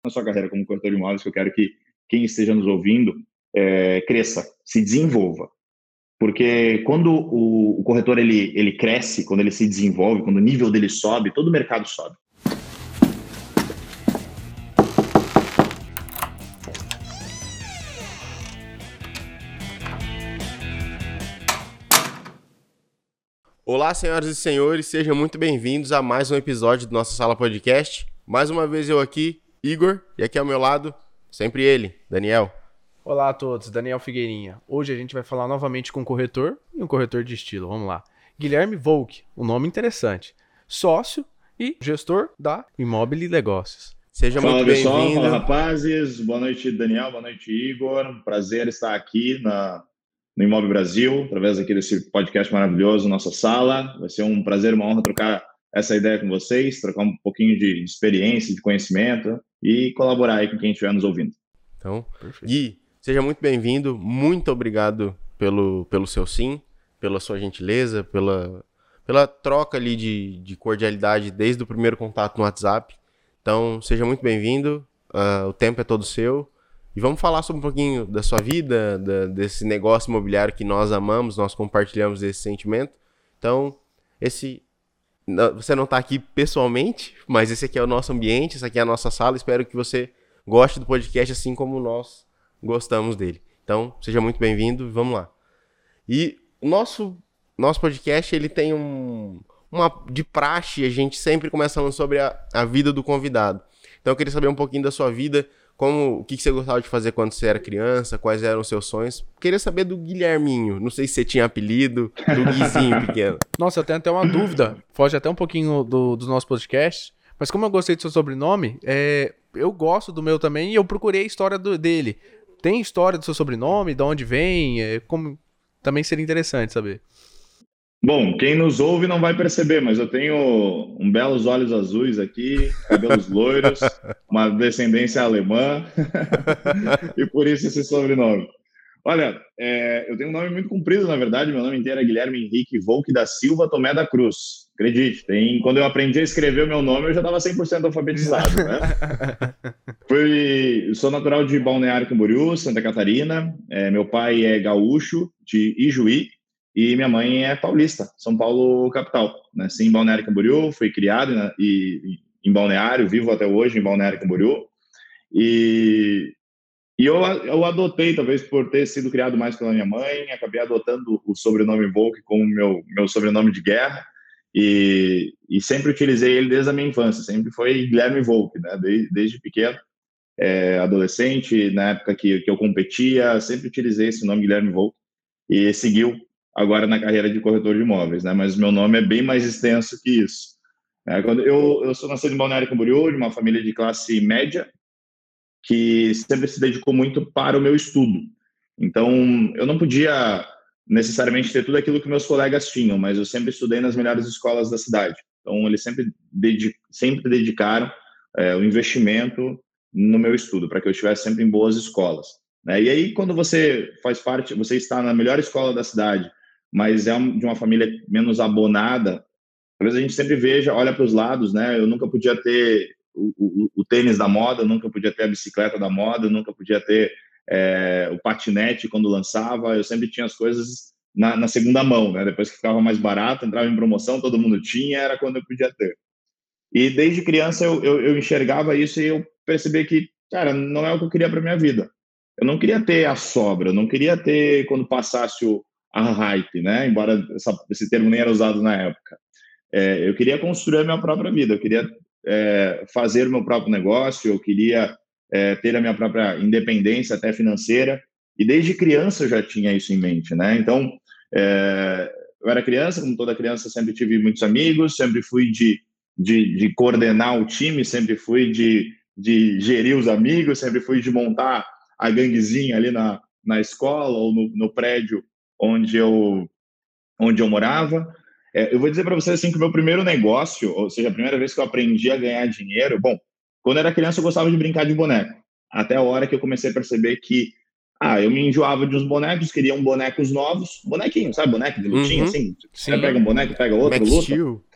na sua carreira como corretor de imóveis, que eu quero que quem esteja nos ouvindo cresça, se desenvolva. Porque quando o corretor ele cresce, quando ele se desenvolve, quando o nível dele sobe, todo o mercado sobe. Olá, senhoras e senhores, sejam muito bem-vindos a mais um episódio do Nossa Sala Podcast. Mais uma vez eu aqui, Igor, e aqui ao meu lado, sempre ele, Daniel. Olá a todos, Daniel Figueirinha. Hoje a gente vai falar novamente com um corretor e um corretor de estilo. Vamos lá. Guilherme Volk, um nome interessante. Sócio e gestor da Immobile Negócios. Seja Fala, muito pessoal, bem-vindo. fala, rapazes. Boa noite, Daniel. Boa noite, Igor. Prazer estar aqui no Immobile Brasil, através aqui desse podcast maravilhoso, Nossa Sala. Vai ser um prazer, uma honra trocar essa ideia com vocês, trocar um pouquinho de experiência, de conhecimento e colaborar aí com quem estiver nos ouvindo. Então, Gui, seja muito bem-vindo. Muito obrigado pelo seu sim, pela sua gentileza, pela troca ali de cordialidade desde o primeiro contato no WhatsApp. Então, seja muito bem-vindo. O tempo é todo seu. E vamos falar sobre um pouquinho da sua vida, desse negócio imobiliário que nós amamos, nós compartilhamos esse sentimento. Então, você não está aqui pessoalmente, mas esse aqui é o nosso ambiente, essa aqui é a nossa sala. Espero que você goste do podcast assim como nós gostamos dele. Então, seja muito bem-vindo e vamos lá. E o nosso podcast, ele tem de praxe, a gente sempre começa falando sobre a vida do convidado. Então, eu queria saber um pouquinho da sua vida, o que você gostava de fazer quando você era criança, quais eram os seus sonhos. Queria saber do Guilherminho, não sei se você tinha apelido, do Guizinho pequeno. Nossa, eu tenho até uma dúvida, foge até um pouquinho dos nossos podcasts, mas como eu gostei do seu sobrenome, eu gosto do meu também e eu procurei a história dele. Tem história do seu sobrenome, de onde vem, também seria interessante saber. Bom, quem nos ouve não vai perceber, mas eu tenho belos olhos azuis aqui, cabelos loiros, uma descendência alemã, e por isso esse sobrenome. Olha, eu tenho um nome muito comprido, na verdade, meu nome inteiro é Guilherme Henrique Volk da Silva Tomé da Cruz. Acredite, quando eu aprendi a escrever o meu nome, eu já estava 100% alfabetizado, né? Sou natural de Balneário Camboriú, Santa Catarina, meu pai é gaúcho, de Ijuí, e minha mãe é paulista, São Paulo capital. Nasci em Balneário Camboriú, fui criado em Balneário, vivo até hoje em Balneário Camboriú. E eu adotei, talvez por ter sido criado mais pela minha mãe, acabei adotando o sobrenome Volk como meu sobrenome de guerra. E sempre utilizei ele desde a minha infância, sempre foi Guilherme Volk, né? Desde pequeno, adolescente, na época que eu competia, sempre utilizei esse nome Guilherme Volk e seguiu agora na carreira de corretor de imóveis, né? Mas meu nome é bem mais extenso que isso. Quando eu sou nascido em Balneário Camboriú, de uma família de classe média, que sempre se dedicou muito para o meu estudo. Então, eu não podia necessariamente ter tudo aquilo que meus colegas tinham, mas eu sempre estudei nas melhores escolas da cidade. Então, eles sempre dedicaram o investimento no meu estudo, para que eu estivesse sempre em boas escolas. E aí, quando você você está na melhor escola da cidade, mas é de uma família menos abonada, talvez a gente sempre olha para os lados, né? Eu nunca podia ter o tênis da moda, eu nunca podia ter a bicicleta da moda, eu nunca podia ter o patinete quando lançava, eu sempre tinha as coisas na segunda mão, né? Depois que ficava mais barato, entrava em promoção, todo mundo tinha, era quando eu podia ter. E desde criança eu enxergava isso e eu percebi que, cara, não é o que eu queria para minha vida. Eu não queria ter a sobra, eu não queria ter quando passasse a hype, né? Embora esse termo nem era usado na época. Eu queria construir a minha própria vida, eu queria fazer o meu próprio negócio, eu queria ter a minha própria independência até financeira, e desde criança eu já tinha isso em mente, né? Então, eu era criança, como toda criança, sempre tive muitos amigos, sempre fui de coordenar o time, sempre fui de gerir os amigos, sempre fui de montar a ganguezinha ali na escola ou no prédio onde eu morava. Eu vou dizer para vocês assim, que o meu primeiro negócio, ou seja, a primeira vez que eu aprendi a ganhar dinheiro, bom, quando eu era criança eu gostava de brincar de boneco, até a hora que eu comecei a perceber que eu me enjoava de uns bonecos, queria bonecos novos, bonequinho, sabe, boneco de lutinha, assim, você pega um boneco, pega outro, Max luta. Steel.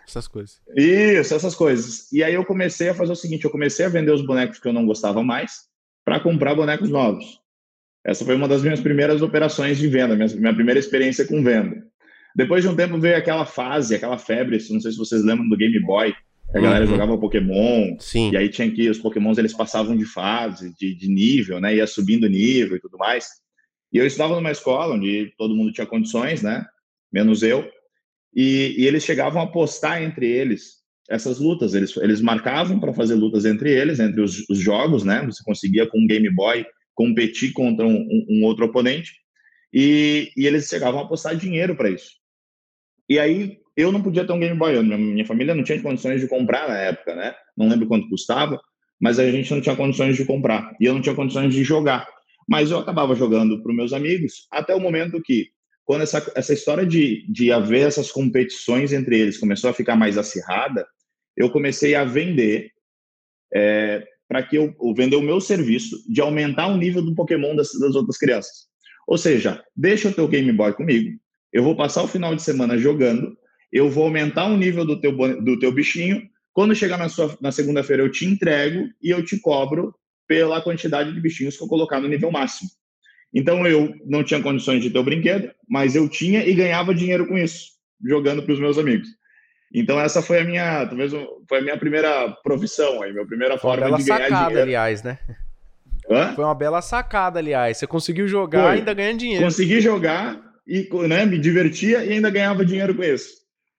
essas coisas. Isso, essas coisas. E aí eu comecei a fazer o seguinte, eu comecei a vender os bonecos que eu não gostava mais para comprar bonecos novos. Essa foi uma das minhas primeiras operações de venda, minha primeira experiência com venda. Depois de um tempo veio aquela fase, aquela febre, não sei se vocês lembram do Game Boy, a galera jogava Pokémon, Sim. e aí tinha que os Pokémons eles passavam de fase, de nível, né? Ia subindo nível e tudo mais. E eu estudava numa escola onde todo mundo tinha condições, né? Menos eu. E eles chegavam a apostar entre eles essas lutas. Eles marcavam para fazer lutas entre eles, entre os jogos, né? Você conseguia com um Game Boy competir contra um outro oponente. E eles chegavam a apostar dinheiro para isso. E aí eu não podia ter um Game Boy. Minha família não tinha condições de comprar na época, né? Não lembro quanto custava, mas a gente não tinha condições de comprar. E eu não tinha condições de jogar. Mas eu acabava jogando para os meus amigos até o momento que, quando essa história de haver essas competições entre eles começou a ficar mais acirrada, eu comecei a vender para que eu vender o meu serviço de aumentar o nível do Pokémon das outras crianças. Ou seja, deixa o teu Game Boy comigo, eu vou passar o final de semana jogando, eu vou aumentar o nível do teu bichinho, quando chegar na segunda-feira eu te entrego e eu te cobro pela quantidade de bichinhos que eu colocar no nível máximo. Então eu não tinha condições de ter o brinquedo, mas eu tinha e ganhava dinheiro com isso, jogando para os meus amigos. Então essa foi talvez foi a minha primeira profissão, aí, minha primeira Foi uma forma bela de ganhar sacada, dinheiro. aliás, né? Hã? Foi uma bela sacada, aliás. Você conseguiu jogar Foi. ainda ganhando dinheiro. Consegui jogar e, né, me divertia e ainda ganhava dinheiro com isso.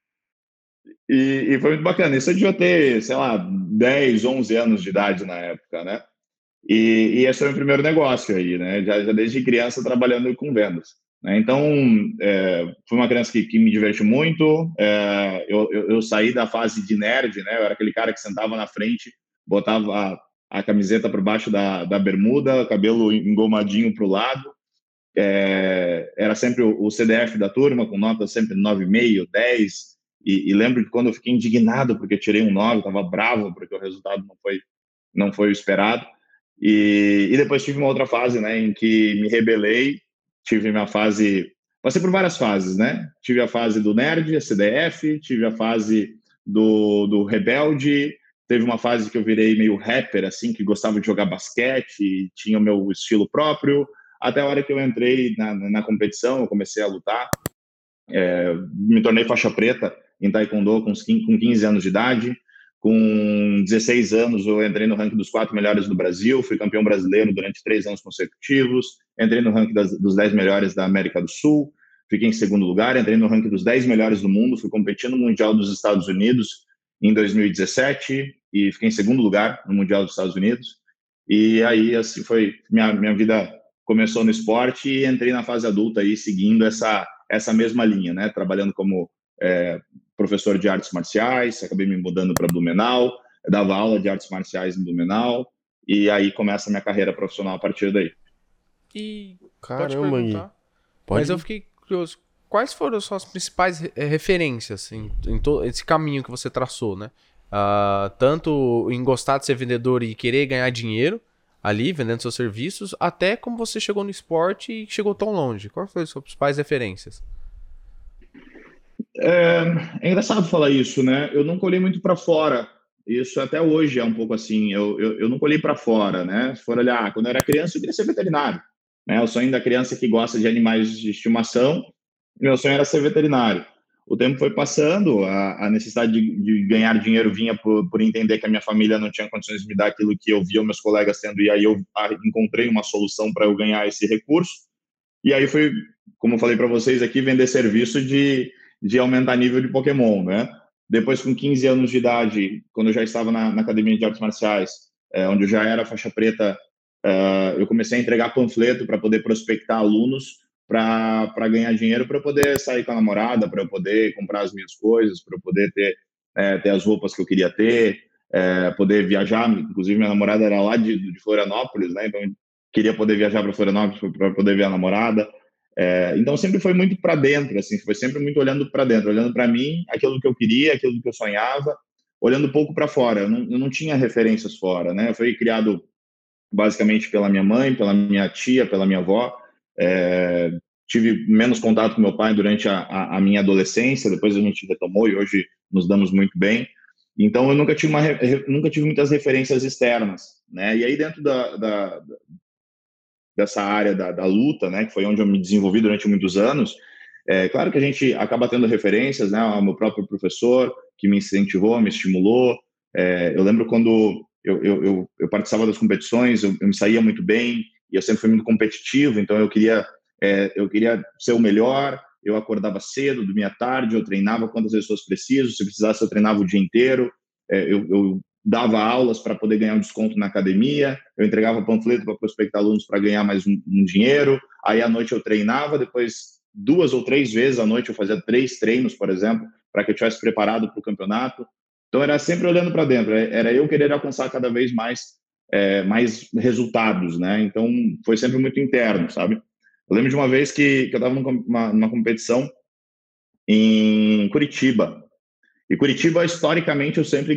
E foi muito bacana. Isso eu devia ter, sei lá, 10, 11 anos de idade na época, né? E esse foi o meu primeiro negócio aí, né? Já desde criança trabalhando com vendas. Né? Então, fui uma criança que me divertiu muito. Eu saí da fase de nerd, né? Eu era aquele cara que sentava na frente, botava a camiseta por baixo da bermuda, cabelo engomadinho para o lado. Era sempre o CDF da turma, com nota sempre 9,5, 10. E lembro que quando eu fiquei indignado porque eu tirei um 9, estava bravo porque o resultado não foi o esperado. E depois tive uma outra fase, né, em que me rebelei, tive minha fase, passei por várias fases, né? Tive a fase do nerd, a CDF, tive a fase do rebelde, teve uma fase que eu virei meio rapper, assim, que gostava de jogar basquete, tinha o meu estilo próprio, até a hora que eu entrei na competição, eu comecei a lutar, me tornei faixa preta em Taekwondo com 15 anos de idade. Com 16 anos, eu entrei no ranking dos 4 melhores do Brasil, fui campeão brasileiro durante 3 anos consecutivos, entrei no ranking dos 10 melhores da América do Sul, fiquei em segundo lugar, entrei no ranking dos 10 melhores do mundo, fui competir no Mundial dos Estados Unidos em 2017 e fiquei em segundo lugar no Mundial dos Estados Unidos. E aí, assim, foi minha vida começou no esporte e entrei na fase adulta aí, seguindo essa mesma linha, né? Trabalhando como professor de artes marciais, acabei me mudando para Blumenau, dava aula de artes marciais em Blumenau, e aí começa a minha carreira profissional a partir daí. E pode Caramba, perguntar. Mas eu fiquei curioso. Quais foram as suas principais referências em todo esse caminho que você traçou, né? Tanto em gostar de ser vendedor e querer ganhar dinheiro ali, vendendo seus serviços, até como você chegou no esporte e chegou tão longe. Quais foram as suas principais referências? É engraçado falar isso, né? Eu nunca olhei muito para fora. Isso até hoje é um pouco assim. Eu nunca olhei para fora, né? Se for olhar, quando eu era criança, eu queria ser veterinário. Né? O sonho da criança que gosta de animais de estimação, meu sonho era ser veterinário. O tempo foi passando, a necessidade de ganhar dinheiro vinha por entender que a minha família não tinha condições de me dar aquilo que eu via meus colegas tendo, e aí eu encontrei uma solução para eu ganhar esse recurso. E aí foi, como eu falei para vocês aqui, vender serviço de aumentar nível de Pokémon, né? Depois, com 15 anos de idade, quando eu já estava na academia de artes marciais, onde eu já era faixa preta, eu comecei a entregar panfleto para poder prospectar alunos para ganhar dinheiro, para eu poder sair com a namorada, para eu poder comprar as minhas coisas, para eu poder ter as roupas que eu queria ter, poder viajar. Inclusive, minha namorada era lá de Florianópolis, né? Então, eu queria poder viajar para Florianópolis para poder ver a namorada. Então sempre foi muito para dentro, assim, foi sempre muito olhando para dentro, olhando para mim, aquilo que eu queria, aquilo que eu sonhava, olhando um pouco para fora. Eu não tinha referências fora, né? Eu fui criado basicamente pela minha mãe, pela minha tia, pela minha avó. Tive menos contato com meu pai durante a minha adolescência, depois a gente retomou e hoje nos damos muito bem. Então, eu nunca tive muitas referências externas, né? E aí, dentro dessa área da luta, né, que foi onde eu me desenvolvi durante muitos anos, claro que a gente acaba tendo referências, né, ao meu próprio professor, que me incentivou, me estimulou. Eu lembro quando eu participava das competições, eu me saía muito bem, e eu sempre fui muito competitivo, então eu queria ser o melhor. Eu acordava cedo, dormia tarde, eu treinava quantas vezes fosse preciso, se precisasse eu treinava o dia inteiro. Eu dava aulas para poder ganhar um desconto na academia, eu entregava panfleto para prospectar alunos para ganhar mais um dinheiro. Aí à noite eu treinava, depois 2 ou 3 vezes à noite eu fazia 3 treinos, por exemplo, para que eu estivesse preparado para o campeonato. Então era sempre olhando para dentro, era eu querer alcançar cada vez mais resultados, né? Então foi sempre muito interno, sabe? Eu lembro de uma vez que eu estava numa competição em Curitiba. E Curitiba, historicamente, eu sempre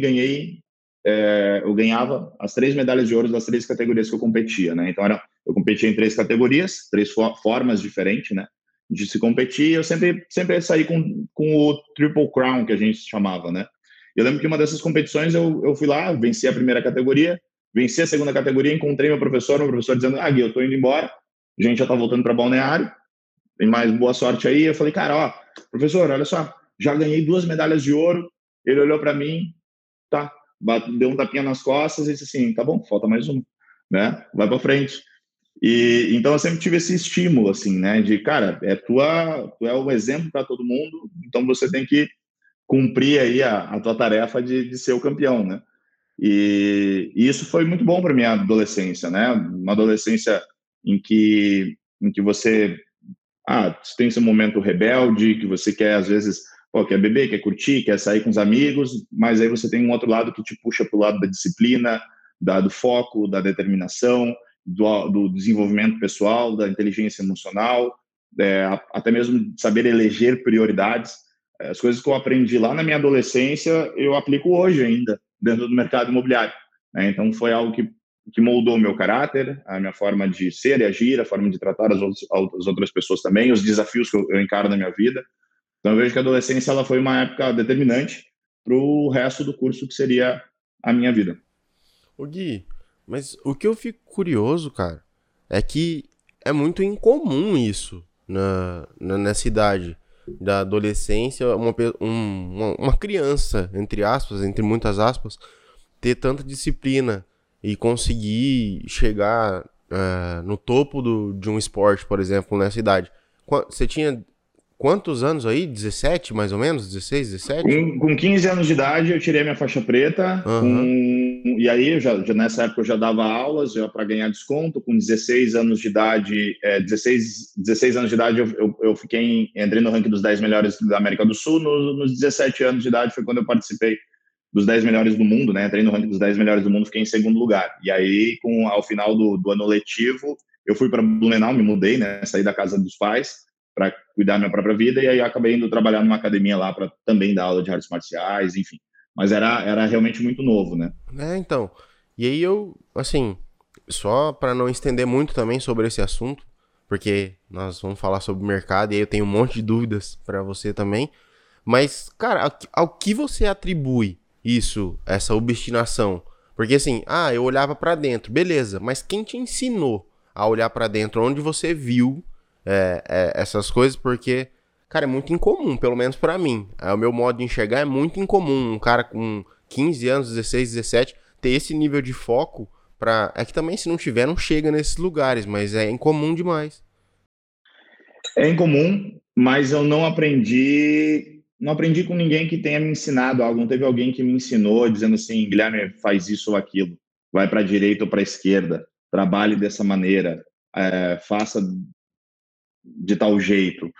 eu ganhava as 3 medalhas de ouro das 3 categorias que eu competia, né? Então, eu competia em 3 categorias, 3 formas diferentes, né? De se competir, eu sempre ia sair com o Triple Crown, que a gente chamava, né? Eu lembro que uma dessas competições eu fui lá, venci a primeira categoria, venci a segunda categoria, encontrei meu professor dizendo, Gui, eu tô indo embora, a gente já tá voltando para Balneário, tem mais boa sorte aí. Eu falei, cara, ó, professor, olha só, já ganhei 2 medalhas de ouro. Ele olhou para mim, tá, deu um tapinha nas costas e disse assim, tá bom, falta mais uma, né? Vai para frente. E então eu sempre tive esse estímulo, assim, né? De, cara, tu é o exemplo para todo mundo, então você tem que cumprir aí a tua tarefa de ser o campeão, né? E isso foi muito bom para minha adolescência, né? Uma adolescência em que você você tem esse momento rebelde, que você quer, às vezes, quer beber, quer curtir, quer sair com os amigos, mas aí você tem um outro lado que te puxa para o lado da disciplina, do foco, da determinação, do desenvolvimento pessoal, da inteligência emocional, até mesmo saber eleger prioridades. As coisas que eu aprendi lá na minha adolescência, eu aplico hoje ainda, dentro do mercado imobiliário, né? Então, foi algo que moldou o meu caráter, a minha forma de ser e agir, a forma de tratar as outras pessoas também, os desafios que eu encaro na minha vida. Então, eu vejo que a adolescência ela foi uma época determinante para o resto do curso que seria a minha vida. Ô Gui, mas o que eu fico curioso, cara, é que é muito incomum isso nessa idade da adolescência, uma criança, entre aspas, entre muitas aspas, ter tanta disciplina e conseguir chegar no topo de um esporte, por exemplo, nessa idade. Você tinha quantos anos aí? 17, mais ou menos? 16, 17? Com 15 anos de idade, eu tirei minha faixa preta. Aham. E aí, nessa época, eu já dava aulas para ganhar desconto. Com 16 anos de idade, 16 anos de idade, entrei no ranking dos 10 melhores da América do Sul. Nos 17 anos de idade foi quando eu participei dos 10 melhores do mundo, né? Entrei no ranking dos 10 melhores do mundo, fiquei em segundo lugar. E aí, ao final do ano letivo, eu fui para Blumenau, me mudei, né? Saí da casa dos pais para cuidar da minha própria vida, e aí eu acabei indo trabalhar numa academia lá para também dar aula de artes marciais, enfim. Mas era realmente muito novo, né? Então. E aí eu, assim, só para não estender muito também sobre esse assunto, porque nós vamos falar sobre o mercado e aí eu tenho um monte de dúvidas para você também. Mas, cara, ao que você atribui isso, essa obstinação? Porque assim, eu olhava para dentro, beleza, mas quem te ensinou a olhar para dentro? Onde você viu essas coisas? Porque, cara, é muito incomum, pelo menos para mim. O meu modo de enxergar é muito incomum. Um cara com 15 anos, 16, 17, ter esse nível de foco é que também, se não tiver, não chega nesses lugares, mas é incomum demais. É incomum, mas eu não aprendi com ninguém que tenha me ensinado algo. Não teve alguém que me ensinou dizendo assim, Guilherme, faz isso ou aquilo, vai para a direita ou para a esquerda, trabalhe dessa maneira, faça de tal jeito.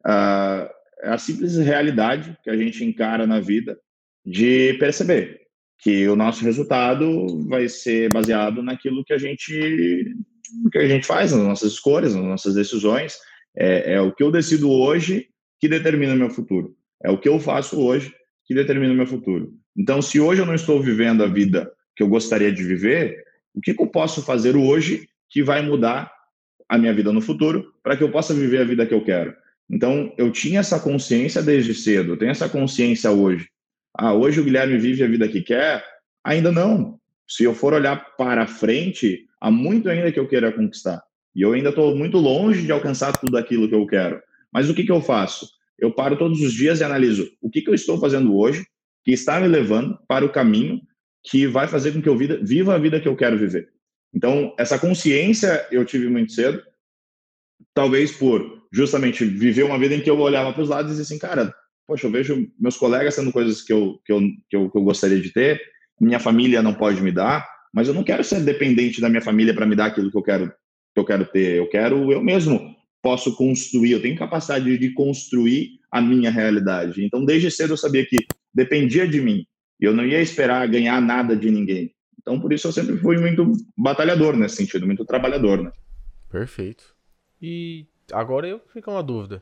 É a simples realidade que a gente encara na vida de perceber que o nosso resultado vai ser baseado naquilo que a gente faz, nas nossas escolhas, nas nossas decisões. É o que eu decido hoje que determina o meu futuro. É o que eu faço hoje que determina o meu futuro. Então, se hoje eu não estou vivendo a vida que eu gostaria de viver, o que eu posso fazer hoje que vai mudar a minha vida no futuro para que eu possa viver a vida que eu quero? Então, eu tinha essa consciência desde cedo, eu tenho essa consciência hoje. Hoje o Guilherme vive a vida que quer? Ainda não. Se eu for olhar para frente, há muito ainda que eu queira conquistar. E eu ainda estou muito longe de alcançar tudo aquilo que eu quero. Mas o que eu faço? Eu paro todos os dias e analiso o que eu estou fazendo hoje que está me levando para o caminho que vai fazer com que eu viva a vida que eu quero viver. Então, essa consciência eu tive muito cedo, talvez por justamente viver uma vida em que eu olhava para os lados e dizia assim, cara, poxa, eu vejo meus colegas tendo coisas que eu gostaria de ter, minha família não pode me dar, mas eu não quero ser dependente da minha família para me dar aquilo que eu quero ter. Eu mesmo posso construir, eu tenho capacidade de construir a minha realidade. Então, desde cedo eu sabia que dependia de mim. E eu não ia esperar ganhar nada de ninguém. Então, por isso eu sempre fui muito batalhador nesse sentido, muito trabalhador, né? Perfeito. E agora eu fico uma dúvida.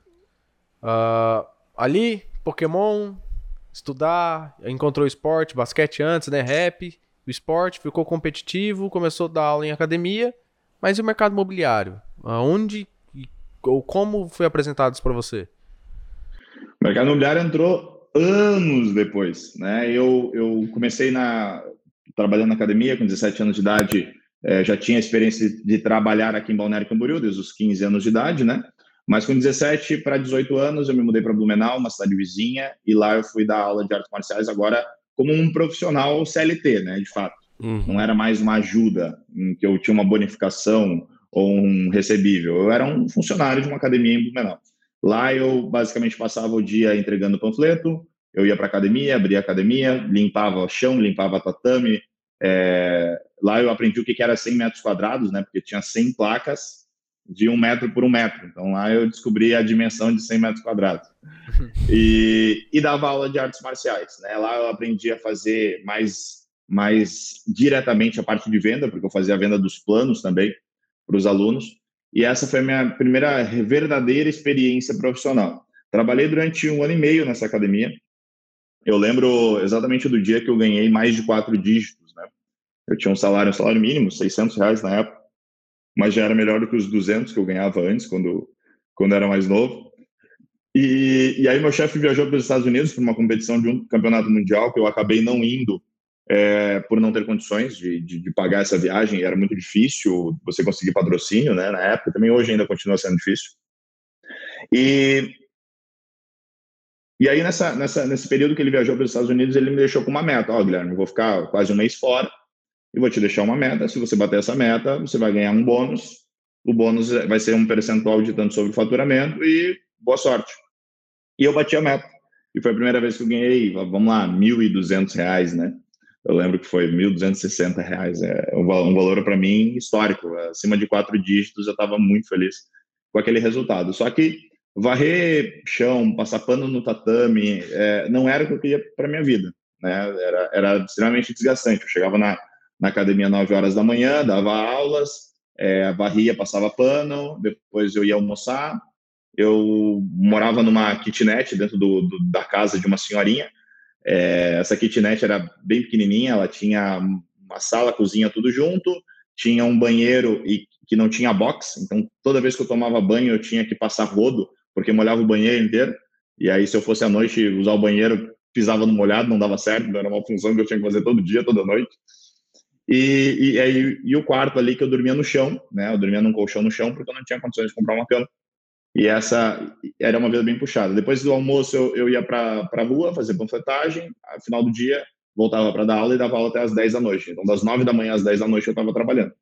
Ali, Pokémon, estudar, encontrou esporte, basquete antes, né? Rap, o esporte, ficou competitivo, começou a dar aula em academia, mas e o mercado imobiliário? Onde ou como foi apresentado isso para você? O mercado imobiliário entrou anos depois, né? Eu comecei trabalhando na academia com 17 anos de idade, já tinha experiência de trabalhar aqui em Balneário Camboriú, desde os 15 anos de idade, né? Mas com 17 para 18 anos eu me mudei para Blumenau, uma cidade vizinha, e lá eu fui dar aula de artes marciais agora como um profissional CLT, né? De fato, não Uhum. era mais uma ajuda em que eu tinha uma bonificação ou um recebível, eu era um funcionário de uma academia em Blumenau. Lá eu basicamente passava o dia entregando panfleto, eu ia para academia, abria a academia, limpava o chão, limpava tatame. Lá eu aprendi o que era 100 metros quadrados, né? Porque tinha 100 placas de 1 metro por 1 metro. Então lá eu descobri a dimensão de 100 metros quadrados. E dava aula de artes marciais, né? Lá eu aprendi a fazer mais diretamente a parte de venda, porque eu fazia a venda dos planos também para os alunos. E essa foi a minha primeira verdadeira experiência profissional. Trabalhei durante 1 ano e meio nessa academia. Eu lembro exatamente do dia que eu ganhei mais de 4 dígitos, né? Eu tinha um salário mínimo, R$ 600 na época, mas já era melhor do que os 200 que eu ganhava antes, quando era mais novo. E aí meu chefe viajou para os Estados Unidos para uma competição de um campeonato mundial que eu acabei não indo por não ter condições de pagar essa viagem. Era muito difícil você conseguir patrocínio, né? Na época, também hoje ainda continua sendo difícil. E, e aí nesse período que ele viajou para os Estados Unidos, ele me deixou com uma meta. Guilherme, eu vou ficar quase um mês fora e vou te deixar uma meta. Se você bater essa meta, você vai ganhar um bônus. O bônus vai ser um percentual de tanto sobre o faturamento e boa sorte. E eu bati a meta. E foi a primeira vez que eu ganhei, vamos lá, R$ 1.200, né? Eu lembro que foi R$ 1.260. É um valor para mim histórico. Acima de 4 dígitos, eu estava muito feliz com aquele resultado. Só que varrer chão, passar pano no tatame, não era o que eu queria para minha vida, né? Era extremamente desgastante. Eu chegava na academia 9 horas da manhã, dava aulas, varria, passava pano, depois eu ia almoçar. Eu morava numa kitnet dentro da casa de uma senhorinha. Essa kitnet era bem pequenininha, ela tinha uma sala, cozinha, tudo junto, tinha um banheiro que não tinha box, então toda vez que eu tomava banho eu tinha que passar rodo, porque molhava o banheiro inteiro, e aí se eu fosse à noite usar o banheiro, pisava no molhado, não dava certo, era uma função que eu tinha que fazer todo dia, toda noite. E o quarto ali que eu dormia no chão, né? Eu dormia num colchão no chão porque eu não tinha condições de comprar uma cama. E essa era uma vida bem puxada. Depois do almoço, eu ia para a rua fazer panfletagem. No final do dia, voltava para dar aula e dava aula até às 10 da noite. Então, das 9 da manhã às 10 da noite, eu estava trabalhando.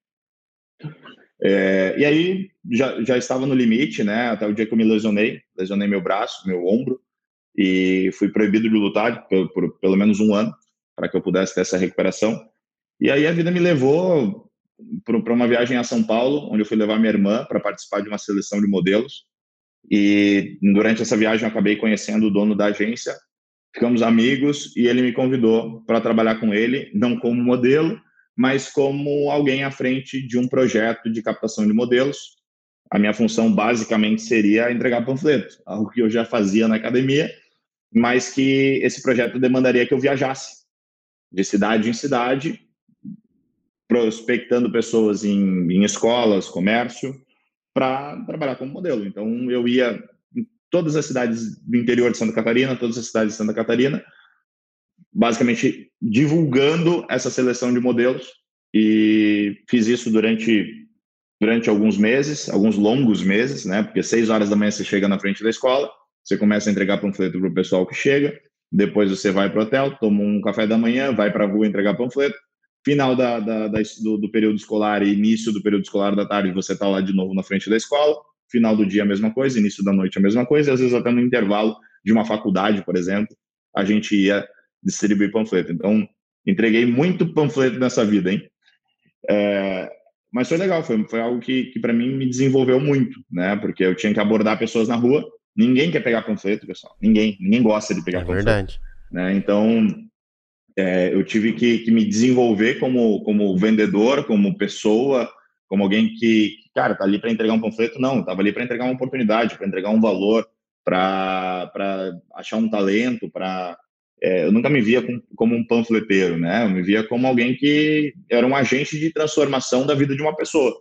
E aí, já estava no limite, né? Até o dia que eu me lesionei meu braço, meu ombro, e fui proibido de lutar por pelo menos 1 ano, para que eu pudesse ter essa recuperação. E aí a vida me levou para uma viagem a São Paulo, onde eu fui levar minha irmã para participar de uma seleção de modelos. E durante essa viagem eu acabei conhecendo o dono da agência, ficamos amigos e ele me convidou para trabalhar com ele, não como modelo, mas como alguém à frente de um projeto de captação de modelos. A minha função basicamente seria entregar panfletos, algo que eu já fazia na academia, mas que esse projeto demandaria que eu viajasse de cidade em cidade, prospectando pessoas em escolas, comércio, para trabalhar como modelo. Então, eu ia em todas as cidades do interior de Santa Catarina, todas as cidades de Santa Catarina, basicamente divulgando essa seleção de modelos, e fiz isso durante alguns meses, alguns longos meses, né? Porque 6 horas da manhã você chega na frente da escola, você começa a entregar panfleto para o pessoal que chega, depois você vai para o hotel, toma um café da manhã, vai para a rua entregar panfleto, final do período escolar e início do período escolar da tarde, você está lá de novo na frente da escola, final do dia a mesma coisa, início da noite a mesma coisa, e às vezes até no intervalo de uma faculdade, por exemplo, a gente ia distribuir panfleto. Então, entreguei muito panfleto nessa vida, hein? Mas foi legal, foi algo que para mim me desenvolveu muito, né? Porque eu tinha que abordar pessoas na rua, ninguém quer pegar panfleto, pessoal, ninguém gosta de pegar É panfleto, verdade. né? Então, eu tive que me desenvolver como vendedor, como pessoa, como alguém que, cara, tá ali para entregar um panfleto? Não, tava ali para entregar uma oportunidade, para entregar um valor, para achar um talento, eu nunca me via como um panfleteiro, né? Eu me via como alguém que era um agente de transformação da vida de uma pessoa.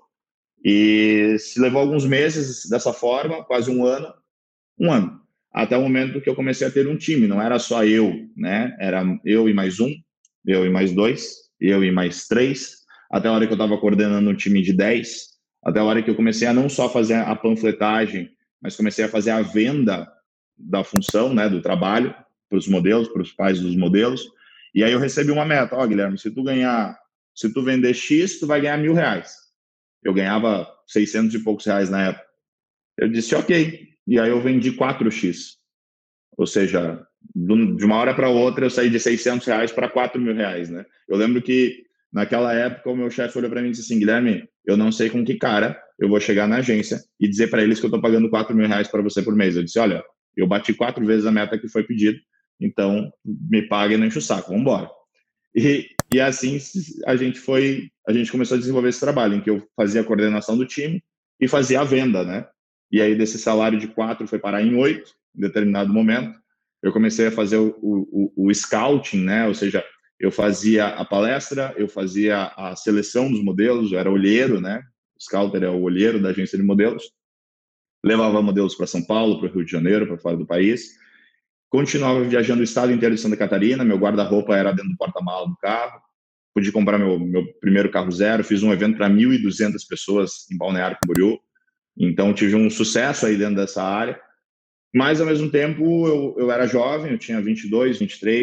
E se levou alguns meses dessa forma, quase um ano, até o momento que eu comecei a ter um time. Não era só eu, né? Era eu e mais um, eu e mais dois, eu e mais três, até a hora que eu estava coordenando um time de 10, até a hora que eu comecei a não só fazer a panfletagem, mas comecei a fazer a venda da função, né, do trabalho, para os modelos, para os pais dos modelos. E aí eu recebi uma meta: ó, Guilherme, se tu vender X, tu vai ganhar R$ 1.000. Eu ganhava 600 e poucos reais na época. Eu disse, ok. E aí eu vendi 4x. Ou seja, de uma hora para outra eu saí de R$ 600 para R$ 4.000, né? Eu lembro que naquela época o meu chefe olhou para mim e disse assim: Guilherme, eu não sei com que cara eu vou chegar na agência e dizer para eles que eu estou pagando R$ 4.000 para você por mês. Eu disse: olha, eu bati 4 vezes a meta que foi pedido, então me paga e não enche o saco, vamos embora. E assim a gente começou a desenvolver esse trabalho, em que eu fazia a coordenação do time e fazia a venda, né? E aí desse salário de 4 foi parar em 8, em determinado momento. Eu comecei a fazer o scouting, né? Ou seja, eu fazia a palestra, eu fazia a seleção dos modelos, eu era olheiro, né? O scouter é o olheiro da agência de modelos. Levava modelos para São Paulo, para o Rio de Janeiro, para fora do país. Continuava viajando o estado inteiro de Santa Catarina, meu guarda-roupa era dentro do porta-mala do carro. Pude comprar meu primeiro carro zero, fiz um evento para 1.200 pessoas em Balneário Camboriú. Então, tive um sucesso aí dentro dessa área. Mas, ao mesmo tempo, eu era jovem, eu tinha 22,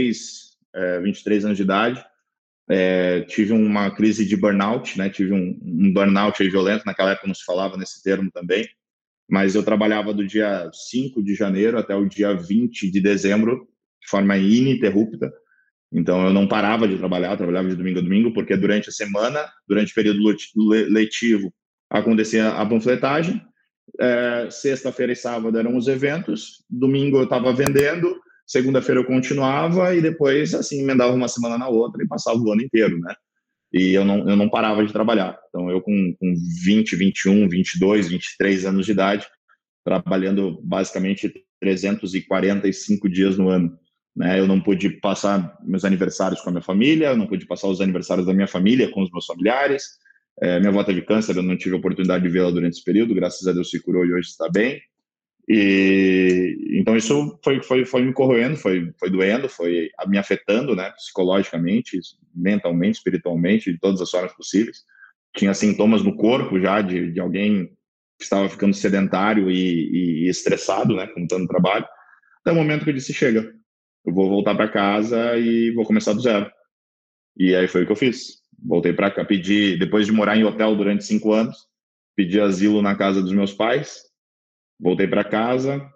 23 anos de idade. Tive uma crise de burnout, né? Tive um burnout aí violento. Naquela época não se falava nesse termo também. Mas eu trabalhava do dia 5 de janeiro até o dia 20 de dezembro, de forma ininterrupta. Então, eu não parava de trabalhar, eu trabalhava de domingo a domingo, porque durante a semana, durante o período letivo, acontecia a panfletagem. Sexta-feira e sábado eram os eventos, domingo eu estava vendendo, segunda-feira eu continuava e depois, assim, emendava uma semana na outra e passava o ano inteiro, né? E eu não parava de trabalhar. Então, eu com 20, 21, 22, 23 anos de idade, trabalhando basicamente 345 dias no ano. Né? Eu não pude passar meus aniversários com a minha família, eu não pude passar os aniversários da minha família com os meus familiares. Minha avó teve câncer, eu não tive a oportunidade de vê-la durante esse período, graças a Deus se curou e hoje está bem. E então isso foi me corroendo, foi doendo, foi me afetando, né, psicologicamente, mentalmente, espiritualmente, de todas as formas possíveis. Tinha sintomas no corpo já de alguém que estava ficando sedentário e estressado, né, com tanto trabalho. Até o momento que eu disse: chega, eu vou voltar para casa e vou começar do zero. E aí foi o que eu fiz. Voltei para cá, depois de morar em hotel durante 5 anos, pedi asilo na casa dos meus pais, voltei para casa,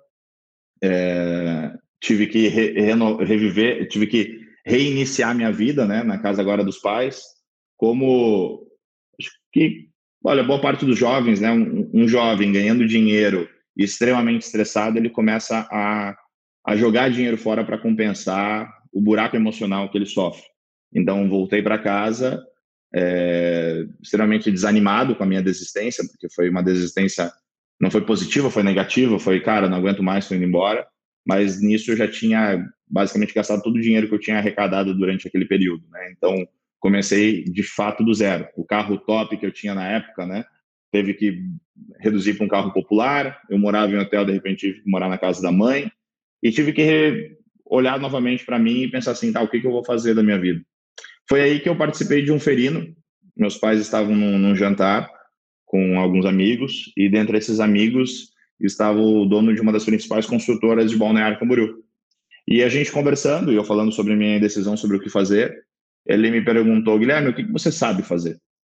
tive que reviver, tive que reiniciar minha vida, né, na casa agora dos pais, como, acho que, olha, boa parte dos jovens, né, um jovem ganhando dinheiro e extremamente estressado, ele começa a jogar dinheiro fora para compensar o buraco emocional que ele sofre. Então, voltei para casa extremamente desanimado com a minha desistência, porque foi uma desistência, não foi positiva, foi negativa, foi, cara, não aguento mais, estou indo embora. Mas nisso eu já tinha basicamente gastado todo o dinheiro que eu tinha arrecadado durante aquele período, né? Então, comecei de fato do zero. O carro top que eu tinha na época, né, teve que reduzir para um carro popular. Eu morava em hotel, de repente tive que morar na casa da mãe e tive que olhar novamente para mim e pensar assim, tá, o que eu vou fazer da minha vida? Foi aí que eu participei de um ferino. Meus pais estavam num jantar com alguns amigos, e dentre esses amigos estava o dono de uma das principais construtoras de Balneário Camboriú. E a gente conversando, e eu falando sobre a minha decisão sobre o que fazer, ele me perguntou, Guilherme, o que você sabe fazer?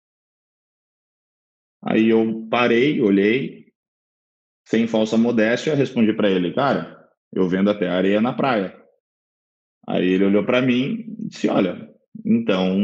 Aí eu parei, olhei, sem falsa modéstia, respondi para ele, cara, eu vendo até areia na praia. Aí ele olhou para mim e disse, olha, então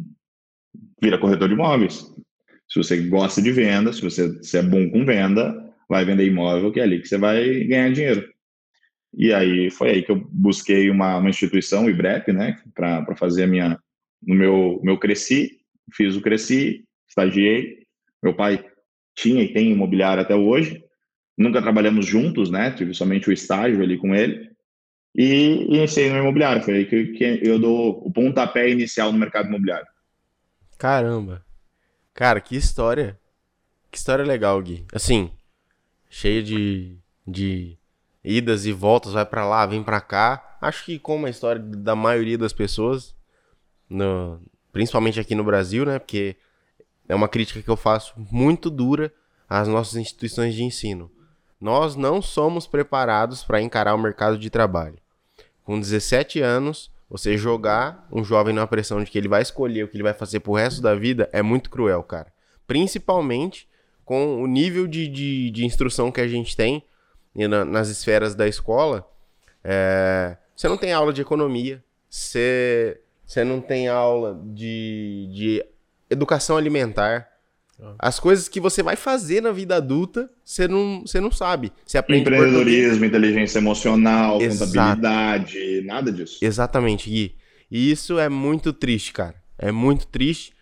vira corretor de imóveis. Se você gosta de venda, se é bom com venda, vai vender imóvel, que é ali que você vai ganhar dinheiro. E aí foi aí que eu busquei uma instituição, o IBREP, né, para fazer a minha, no meu Cresci, fiz o Cresci, estagiei. Meu pai tinha e tem imobiliário até hoje. Nunca trabalhamos juntos, né, tive somente o estágio ali com ele. E iniciei no imobiliário, foi aí que eu dou o pontapé inicial no mercado imobiliário. Caramba. Cara, que história. Que história legal, Gui. Assim, cheia de idas e voltas, vai pra lá, vem pra cá. Acho que como a história da maioria das pessoas, principalmente aqui no Brasil, né? Porque é uma crítica que eu faço muito dura às nossas instituições de ensino. Nós não somos preparados para encarar o mercado de trabalho. Com 17 anos, você jogar um jovem numa pressão de que ele vai escolher o que ele vai fazer pro resto da vida é muito cruel, cara. Principalmente com o nível de instrução que a gente tem nas esferas da escola. Você não tem aula de economia, você não tem aula de educação alimentar. As coisas que você vai fazer na vida adulta, você não sabe. Você aprende Empreendedorismo, português. inteligência emocional, Exato. contabilidade, nada disso. Exatamente, Gui. E isso é muito triste, cara. É muito triste,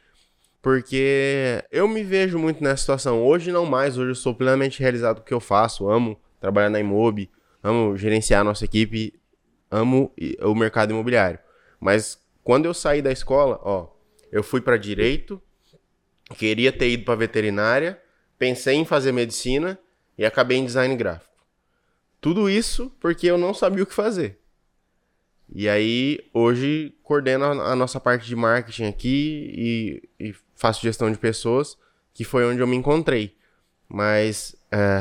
porque eu me vejo muito nessa situação. Hoje não mais, hoje eu sou plenamente realizado com o que eu faço. Amo trabalhar na Imob, amo gerenciar a nossa equipe, amo o mercado imobiliário. Mas quando eu saí da escola, eu fui para direito, queria ter ido para veterinária, pensei em fazer medicina e acabei em design gráfico. Tudo isso porque eu não sabia o que fazer. E aí, hoje, coordeno a nossa parte de marketing aqui e faço gestão de pessoas, que foi onde eu me encontrei. Mas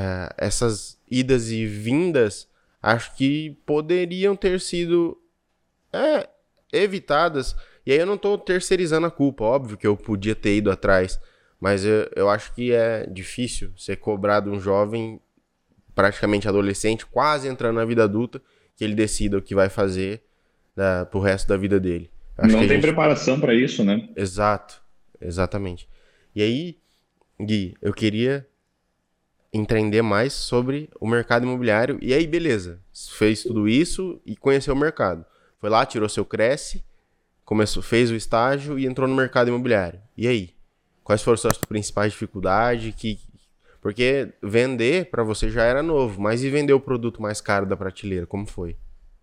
essas idas e vindas, acho que poderiam ter sido evitadas. E aí eu não estou terceirizando a culpa, óbvio que eu podia ter ido atrás. Mas eu acho que é difícil ser cobrado um jovem, praticamente adolescente, quase entrando na vida adulta, que ele decida o que vai fazer pro resto da vida dele. Não tem preparação para isso, né? Exato, exatamente. E aí, Gui, eu queria entender mais sobre o mercado imobiliário. E aí, beleza, fez tudo isso e conheceu o mercado. Foi lá, tirou seu Cresce, fez o estágio e entrou no mercado imobiliário. E aí? Quais foram suas principais dificuldades? Porque vender para você já era novo, mas e vender o produto mais caro da prateleira? Como foi?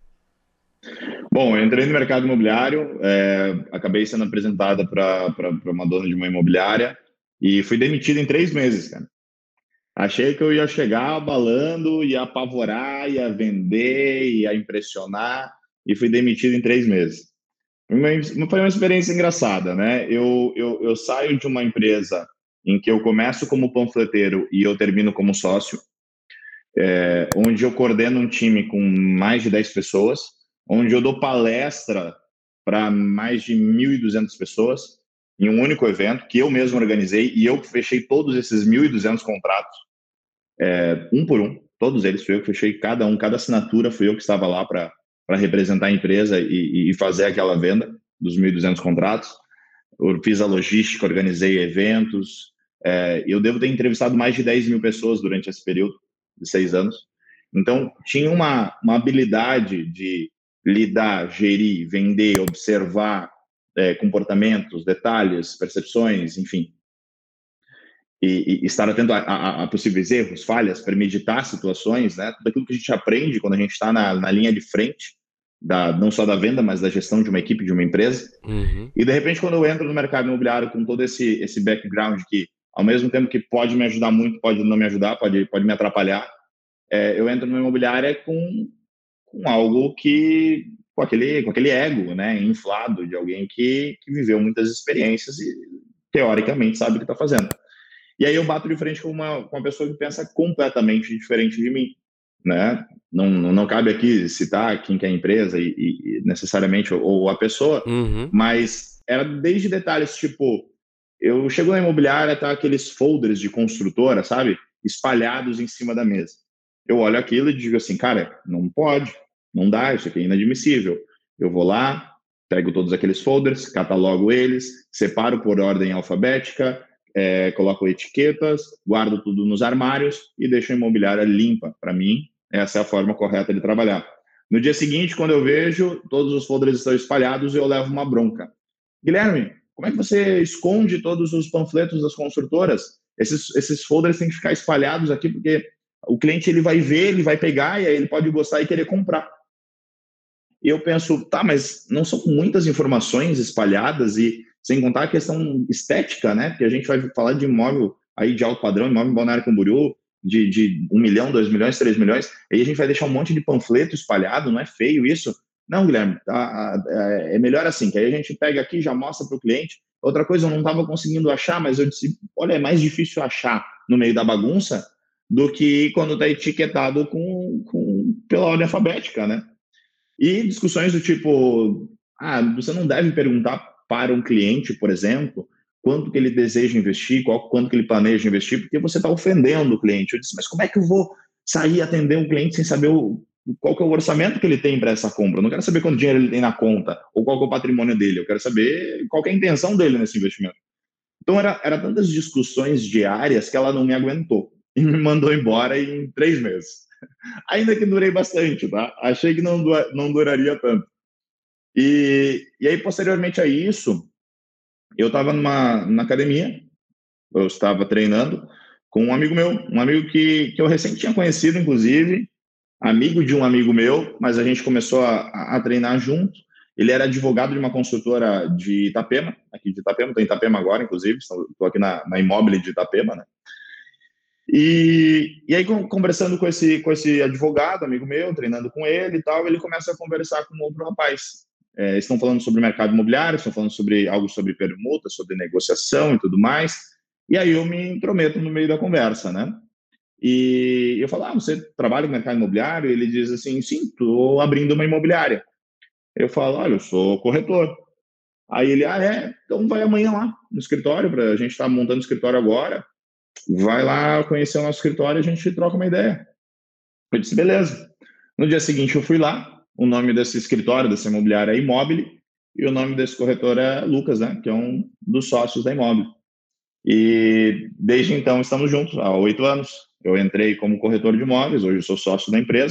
Bom, eu entrei no mercado imobiliário, acabei sendo apresentada para uma dona de uma imobiliária e fui demitido em 3 meses, cara. Achei que eu ia chegar abalando, ia apavorar, ia vender, ia impressionar, e fui demitido em 3 meses. Foi uma experiência engraçada, né? Eu saio de uma empresa em que eu começo como panfleteiro e eu termino como sócio, onde eu coordeno um time com mais de 10 pessoas, onde eu dou palestra para mais de 1.200 pessoas em um único evento que eu mesmo organizei e eu fechei todos esses 1.200 contratos, um por um. Todos eles fui eu que fechei, cada assinatura fui eu que estava lá para representar a empresa e fazer aquela venda dos 1.200 contratos. Eu fiz a logística, organizei eventos. Eu devo ter entrevistado mais de 10 mil pessoas durante esse período de 6 anos. Então, tinha uma habilidade de lidar, gerir, vender, observar comportamentos, detalhes, percepções, enfim. E estar atento a possíveis erros, falhas, premeditar situações, né? Tudo aquilo que a gente aprende quando a gente está na linha de frente, não só da venda, mas da gestão de uma equipe, de uma empresa. Uhum. E, de repente, quando eu entro no mercado imobiliário com todo esse background que, ao mesmo tempo que pode me ajudar muito, pode não me ajudar, pode me atrapalhar, eu entro numa imobiliária com com algo com aquele ego, né, inflado de alguém que viveu muitas experiências e teoricamente sabe o que está fazendo. E aí eu bato de frente com uma pessoa que pensa completamente diferente de mim, né? Não cabe aqui citar quem que é a empresa e necessariamente ou a pessoa, Uhum. mas era desde detalhes tipo, eu chego na imobiliária, tá aqueles folders de construtora, sabe? Espalhados em cima da mesa. Eu olho aquilo e digo assim, cara, não pode, não dá, isso aqui é inadmissível. Eu vou lá, pego todos aqueles folders, catalogo eles, separo por ordem alfabética, coloco etiquetas, guardo tudo nos armários e deixo a imobiliária limpa. Para mim, essa é a forma correta de trabalhar. No dia seguinte, quando eu vejo, todos os folders estão espalhados, eu levo uma bronca. Guilherme, como é que você esconde todos os panfletos das construtoras? Esses folders têm que ficar espalhados aqui, porque o cliente ele vai ver, ele vai pegar, e aí ele pode gostar e querer comprar. E eu penso, tá, mas não são muitas informações espalhadas e sem contar a questão estética, né? Porque a gente vai falar de imóvel aí de alto padrão, imóvel em Balneário Camboriú, de 1 milhão, 2 milhões, 3 milhões, aí a gente vai deixar um monte de panfleto espalhado, não é feio isso? Não, Guilherme, é melhor assim, que aí a gente pega aqui, já mostra para o cliente. Outra coisa, eu não estava conseguindo achar, mas eu disse, olha, é mais difícil achar no meio da bagunça do que quando está etiquetado pela ordem alfabética, né? E discussões do tipo, você não deve perguntar para um cliente, por exemplo, quanto que ele deseja investir, quanto que ele planeja investir, porque você está ofendendo o cliente. Eu disse, mas como é que eu vou sair atender um cliente sem saber qual que é o orçamento que ele tem para essa compra? Eu não quero saber quanto dinheiro ele tem na conta, ou qual que é o patrimônio dele, eu quero saber qual que é a intenção dele nesse investimento. Então, era tantas discussões diárias que ela não me aguentou e me mandou embora em 3 meses. Ainda que durei bastante, tá? Achei que não duraria tanto. E aí, posteriormente a isso, eu estava na academia, eu estava treinando com um amigo meu, um amigo que eu recém tinha conhecido, inclusive, amigo de um amigo meu, mas a gente começou a treinar junto. Ele era advogado de uma construtora de Itapema, aqui de Itapema, estou em Itapema agora, inclusive, estou aqui na Immobile de Itapema, né? E aí, conversando com esse advogado, amigo meu, treinando com ele e tal, ele começa a conversar com outro rapaz. Estão falando sobre mercado imobiliário, estão falando sobre algo sobre permuta, sobre negociação e tudo mais. E aí eu me intrometo no meio da conversa, né? E eu falo, você trabalha no mercado imobiliário? E ele diz assim, sim, estou abrindo uma imobiliária. Eu falo, olha, eu sou corretor. Aí ele, então vai amanhã lá no escritório, a gente está montando o escritório agora, vai lá conhecer o nosso escritório e a gente troca uma ideia. Eu disse, beleza. No dia seguinte eu fui lá, o nome desse escritório, dessa imobiliária é Immobile, e o nome desse corretor é Lucas, né, que é um dos sócios da Immobile. E desde então estamos juntos, há 8 anos. Eu entrei como corretor de imóveis, hoje eu sou sócio da empresa.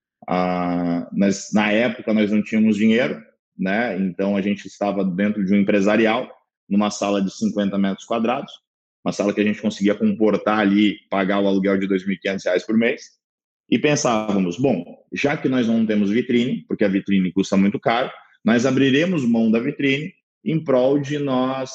Na época nós não tínhamos dinheiro, né, então a gente estava dentro de um empresarial, numa sala de 50 metros quadrados, uma sala que a gente conseguia comportar ali, pagar o aluguel de R$ 2.500 por mês, e pensávamos, bom, já que nós não temos vitrine, porque a vitrine custa muito caro, nós abriremos mão da vitrine em prol de nós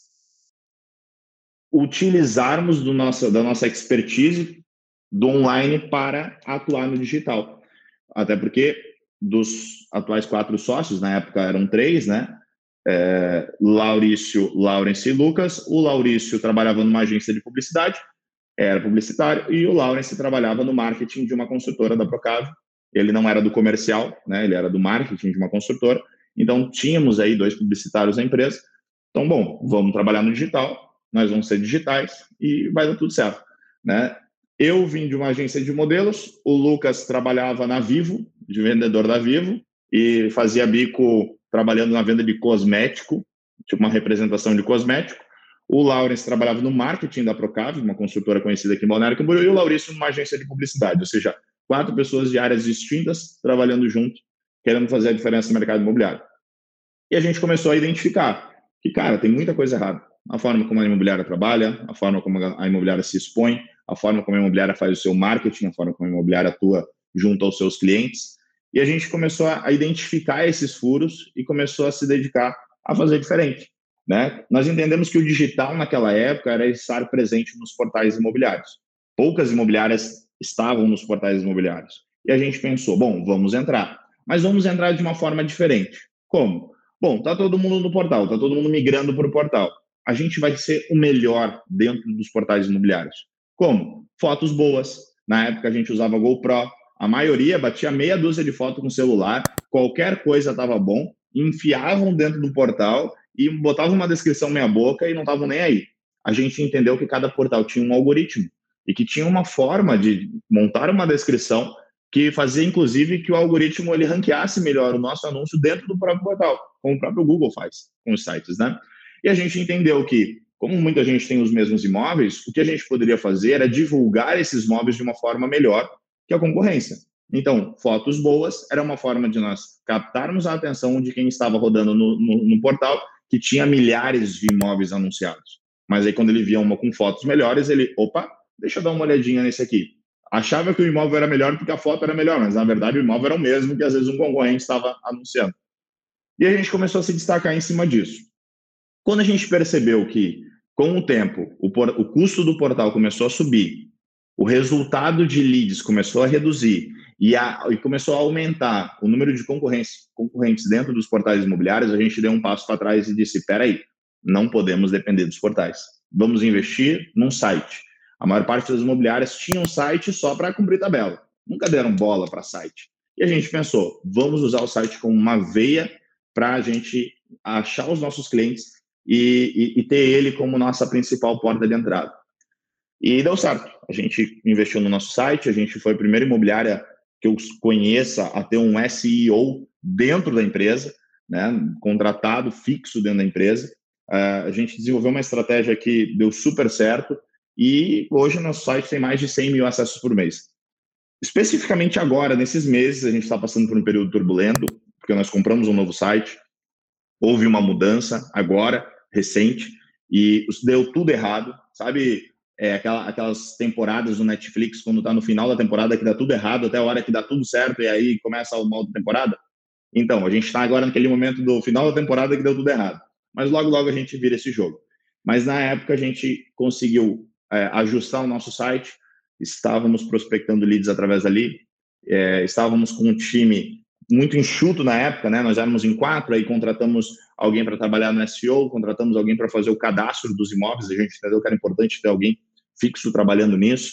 utilizarmos da nossa expertise do online para atuar no digital. Até porque dos atuais 4 sócios, na época eram 3, né? Laurício, Laurence e Lucas. O Laurício trabalhava numa agência de publicidade, era publicitário, e o Laurence trabalhava no marketing de uma construtora da Procave. Ele não era do comercial, né? Ele era do marketing de uma construtora. Então, tínhamos aí 2 publicitários na empresa. Então, bom, vamos trabalhar no digital, nós vamos ser digitais e vai dar tudo certo, né? Eu vim de uma agência de modelos, o Lucas trabalhava na Vivo, de vendedor da Vivo, e fazia bico trabalhando na venda de cosmético, tipo uma representação de cosmético. O Laurence trabalhava no marketing da Procave, uma construtora conhecida aqui em Balneário Camboriú, e o Laurício numa agência de publicidade, ou seja, 4 pessoas de áreas distintas trabalhando junto, querendo fazer a diferença no mercado imobiliário. E a gente começou a identificar que, cara, tem muita coisa errada. A forma como a imobiliária trabalha, a forma como a imobiliária se expõe, a forma como a imobiliária faz o seu marketing, a forma como a imobiliária atua junto aos seus clientes. E a gente começou a identificar esses furos e começou a se dedicar a fazer diferente, né? Nós entendemos que o digital naquela época era estar presente nos portais imobiliários. Poucas imobiliárias estavam nos portais imobiliários. E a gente pensou, bom, vamos entrar. Mas vamos entrar de uma forma diferente. Como? Bom, tá todo mundo no portal, tá todo mundo migrando para o portal. A gente vai ser o melhor dentro dos portais imobiliários. Como? Fotos boas. Na época a gente usava GoPro. A maioria batia meia dúzia de foto com celular, qualquer coisa estava bom, enfiavam dentro do portal e botavam uma descrição meia boca e não estavam nem aí. A gente entendeu que cada portal tinha um algoritmo e que tinha uma forma de montar uma descrição que fazia, inclusive, que o algoritmo ele ranqueasse melhor o nosso anúncio dentro do próprio portal, como o próprio Google faz com os sites, né? E a gente entendeu que, como muita gente tem os mesmos imóveis, o que a gente poderia fazer era divulgar esses imóveis de uma forma melhor que a concorrência. Então, fotos boas era uma forma de nós captarmos a atenção de quem estava rodando no portal, que tinha milhares de imóveis anunciados. Mas aí, quando ele via uma com fotos melhores, ele, opa, deixa eu dar uma olhadinha nesse aqui. Achava que o imóvel era melhor porque a foto era melhor, mas na verdade o imóvel era o mesmo que às vezes um concorrente estava anunciando. E a gente começou a se destacar em cima disso. Quando a gente percebeu que, com o tempo, o custo do portal começou a subir, o resultado de leads começou a reduzir e começou a aumentar o número de concorrentes dentro dos portais imobiliários, a gente deu um passo para trás e disse, peraí, não podemos depender dos portais. Vamos investir num site. A maior parte das imobiliárias tinha um site só para cumprir tabela. Nunca deram bola para site. E a gente pensou, vamos usar o site como uma veia para a gente achar os nossos clientes e ter ele como nossa principal porta de entrada. E deu certo. A gente investiu no nosso site, a gente foi a primeira imobiliária que eu conheça a ter um SEO dentro da empresa, né, contratado fixo dentro da empresa. A gente desenvolveu uma estratégia que deu super certo e hoje nosso site tem mais de 100 mil acessos por mês. Especificamente agora, nesses meses, a gente está passando por um período turbulento, porque nós compramos um novo site, houve uma mudança agora, recente, e deu tudo errado, sabe? Aquelas temporadas do Netflix, quando está no final da temporada que dá tudo errado, até a hora que dá tudo certo e aí começa o modo temporada. Então, a gente está agora naquele momento do final da temporada que deu tudo errado. Mas logo, logo a gente vira esse jogo. Mas na época a gente conseguiu ajustar o nosso site, estávamos prospectando leads através dali, estávamos com um time muito enxuto na época, né? Nós éramos em 4, aí contratamos alguém para trabalhar no SEO, contratamos alguém para fazer o cadastro dos imóveis, a gente entendeu que era importante ter alguém fixo trabalhando nisso,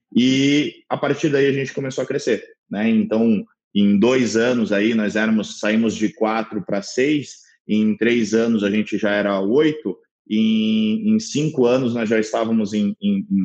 e a partir daí a gente começou a crescer, né? Então, em 2 anos aí, saímos de 4 para 6, em 3 anos a gente já era 8, em 5 anos nós já estávamos em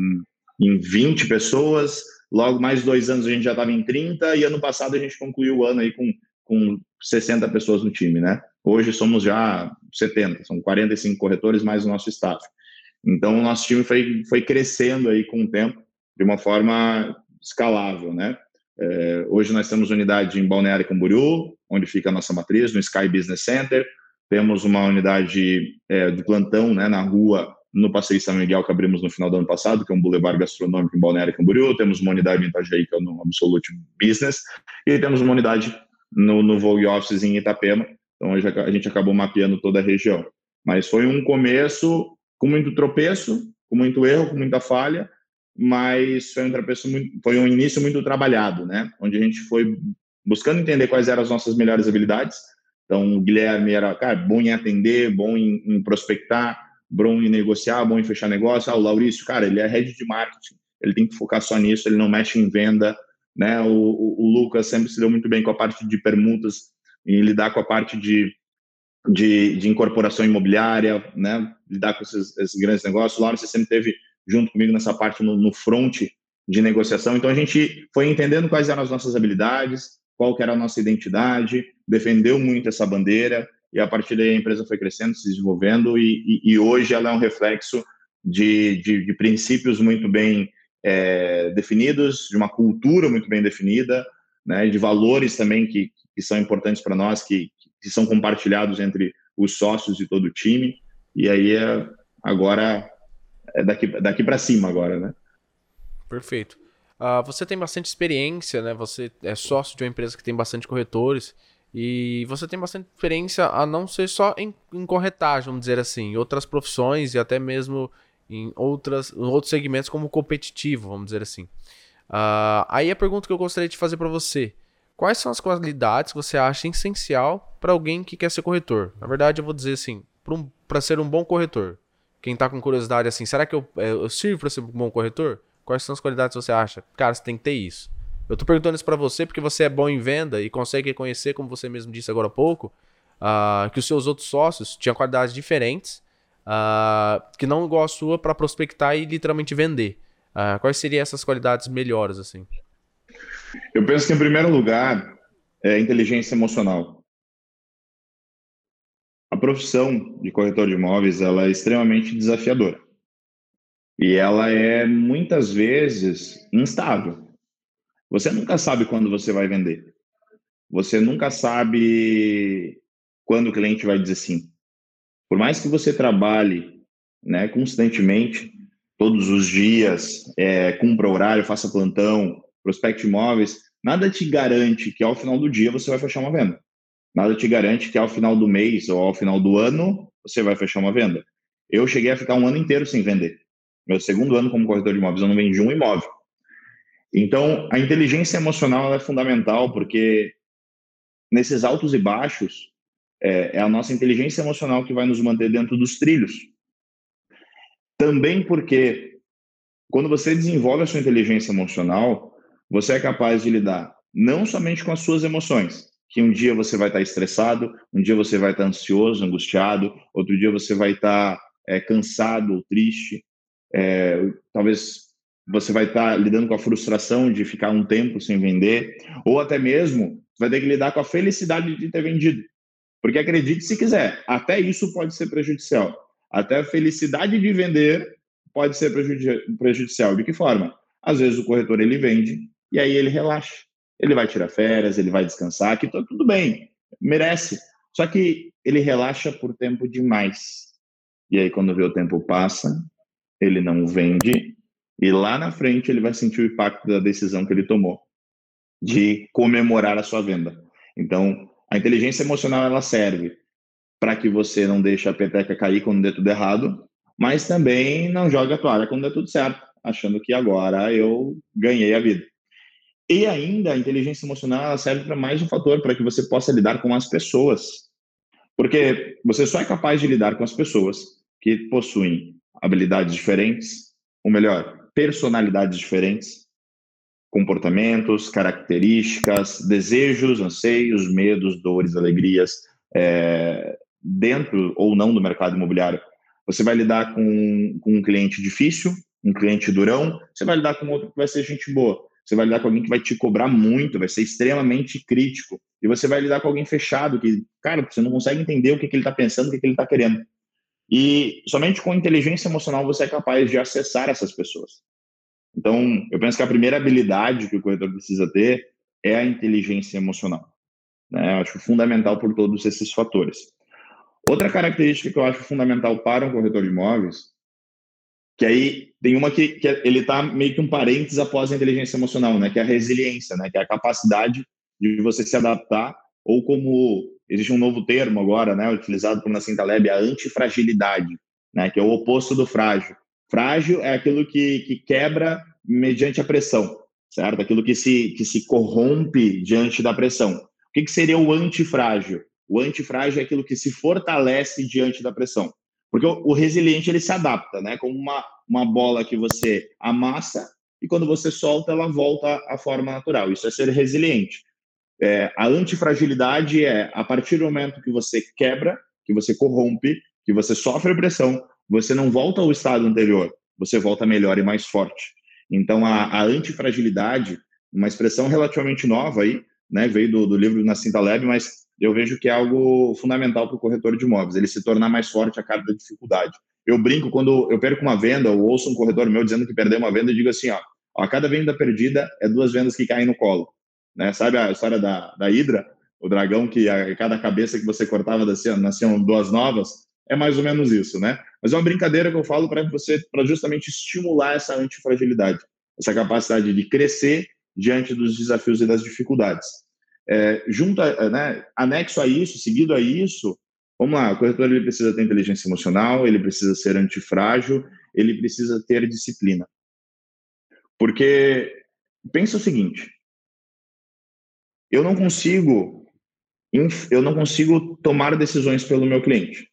20 pessoas, logo mais 2 anos a gente já estava em 30, e ano passado a gente concluiu o ano aí com 60 pessoas no time, né? Hoje somos já 70, são 45 corretores mais o nosso staff. Então o nosso time foi crescendo aí com o tempo, de uma forma escalável, né? Hoje nós temos unidade em Balneário Camboriú, onde fica a nossa matriz, no Sky Business Center. Temos uma unidade de plantão, né, na rua, no Passeio São Miguel, que abrimos no final do ano passado, que é um boulevard gastronômico em Balneário Camboriú. Temos uma unidade em Itajaí, que é no Absolute Business. E temos uma unidade no Vogue Offices em Itapema. Então, a gente acabou mapeando toda a região. Mas foi um começo com muito tropeço, com muito erro, com muita falha, mas foi um início muito trabalhado, né? Onde a gente foi buscando entender quais eram as nossas melhores habilidades. Então, o Guilherme era, cara, bom em atender, bom em prospectar, bom em negociar, bom em fechar negócio. O Laurício, cara, ele é head de marketing, ele tem que focar só nisso, ele não mexe em venda, né? O Lucas sempre se deu muito bem com a parte de permutas e lidar com a parte de incorporação imobiliária, né? Lidar com esses grandes negócios. O Laurício sempre esteve junto comigo nessa parte no front de negociação. Então, a gente foi entendendo quais eram as nossas habilidades, qual que era a nossa identidade, defendeu muito essa bandeira, e a partir daí a empresa foi crescendo, se desenvolvendo, e hoje ela é um reflexo de princípios muito bem definidos, de uma cultura muito bem definida, né, de valores também que são importantes para nós, que são compartilhados entre os sócios de todo o time, e aí agora é daqui para cima agora, né? Perfeito. Você tem bastante experiência, né? Você é sócio de uma empresa que tem bastante corretores e você tem bastante experiência a não ser só em corretagem, vamos dizer assim, em outras profissões e até mesmo em outros segmentos como competitivo, vamos dizer assim. Aí a pergunta que eu gostaria de fazer para você: quais são as qualidades que você acha essencial para alguém que quer ser corretor? Na verdade, eu vou dizer assim, para ser um bom corretor. Quem tá com curiosidade assim, será que eu sirvo para ser um bom corretor? Quais são as qualidades que você acha? Cara, você tem que ter isso. Eu tô perguntando isso para você porque você é bom em venda e consegue reconhecer, como você mesmo disse agora há pouco, que os seus outros sócios tinham qualidades diferentes, que não igual a sua para prospectar e literalmente vender. Quais seriam essas qualidades melhores, assim? Eu penso que, em primeiro lugar, é inteligência emocional. A profissão de corretor de imóveis, ela é extremamente desafiadora. E ela é, muitas vezes, instável. Você nunca sabe quando você vai vender. Você nunca sabe quando o cliente vai dizer sim. Por mais que você trabalhe, né, constantemente, todos os dias, cumpra horário, faça plantão, prospecte imóveis, nada te garante que ao final do dia você vai fechar uma venda. Nada te garante que ao final do mês ou ao final do ano você vai fechar uma venda. Eu cheguei a ficar um ano inteiro sem vender. Meu segundo ano como corretor de imóveis, eu não vendi um imóvel. Então, a inteligência emocional é fundamental, porque nesses altos e baixos, é a nossa inteligência emocional que vai nos manter dentro dos trilhos. Também porque, quando você desenvolve a sua inteligência emocional, você é capaz de lidar não somente com as suas emoções, que um dia você vai estar estressado, um dia você vai estar ansioso, angustiado, outro dia você vai estar cansado ou triste, talvez você vai estar lidando com a frustração de ficar um tempo sem vender, ou até mesmo vai ter que lidar com a felicidade de ter vendido. Porque acredite se quiser, até isso pode ser prejudicial. Até a felicidade de vender pode ser prejudicial. De que forma? Às vezes o corretor ele vende e aí ele relaxa. Ele vai tirar férias, ele vai descansar, que tudo bem, merece. Só que ele relaxa por tempo demais. E aí quando vê o tempo passa, ele não vende e lá na frente ele vai sentir o impacto da decisão que ele tomou de comemorar a sua venda. Então, a inteligência emocional ela serve para que você não deixe a peteca cair quando der tudo errado, mas também não jogue a toalha quando der tudo certo, achando que agora eu ganhei a vida. E ainda a inteligência emocional ela serve para mais um fator, para que você possa lidar com as pessoas. Porque você só é capaz de lidar com as pessoas que possuem habilidades diferentes, ou melhor, personalidades diferentes, comportamentos, características, desejos, anseios, medos, dores, alegrias, dentro ou não do mercado imobiliário. Você vai lidar com um cliente difícil, um cliente durão, você vai lidar com outro que vai ser gente boa, você vai lidar com alguém que vai te cobrar muito, vai ser extremamente crítico, e você vai lidar com alguém fechado, que, cara, você não consegue entender o que ele está pensando, o que ele está querendo. E somente com inteligência emocional você é capaz de acessar essas pessoas. Então, eu penso que a primeira habilidade que o corretor precisa ter é a inteligência emocional, né? Eu acho fundamental por todos esses fatores. Outra característica que eu acho fundamental para um corretor de imóveis, que aí tem uma que ele está meio que um parênteses após a inteligência emocional, né? Que é a resiliência, né? Que é a capacidade de você se adaptar, ou como existe um novo termo agora, né? Utilizado por Nassim Taleb, a antifragilidade, né? Que é o oposto do frágil. Frágil é aquilo que quebra mediante a pressão, certo? Aquilo que se corrompe diante da pressão. O que seria o antifrágil? O antifrágil é aquilo que se fortalece diante da pressão. Porque o resiliente ele se adapta, né? Como uma bola que você amassa e quando você solta, ela volta à forma natural. Isso é ser resiliente. A antifragilidade é a partir do momento que você quebra, que você corrompe, que você sofre pressão, você não volta ao estado anterior, você volta melhor e mais forte. Então, a antifragilidade, uma expressão relativamente nova aí, né? Veio do livro do Nassim Taleb, mas eu vejo que é algo fundamental para o corretor de imóveis, ele se tornar mais forte a cada dificuldade. Eu brinco quando eu perco uma venda, ou ouço um corretor meu dizendo que perdeu uma venda, eu digo assim, ó, a cada venda perdida é 2 vendas que caem no colo. Né? Sabe a história da Hidra, o dragão que a cada cabeça que você cortava nasciam 2 novas? É mais ou menos isso, né? Mas é uma brincadeira que eu falo para justamente estimular essa antifragilidade, essa capacidade de crescer diante dos desafios e das dificuldades. Né, anexo a isso, seguido a isso, vamos lá, o corretor ele precisa ter inteligência emocional, ele precisa ser antifrágil, ele precisa ter disciplina. Porque pensa o seguinte, eu não consigo tomar decisões pelo meu cliente.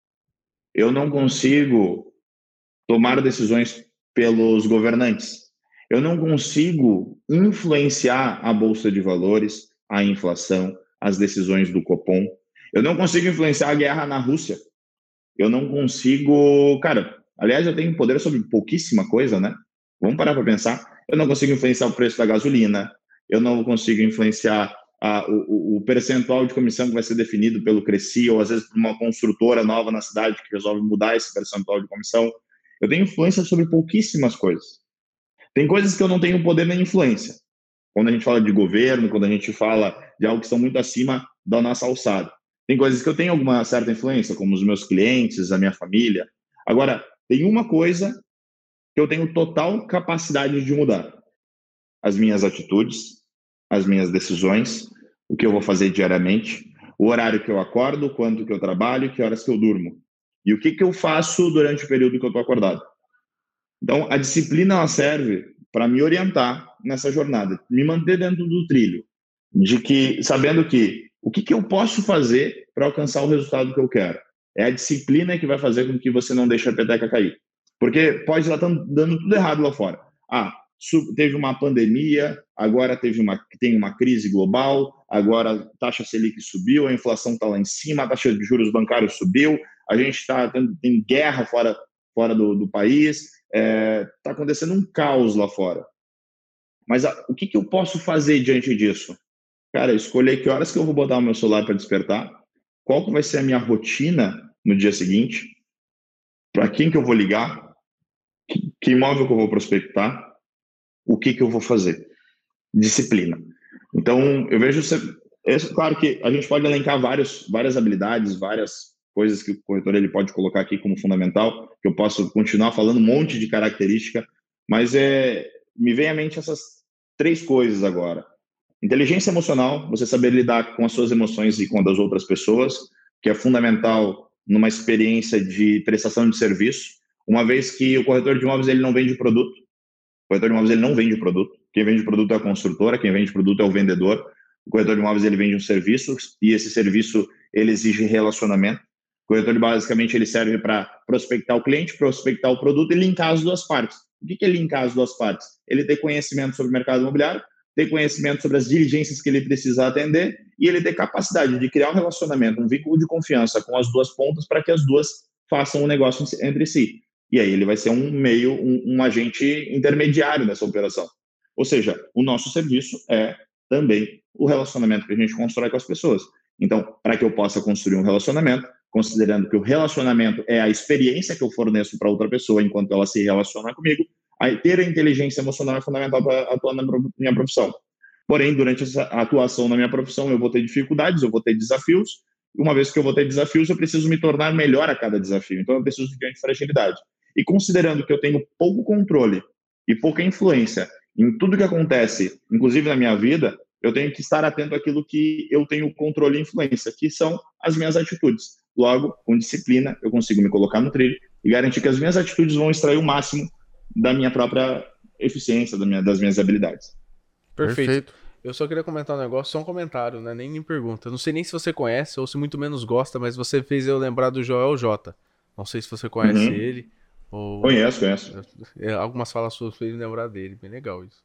Eu não consigo tomar decisões pelos governantes. Eu não consigo influenciar a bolsa de valores, a inflação, as decisões do Copom. Eu não consigo influenciar a guerra na Rússia. Eu não consigo, cara, aliás, eu tenho poder sobre pouquíssima coisa, né? Vamos parar para pensar. Eu não consigo influenciar o preço da gasolina, eu não consigo influenciar o percentual de comissão que vai ser definido pelo Cresci, ou às vezes por uma construtora nova na cidade que resolve mudar esse percentual de comissão. Eu tenho influência sobre pouquíssimas coisas. Tem coisas que eu não tenho poder nem influência. Quando a gente fala de governo, quando a gente fala de algo que estão muito acima da nossa alçada. Tem coisas que eu tenho alguma certa influência, como os meus clientes, a minha família. Agora, tem uma coisa que eu tenho total capacidade de mudar: as minhas atitudes, as minhas decisões, o que eu vou fazer diariamente, o horário que eu acordo, quanto que eu trabalho, que horas que eu durmo. E o que eu faço durante o período que eu estou acordado. Então, a disciplina ela serve para me orientar nessa jornada, me manter dentro do trilho, de que sabendo que o que eu posso fazer para alcançar o resultado que eu quero. É a disciplina que vai fazer com que você não deixe a peteca cair. Porque pode estar dando tudo errado lá fora. Teve uma pandemia, agora tem uma crise global, agora a taxa Selic subiu, a inflação está lá em cima, a taxa de juros bancários subiu, a gente tem guerra fora do país, está acontecendo um caos lá fora. Mas o que eu posso fazer diante disso? Cara, escolher que horas que eu vou botar o meu celular para despertar, qual que vai ser a minha rotina no dia seguinte, para quem que eu vou ligar, que imóvel que eu vou prospectar, o que eu vou fazer. Disciplina. Então, eu vejo... claro que a gente pode elencar várias habilidades, várias coisas que o corretor ele pode colocar aqui como fundamental, que eu posso continuar falando um monte de característica, mas me vem à mente essas 3 coisas agora. Inteligência emocional, você saber lidar com as suas emoções e com as das outras pessoas, que é fundamental numa experiência de prestação de serviço, uma vez que o corretor de imóveis ele não vende produto. O corretor de imóveis ele não vende produto. Quem vende produto é a construtora, quem vende produto é o vendedor. O corretor de imóveis ele vende um serviço e esse serviço ele exige relacionamento. O corretor basicamente ele serve para prospectar o cliente, prospectar o produto e linkar as duas partes. O que é linkar as duas partes? Ele ter conhecimento sobre o mercado imobiliário, ter conhecimento sobre as diligências que ele precisa atender e ele ter capacidade de criar um relacionamento, um vínculo de confiança com as duas pontas para que as duas façam um negócio entre si. E aí ele vai ser um agente intermediário nessa operação. Ou seja, o nosso serviço é também o relacionamento que a gente constrói com as pessoas. Então, para que eu possa construir um relacionamento, considerando que o relacionamento é a experiência que eu forneço para outra pessoa enquanto ela se relaciona comigo, aí ter a inteligência emocional é fundamental para atuar na minha profissão. Porém, durante essa atuação na minha profissão, eu vou ter dificuldades, eu vou ter desafios. E uma vez que eu vou ter desafios, eu preciso me tornar melhor a cada desafio. Então, eu preciso de grande fragilidade. E considerando que eu tenho pouco controle e pouca influência em tudo que acontece, inclusive na minha vida, eu tenho que estar atento àquilo que eu tenho controle e influência, que são as minhas atitudes. Logo, com disciplina, eu consigo me colocar no trilho e garantir que as minhas atitudes vão extrair o máximo da minha própria eficiência, das minhas habilidades. Perfeito. Eu só queria comentar um negócio, só um comentário, né? Nem pergunta. Não sei nem se você conhece ou se muito menos gosta, mas você fez eu lembrar do Joel J. Não sei se você conhece ele. Ou... Conheço. Algumas falas suas fez me lembrar dele. Bem legal isso.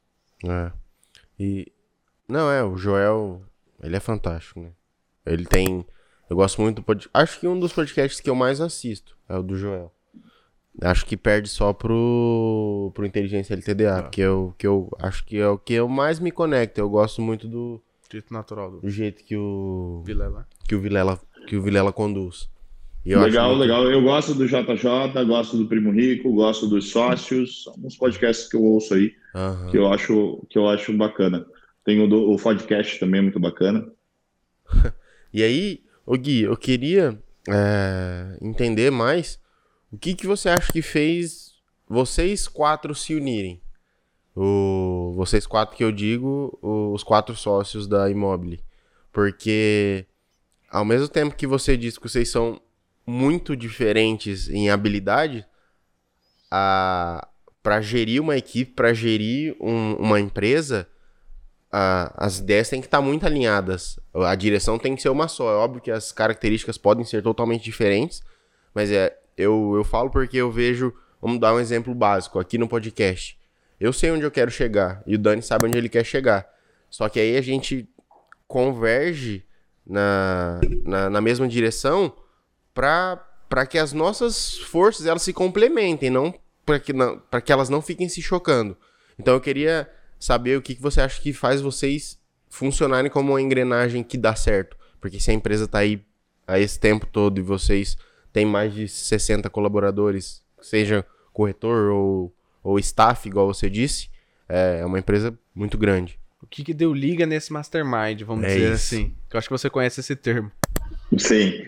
O Joel, ele é fantástico, né? Ele tem... Eu gosto muito do podcast. Acho que um dos podcasts que eu mais assisto é o do Joel. Acho que perde só pro Inteligência LTDA, que eu acho que é o que eu mais me conecto. Eu gosto muito do jeito natural do jeito que o Vilela conduz. E legal. Eu gosto do JJ, gosto do Primo Rico, gosto dos Sócios. São uns podcasts que eu ouço aí, que eu acho bacana. Tem o podcast também, muito bacana. E aí, Gui, eu queria entender mais o que você acha que fez vocês 4 se unirem. Vocês 4 que eu digo, os 4 sócios da Immobile. Porque ao mesmo tempo que você diz que vocês são muito diferentes em habilidade, para gerir uma equipe, para gerir uma empresa, as ideias têm que estar muito alinhadas. A direção tem que ser uma só. É óbvio que as características podem ser totalmente diferentes, mas eu falo porque eu vejo... Vamos dar um exemplo básico aqui no podcast. Eu sei onde eu quero chegar e o Dani sabe onde ele quer chegar. Só que aí a gente converge na mesma direção para que as nossas forças elas se complementem, não para que elas não fiquem se chocando. Então eu queria saber o que você acha que faz vocês funcionarem como uma engrenagem que dá certo. Porque se a empresa está aí há esse tempo todo e vocês têm mais de 60 colaboradores, seja corretor ou staff, igual você disse, é uma empresa muito grande. O que deu liga nesse mastermind, vamos dizer assim? Que eu acho que você conhece esse termo. Sim.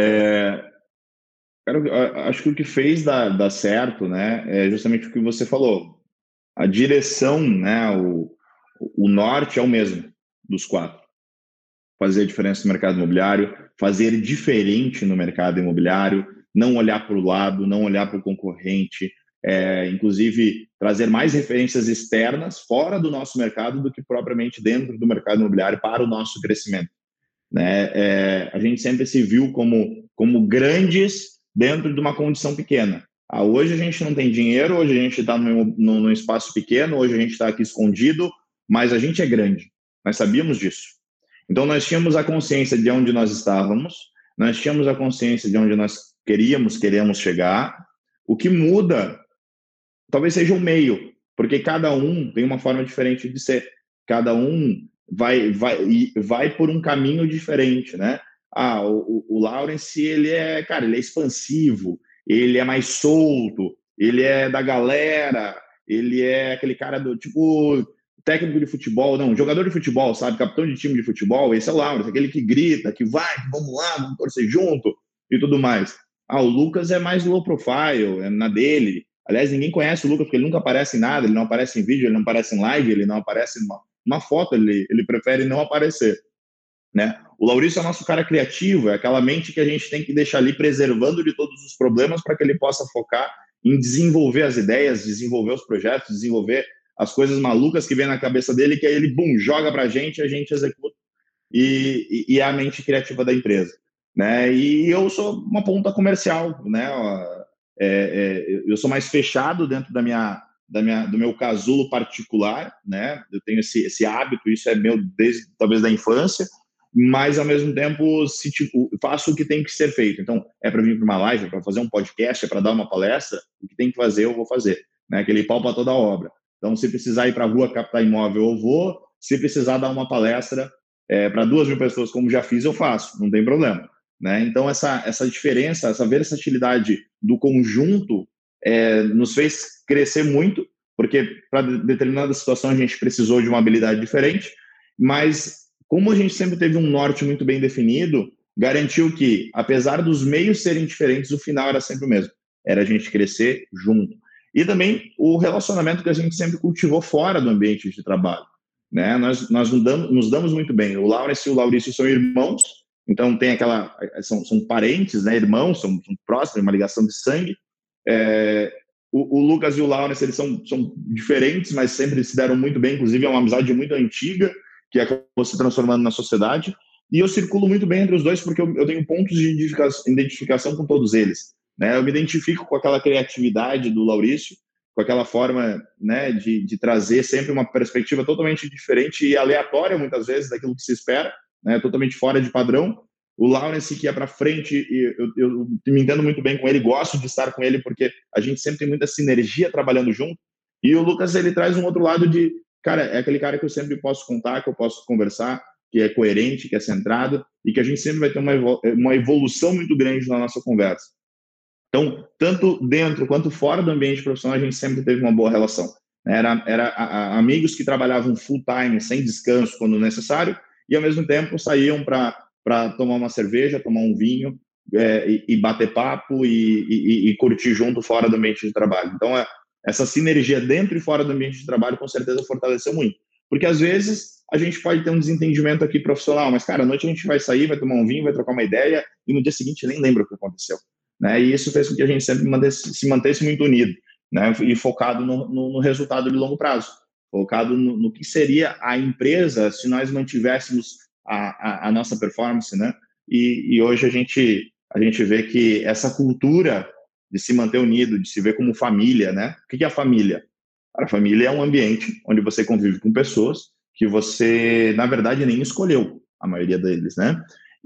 Cara, acho que o que fez dar certo, né, é justamente o que você falou. A direção, né, o norte é o mesmo dos 4. Fazer a diferença no mercado imobiliário, fazer diferente no mercado imobiliário, não olhar para o lado, não olhar para o concorrente, inclusive trazer mais referências externas fora do nosso mercado do que propriamente dentro do mercado imobiliário para o nosso crescimento. Né? A gente sempre se viu como grandes dentro de uma condição pequena. Hoje a gente não tem dinheiro, hoje a gente está num espaço pequeno, hoje a gente está aqui escondido, mas a gente é grande. Nós sabíamos disso. Então nós tínhamos a consciência de onde nós estávamos, nós tínhamos a consciência de onde nós queremos chegar. O que muda talvez seja o meio, porque cada um tem uma forma diferente de ser. Cada um vai por um caminho diferente, né? O Lawrence, ele é expansivo, ele é mais solto, ele é da galera, ele é aquele cara do tipo técnico de futebol, não, jogador de futebol, sabe? Capitão de time de futebol, esse é o Lawrence, aquele que grita, que vai, vamos lá, vamos torcer junto e tudo mais. O Lucas é mais low profile, é na dele. Aliás, ninguém conhece o Lucas porque ele nunca aparece em nada, ele não aparece em vídeo, ele não aparece em live, ele não aparece em uma foto, ele prefere não aparecer. Né? O Laurício é nosso cara criativo, é aquela mente que a gente tem que deixar ali preservando de todos os problemas para que ele possa focar em desenvolver as ideias, desenvolver os projetos, desenvolver as coisas malucas que vem na cabeça dele, que aí ele, joga para a gente executa e é a mente criativa da empresa. Né? E eu sou uma ponta comercial, né? Eu sou mais fechado dentro do meu casulo particular, né? Eu tenho esse hábito, isso é meu desde talvez da infância, mas ao mesmo tempo faço o que tem que ser feito. Então, é para vir para uma live, é para fazer um podcast, é para dar uma palestra, o que tem que fazer, eu vou fazer. Né? Aquele pau para toda a obra. Então, se precisar ir para a rua captar imóvel, eu vou. Se precisar dar uma palestra para 2.000 pessoas, como já fiz, eu faço, não tem problema. Né? Então, essa diferença, essa versatilidade do conjunto nos fez crescer muito, porque para determinada situação a gente precisou de uma habilidade diferente, mas como a gente sempre teve um norte muito bem definido, garantiu que, apesar dos meios serem diferentes, o final era sempre o mesmo. Era a gente crescer junto. E também o relacionamento que a gente sempre cultivou fora do ambiente de trabalho. Né? Nós nos damos muito bem. O Lawrence e o Laurício são irmãos, então tem são parentes, né? Irmãos, são próximos, uma ligação de sangue. O Lucas e o Lawrence, eles são diferentes, mas sempre se deram muito bem, inclusive é uma amizade muito antiga, que acabou se transformando na sociedade, e eu circulo muito bem entre os dois, porque eu tenho pontos de identificação com todos eles. Né? Eu me identifico com aquela criatividade do Laurício, com aquela forma, né, de trazer sempre uma perspectiva totalmente diferente e aleatória, muitas vezes, daquilo que se espera, né, totalmente fora de padrão. O Lawrence, que é para frente, eu me entendo muito bem com ele, gosto de estar com ele, porque a gente sempre tem muita sinergia trabalhando junto, e o Lucas, ele traz um outro lado de, cara, é aquele cara que eu sempre posso contar, que eu posso conversar, que é coerente, que é centrado, e que a gente sempre vai ter uma evolução muito grande na nossa conversa. Então, tanto dentro quanto fora do ambiente profissional, a gente sempre teve uma boa relação. Era amigos que trabalhavam full time, sem descanso, quando necessário, e ao mesmo tempo saíam para tomar uma cerveja, tomar um vinho, e bater papo e curtir junto fora do ambiente de trabalho. Então, essa sinergia dentro e fora do ambiente de trabalho, com certeza, fortaleceu muito. Porque, às vezes, a gente pode ter um desentendimento aqui profissional, mas, cara, à noite a gente vai sair, vai tomar um vinho, vai trocar uma ideia, e no dia seguinte nem lembra o que aconteceu. Né? E isso fez com que a gente sempre se mantesse muito unido. né? E focado no resultado de longo prazo, focado no que seria a empresa se nós mantivéssemos a nossa performance, né? E hoje a gente vê que essa cultura de se manter unido, de se ver como família, né? O que é a família? A família é um ambiente onde você convive com pessoas que você, na verdade, nem escolheu, a maioria deles, né?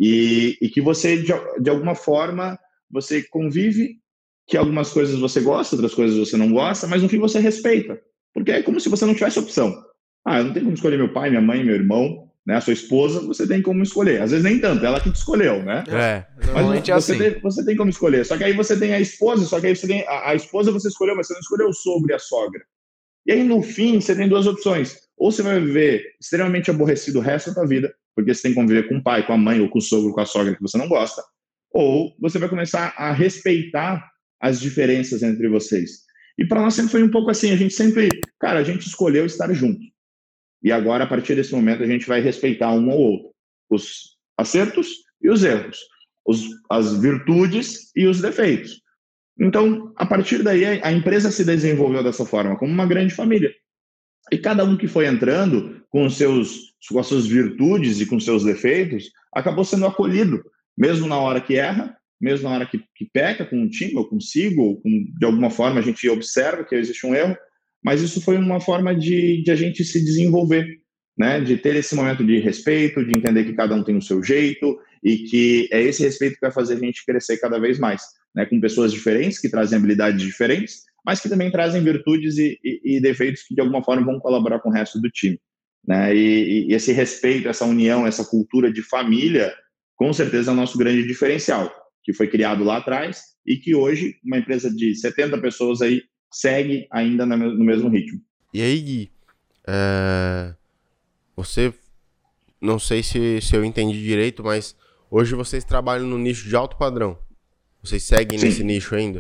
E que você, de alguma forma, você convive, que algumas coisas você gosta, outras coisas você não gosta, mas no fim você respeita. Porque é como se você não tivesse opção. Ah, eu não tenho como escolher meu pai, minha mãe, meu irmão, né? A sua esposa, você tem como escolher. Às vezes nem tanto, ela que te escolheu, né? Mas Normalmente é assim. você tem como escolher. Só que aí você tem a esposa, só que aí você tem a esposa você escolheu, mas você não escolheu o sogro e a sogra. E aí, no fim, você tem duas opções. Ou você vai viver extremamente aborrecido o resto da sua vida, porque você tem que conviver com o pai, com a mãe, ou com o sogro, com a sogra que você não gosta. Ou você vai começar a respeitar as diferenças entre vocês. E para nós sempre foi um pouco assim, a gente sempre, cara, a gente escolheu estar junto. E agora, a partir desse momento, a gente vai respeitar um ao outro. Os acertos e os erros. As virtudes e os defeitos. Então, a partir daí, a empresa se desenvolveu dessa forma, como uma grande família. E cada um que foi entrando com com as suas virtudes e com seus defeitos, acabou sendo acolhido, mesmo na hora que erra, mesmo na hora que peca com um time, ou consigo, ou de alguma forma a gente observa que existe um erro, mas isso foi uma forma de a gente se desenvolver, né? De ter esse momento de respeito, de entender que cada um tem o seu jeito e que é esse respeito que vai fazer a gente crescer cada vez mais, né? Com pessoas diferentes, que trazem habilidades diferentes, mas que também trazem virtudes e defeitos que de alguma forma vão colaborar com o resto do time, né? E esse respeito, essa união, essa cultura de família, com certeza é o nosso grande diferencial, que foi criado lá atrás e que hoje uma empresa de 70 pessoas aí segue ainda no mesmo ritmo. E aí, Gui, você, não sei se eu entendi direito, mas hoje vocês trabalham no nicho de alto padrão. Vocês seguem Sim. nesse nicho ainda?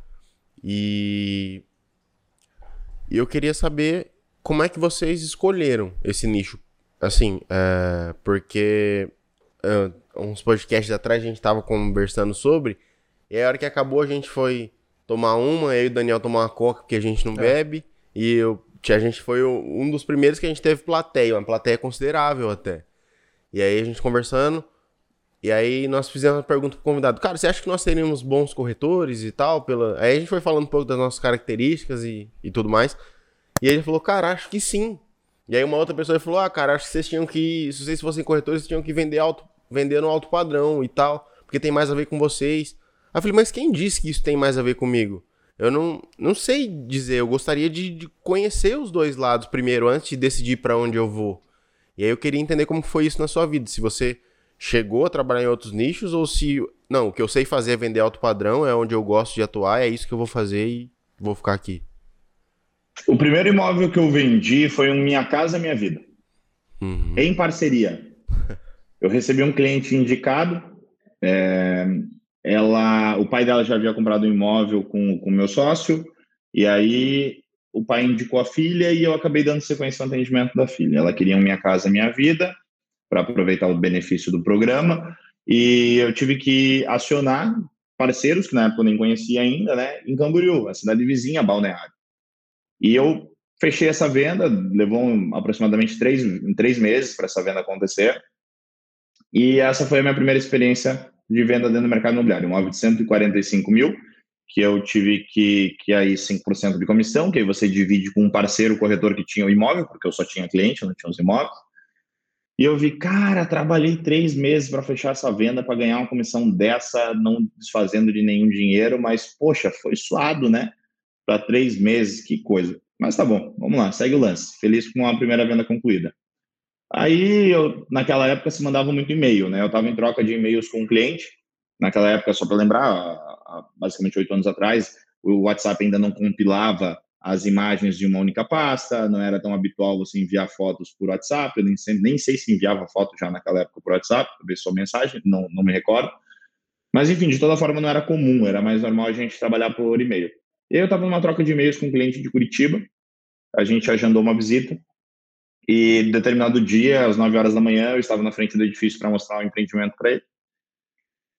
E eu queria saber como é que vocês escolheram esse nicho. Assim, porque uns podcasts atrás a gente tava conversando sobre, e aí a hora que acabou a gente foi tomar uma, eu e o Daniel tomar uma coca, porque a gente não bebe, e a gente foi um dos primeiros que a gente teve plateia, uma plateia considerável até. E aí a gente conversando, e aí nós fizemos uma pergunta pro convidado. Cara, você acha que nós teríamos bons corretores e tal? Aí a gente foi falando um pouco das nossas características e tudo mais. E aí ele falou, cara, acho que sim. E aí uma outra pessoa falou, cara, acho que vocês tinham que, se vocês fossem corretores, vocês tinham que vender no alto padrão e tal, porque tem mais a ver com vocês. Aí eu falei, mas quem disse que isso tem mais a ver comigo? Eu não sei dizer, eu gostaria de conhecer os dois lados primeiro, antes de decidir pra onde eu vou. E aí eu queria entender como foi isso na sua vida, se você chegou a trabalhar em outros nichos ou se... Não, o que eu sei fazer é vender alto padrão, é onde eu gosto de atuar, é isso que eu vou fazer e vou ficar aqui. O primeiro imóvel que eu vendi foi um Minha Casa Minha Vida, em parceria. Eu recebi um cliente indicado, o pai dela já havia comprado um imóvel com o meu sócio, e aí o pai indicou a filha e eu acabei dando sequência ao atendimento da filha. Ela queria um Minha Casa Minha Vida, para aproveitar o benefício do programa, e eu tive que acionar parceiros, que na época eu nem conhecia ainda, né, em Camboriú, a cidade vizinha a Balneário. E eu fechei essa venda, levou aproximadamente 3 meses para essa venda acontecer, e essa foi a minha primeira experiência de venda dentro do mercado imobiliário, um imóvel de 145 mil, que eu tive que aí 5% de comissão, que aí você divide com um parceiro corretor que tinha o imóvel, porque eu só tinha cliente, eu não tinha os imóveis. E eu vi, cara, trabalhei 3 meses para fechar essa venda, para ganhar uma comissão dessa, não desfazendo de nenhum dinheiro, mas, poxa, foi suado, né? Para 3 meses, que coisa. Mas tá bom, vamos lá, segue o lance. Feliz com a primeira venda concluída. Aí, naquela época, se mandava muito e-mail, né? Eu estava em troca de e-mails com um cliente. Naquela época, só para lembrar, há basicamente 8 anos atrás, o WhatsApp ainda não compilava as imagens de uma única pasta, não era tão habitual você enviar fotos por WhatsApp, eu nem sei se enviava foto já naquela época por WhatsApp, talvez só mensagem, não me recordo. Mas, enfim, de toda forma não era comum, era mais normal a gente trabalhar por e-mail. E aí eu estava numa troca de e-mails com um cliente de Curitiba, a gente agendou uma visita, e determinado dia, às 9 horas da manhã, eu estava na frente do edifício para mostrar um empreendimento para ele.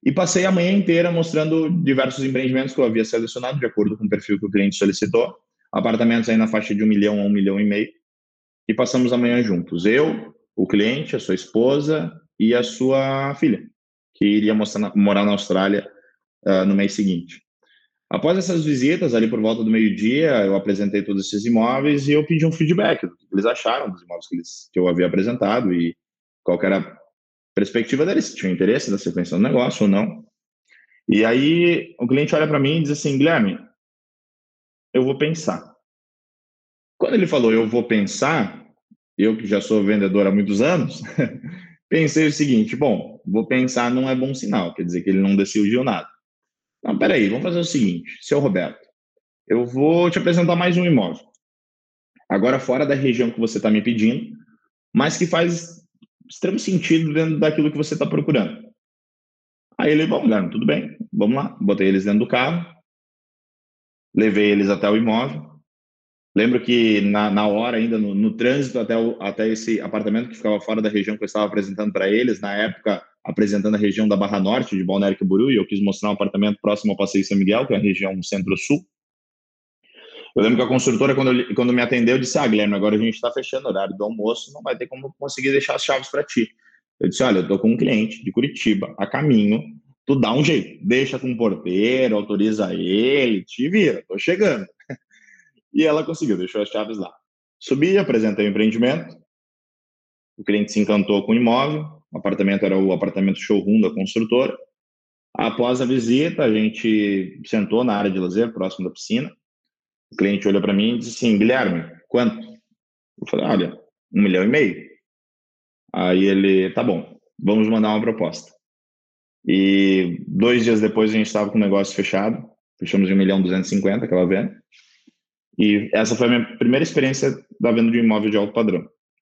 E passei a manhã inteira mostrando diversos empreendimentos que eu havia selecionado de acordo com o perfil que o cliente solicitou. Apartamentos aí na faixa de 1 milhão a 1,5 milhão. E passamos a manhã juntos. Eu, o cliente, a sua esposa e a sua filha, que iria morar na Austrália no mês seguinte. Após essas visitas, ali por volta do meio-dia, eu apresentei todos esses imóveis e eu pedi um feedback do que eles acharam dos imóveis que eu havia apresentado e qual que era a perspectiva deles, se tinham interesse da sequência do negócio ou não. E aí o cliente olha para mim e diz assim, Guilherme, eu vou pensar. Quando ele falou eu vou pensar, eu que já sou vendedor há muitos anos, pensei o seguinte, bom, vou pensar não é bom sinal, quer dizer que ele não decidiu nada. Não, peraí, vamos fazer o seguinte, seu Roberto, eu vou te apresentar mais um imóvel. Agora fora da região que você está me pedindo, mas que faz extremo sentido dentro daquilo que você está procurando. Aí ele, bom, Guilherme, tudo bem, vamos lá. Botei eles dentro do carro, levei eles até o imóvel. Lembro que na hora ainda, no trânsito até esse apartamento que ficava fora da região que eu estava apresentando para eles, na época apresentando a região da Barra Norte, de Balneário Camboriú, e eu quis mostrar um apartamento próximo ao Passeio São Miguel, que é a região centro-sul. Eu lembro que a construtora, quando me atendeu, disse, Guilherme, agora a gente está fechando o horário do almoço, não vai ter como conseguir deixar as chaves para ti. Eu disse, olha, eu estou com um cliente de Curitiba, a caminho, tu dá um jeito, deixa com o porteiro, autoriza ele, te vira, estou chegando. E ela conseguiu, deixou as chaves lá. Subi, apresentei o empreendimento, o cliente se encantou com o imóvel, o apartamento era o apartamento showroom da construtora. Após a visita, a gente sentou na área de lazer, próximo da piscina. O cliente olhou para mim e disse assim, Guilherme, quanto? Eu falei, olha, 1,5 milhão. Aí ele, tá bom, vamos mandar uma proposta. E 2 dias depois a gente estava com o negócio fechado, fechamos em 1,250,000, aquela venda. E essa foi a minha primeira experiência da venda de um imóvel de alto padrão.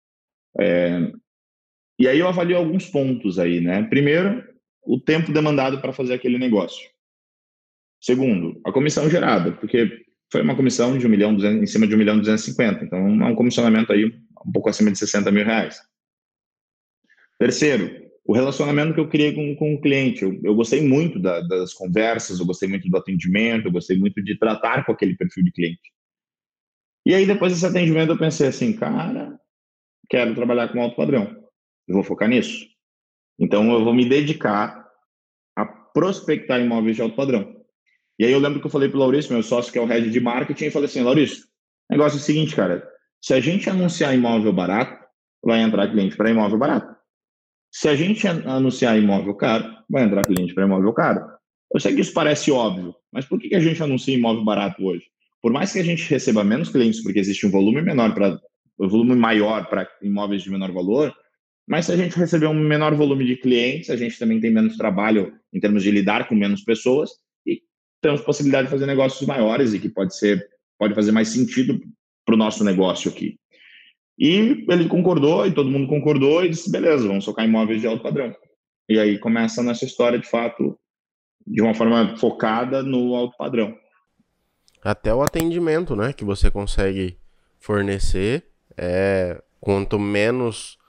E aí eu avalio alguns pontos aí, né? Primeiro, o tempo demandado para fazer aquele negócio. Segundo, a comissão gerada, porque foi uma comissão de 1 milhão, em cima de 1,250,000. Então, é um comissionamento aí um pouco acima de 60 mil reais. Terceiro, o relacionamento que eu criei com o cliente. Eu gostei muito das conversas, eu gostei muito do atendimento, eu gostei muito de tratar com aquele perfil de cliente. E aí, depois desse atendimento, eu pensei assim, cara, quero trabalhar com alto padrão. Eu vou focar nisso. Então, eu vou me dedicar a prospectar imóveis de alto padrão. E aí eu lembro que eu falei pro Laurício, meu sócio, que é o head de marketing, e falei assim, Laurício, o negócio é o seguinte, cara, se a gente anunciar imóvel barato, vai entrar cliente para imóvel barato. Se a gente anunciar imóvel caro, vai entrar cliente para imóvel caro. Eu sei que isso parece óbvio, mas por que a gente anuncia imóvel barato hoje? Por mais que a gente receba menos clientes, porque existe um volume maior para imóveis de menor valor, mas se a gente receber um menor volume de clientes, a gente também tem menos trabalho em termos de lidar com menos pessoas e temos possibilidade de fazer negócios maiores e que pode fazer mais sentido para o nosso negócio aqui. E ele concordou, e todo mundo concordou, e disse, beleza, vamos focar em imóveis de alto padrão. E aí começa a nossa história, de fato, de uma forma focada no alto padrão. Até o atendimento, né, que você consegue fornecer, quanto menos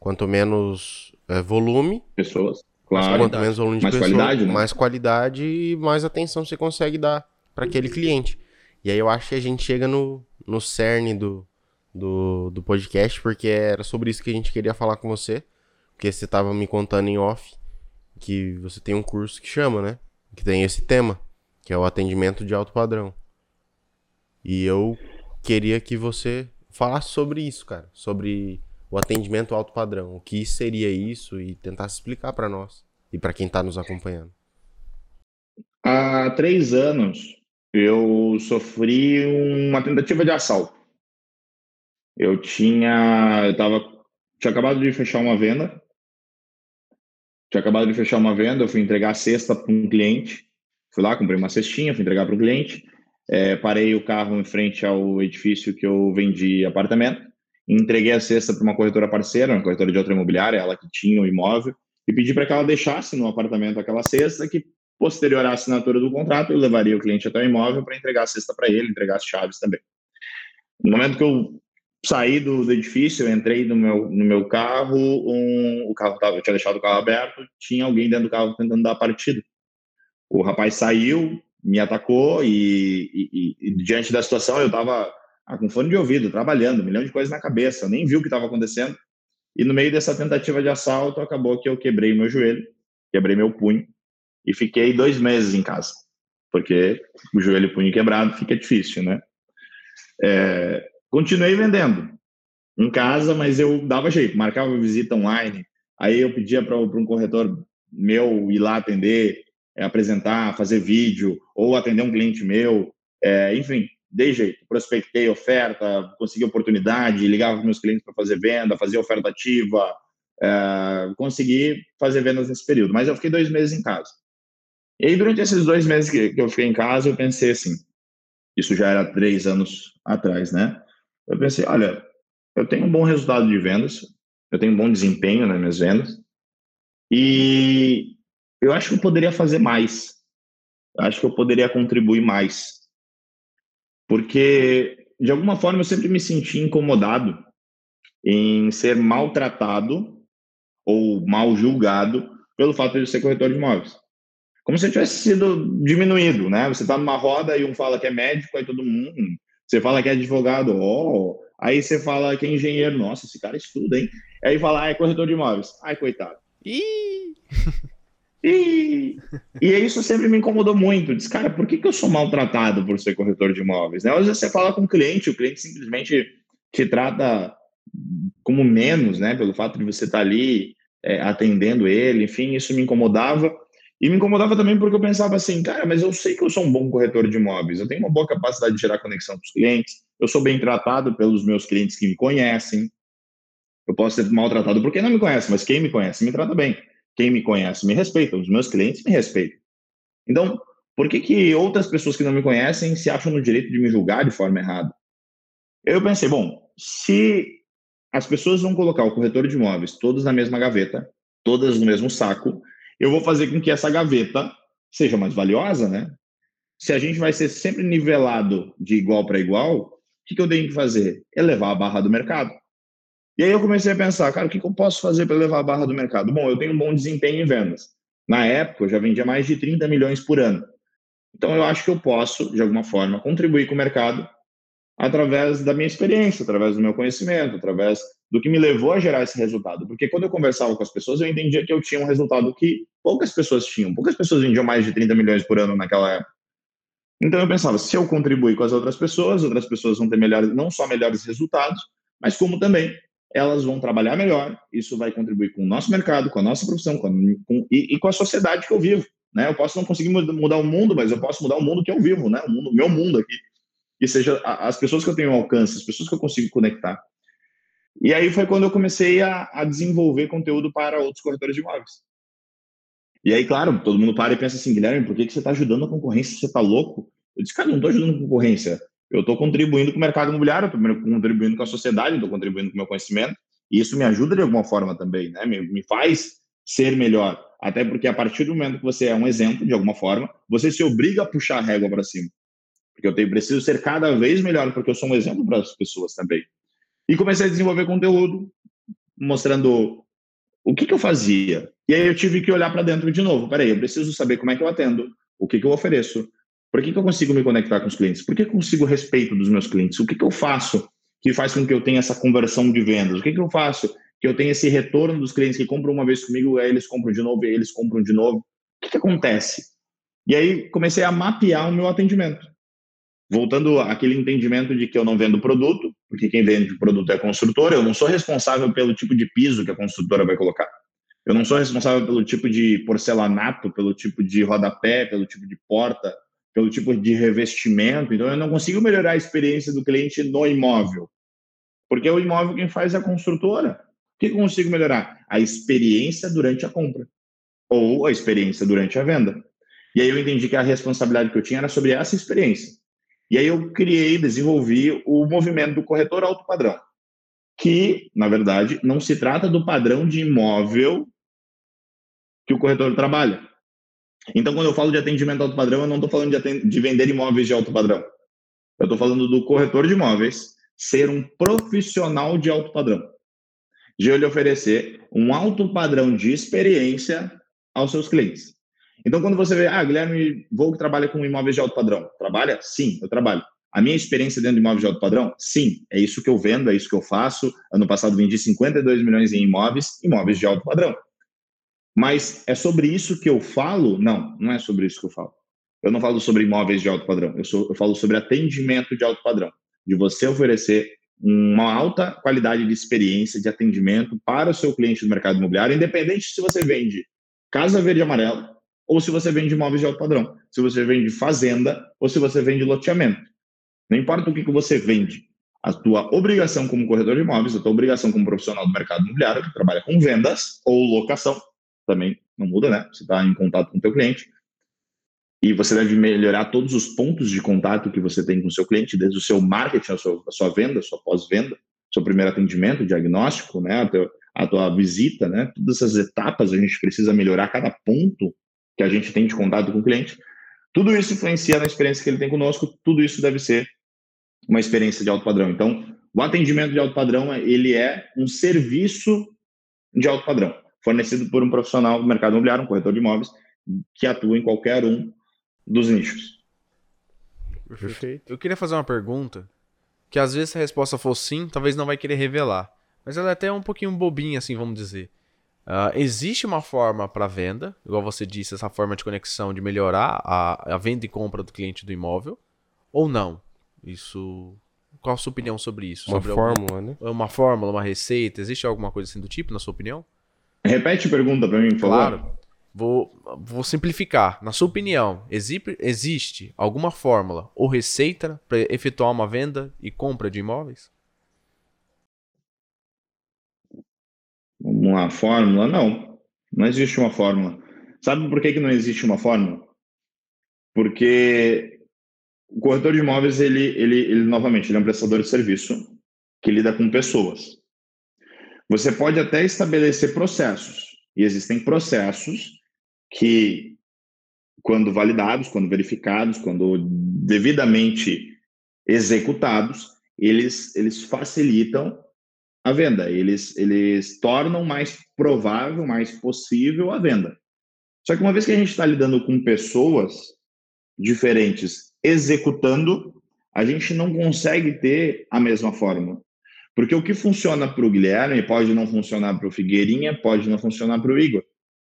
volume, pessoas, claro. quanto menos volume de mais pessoas, qualidade, né? mais qualidade e mais atenção você consegue dar para aquele cliente. E aí eu acho que a gente chega no cerne do podcast, porque era sobre isso que a gente queria falar com você, porque você estava me contando em off que você tem um curso que chama, né, que tem esse tema, que é o atendimento de alto padrão. E eu queria que você falasse sobre isso, cara, sobre o atendimento alto padrão, o que seria isso e tentasse explicar para nós e para quem está nos acompanhando. Há 3 anos eu sofri uma tentativa de assalto. Tinha acabado de fechar uma venda. Eu fui entregar a cesta para um cliente. Fui lá, comprei uma cestinha, fui entregar para o cliente. Parei o carro em frente ao edifício que eu vendi apartamento. Entreguei a cesta para uma corretora parceira, uma corretora de outra imobiliária, ela que tinha o imóvel, e pedi para que ela deixasse no apartamento aquela cesta, que posterior à assinatura do contrato, eu levaria o cliente até o imóvel para entregar a cesta para ele, entregar as chaves também. No momento que eu saí do edifício, eu entrei no meu carro, o carro eu tinha deixado o carro aberto, tinha alguém dentro do carro tentando dar a partida. O rapaz saiu, me atacou e diante da situação eu estava com fone de ouvido, trabalhando, 1 milhão de coisas na cabeça, eu nem vi o que estava acontecendo. E no meio dessa tentativa de assalto, acabou que eu quebrei meu joelho, quebrei meu punho e fiquei 2 meses em casa, porque o joelho e o punho quebrado fica difícil, né? Continuei vendendo em casa, mas eu dava jeito, marcava visita online, aí eu pedia para um corretor meu ir lá atender, apresentar, fazer vídeo, ou atender um cliente meu, enfim, dei jeito, prospectei oferta, consegui oportunidade, ligava para meus clientes para fazer venda, fazia oferta ativa, consegui fazer vendas nesse período, mas eu fiquei 2 meses em casa. E aí, durante esses 2 meses que eu fiquei em casa, eu pensei assim, isso já era 3 anos atrás, né? Eu pensei, olha, eu tenho um bom resultado de vendas, eu tenho um bom desempenho nas minhas vendas, e eu acho que eu poderia fazer mais, eu acho que eu poderia contribuir mais, porque de alguma forma eu sempre me senti incomodado em ser maltratado ou mal julgado pelo fato de eu ser corretor de imóveis. Como se eu tivesse sido diminuído, né? Você está numa roda e um fala que é médico, aí todo mundo. Você fala que é advogado, aí você fala que é engenheiro, nossa, esse cara estuda, hein? Aí fala, é corretor de imóveis. Ai, coitado. Ih! E isso sempre me incomodou muito. Diz, cara, por que eu sou maltratado por ser corretor de imóveis? Né? Às vezes você fala com o cliente simplesmente te trata como menos, né? Pelo fato de você estar ali atendendo ele, enfim, isso me incomodava. E me incomodava também porque eu pensava assim, cara, mas eu sei que eu sou um bom corretor de imóveis, eu tenho uma boa capacidade de gerar conexão com os clientes, eu sou bem tratado pelos meus clientes que me conhecem, eu posso ser maltratado porque não me conhece, mas quem me conhece me trata bem. Quem me conhece me respeita, os meus clientes me respeitam. Então, por que outras pessoas que não me conhecem se acham no direito de me julgar de forma errada? Eu pensei, bom, se as pessoas vão colocar o corretor de imóveis todos na mesma gaveta, todas no mesmo saco, eu vou fazer com que essa gaveta seja mais valiosa, né? Se a gente vai ser sempre nivelado de igual para igual, o que eu tenho que fazer? Elevar a barra do mercado. E aí eu comecei a pensar, cara, o que eu posso fazer para elevar a barra do mercado? Bom, eu tenho um bom desempenho em vendas. Na época, eu já vendia mais de 30 milhões por ano. Então, eu acho que eu posso, de alguma forma, contribuir com o mercado através da minha experiência, através do meu conhecimento, através do que me levou a gerar esse resultado. Porque quando eu conversava com as pessoas, eu entendia que eu tinha um resultado que poucas pessoas tinham. Poucas pessoas vendiam mais de 30 milhões por ano naquela época. Então, eu pensava, se eu contribuir com as outras pessoas vão ter melhores, não só melhores resultados, mas como também elas vão trabalhar melhor. Isso vai contribuir com o nosso mercado, com a nossa profissão e com a sociedade que eu vivo. Né? Eu posso não conseguir mudar o mundo, mas eu posso mudar o mundo que eu vivo, né? O meu mundo aqui. Que seja as pessoas que eu tenho alcance, as pessoas que eu consigo conectar. E aí foi quando eu comecei a desenvolver conteúdo para outros corretores de imóveis. E aí, claro, todo mundo para e pensa assim, Guilherme, por que você está ajudando a concorrência? Você está louco? Eu disse, cara, não estou ajudando a concorrência. Eu estou contribuindo com o mercado imobiliário, estou contribuindo com a sociedade, estou contribuindo com o meu conhecimento. E isso me ajuda de alguma forma também, né? Me faz ser melhor. Até porque a partir do momento que você é um exemplo, de alguma forma, você se obriga a puxar a régua para cima. Porque eu preciso ser cada vez melhor, porque eu sou um exemplo para as pessoas também. E comecei a desenvolver conteúdo, mostrando o que eu fazia. E aí eu tive que olhar para dentro de novo. Peraí, eu preciso saber como é que eu atendo, o que eu ofereço, por que eu consigo me conectar com os clientes, por que eu consigo respeito dos meus clientes, o que eu faço que faz com que eu tenha essa conversão de vendas, o que eu faço que eu tenha esse retorno dos clientes que compram uma vez comigo, aí eles compram de novo, e aí eles compram de novo. O que acontece? E aí comecei a mapear o meu atendimento. Voltando àquele entendimento de que eu não vendo produto, porque quem vende produto é a construtora, eu não sou responsável pelo tipo de piso que a construtora vai colocar. Eu não sou responsável pelo tipo de porcelanato, pelo tipo de rodapé, pelo tipo de porta, pelo tipo de revestimento. Então, eu não consigo melhorar a experiência do cliente no imóvel, porque o imóvel quem faz é a construtora. O que eu consigo melhorar? A experiência durante a compra ou a experiência durante a venda. E aí eu entendi que a responsabilidade que eu tinha era sobre essa experiência. E aí eu desenvolvi o movimento do corretor alto padrão, que, na verdade, não se trata do padrão de imóvel que o corretor trabalha. Então, quando eu falo de atendimento alto padrão, eu não estou falando de vender imóveis de alto padrão. Eu estou falando do corretor de imóveis ser um profissional de alto padrão, de ele oferecer um alto padrão de experiência aos seus clientes. Então, quando você vê, Guilherme Volk trabalha com imóveis de alto padrão. Trabalha? Sim, eu trabalho. A minha experiência dentro de imóveis de alto padrão? Sim, é isso que eu vendo, é isso que eu faço. Ano passado vendi 52 milhões em imóveis de alto padrão. Mas é sobre isso que eu falo? Não, não é sobre isso que eu falo. Eu não falo sobre imóveis de alto padrão, eu falo sobre atendimento de alto padrão, de você oferecer uma alta qualidade de experiência de atendimento para o seu cliente do mercado imobiliário, independente se você vende casa verde e amarela ou se você vende imóveis de alto padrão, se você vende fazenda ou se você vende loteamento. Não importa o que você vende, a tua obrigação como corretor de imóveis, a tua obrigação como profissional do mercado imobiliário que trabalha com vendas ou locação, também não muda, né? Você está em contato com o teu cliente e você deve melhorar todos os pontos de contato que você tem com o seu cliente, desde o seu marketing, a sua venda, a sua pós-venda, seu primeiro atendimento, diagnóstico, né? A tua visita, né? Todas essas etapas a gente precisa melhorar cada ponto que a gente tem de contato com o cliente. Tudo isso influencia na experiência que ele tem conosco, tudo isso deve ser uma experiência de alto padrão. Então, o atendimento de alto padrão, ele é um serviço de alto padrão, fornecido por um profissional do mercado imobiliário, um corretor de imóveis, que atua em qualquer um dos nichos. Perfeito. Eu queria fazer uma pergunta, que às vezes se a resposta for sim, talvez não vai querer revelar. Mas ela é até um pouquinho bobinha, assim, vamos dizer. Existe uma forma para venda, igual você disse, essa forma de conexão de melhorar a venda e compra do cliente do imóvel, ou não? Isso... Qual a sua opinião sobre isso? Uma sobre fórmula, né? Uma fórmula, uma receita? Existe alguma coisa assim do tipo, na sua opinião? Repete a pergunta para mim, por favor. Claro. Vou simplificar. Na sua opinião, existe alguma fórmula ou receita para efetuar uma venda e compra de imóveis? Uma fórmula? Não. Não existe uma fórmula. Sabe por que não existe uma fórmula? Porque o corretor de imóveis, ele novamente, ele é um prestador de serviço que lida com pessoas. Você pode até estabelecer processos, e existem processos que, quando validados, quando verificados, quando devidamente executados, eles facilitam a venda, eles tornam mais provável, mais possível a venda. Só que uma vez que a gente está lidando com pessoas diferentes executando, a gente não consegue ter a mesma fórmula. Porque o que funciona para o Guilherme pode não funcionar para o Figueirinha, pode não funcionar para o Igor.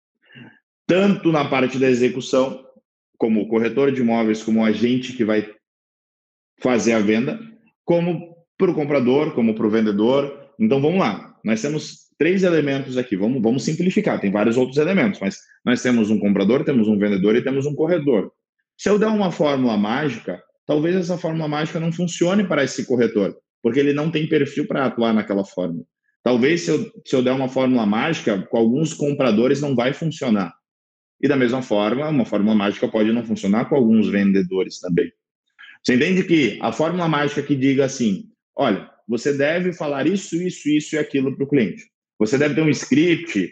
Tanto na parte da execução, como o corretor de imóveis, como o agente que vai fazer a venda, como para o comprador, como para o vendedor. Então, vamos lá. Nós temos 3 elementos aqui. Vamos simplificar. Tem vários outros elementos, mas nós temos um comprador, temos um vendedor e temos um corretor. Se eu der uma fórmula mágica, talvez essa fórmula mágica não funcione para esse corretor, porque ele não tem perfil para atuar naquela fórmula. Talvez se eu der uma fórmula mágica, com alguns compradores não vai funcionar. E da mesma forma, uma fórmula mágica pode não funcionar com alguns vendedores também. Você entende que a fórmula mágica que diga assim, olha, você deve falar isso, isso, isso e aquilo para o cliente. Você deve ter um script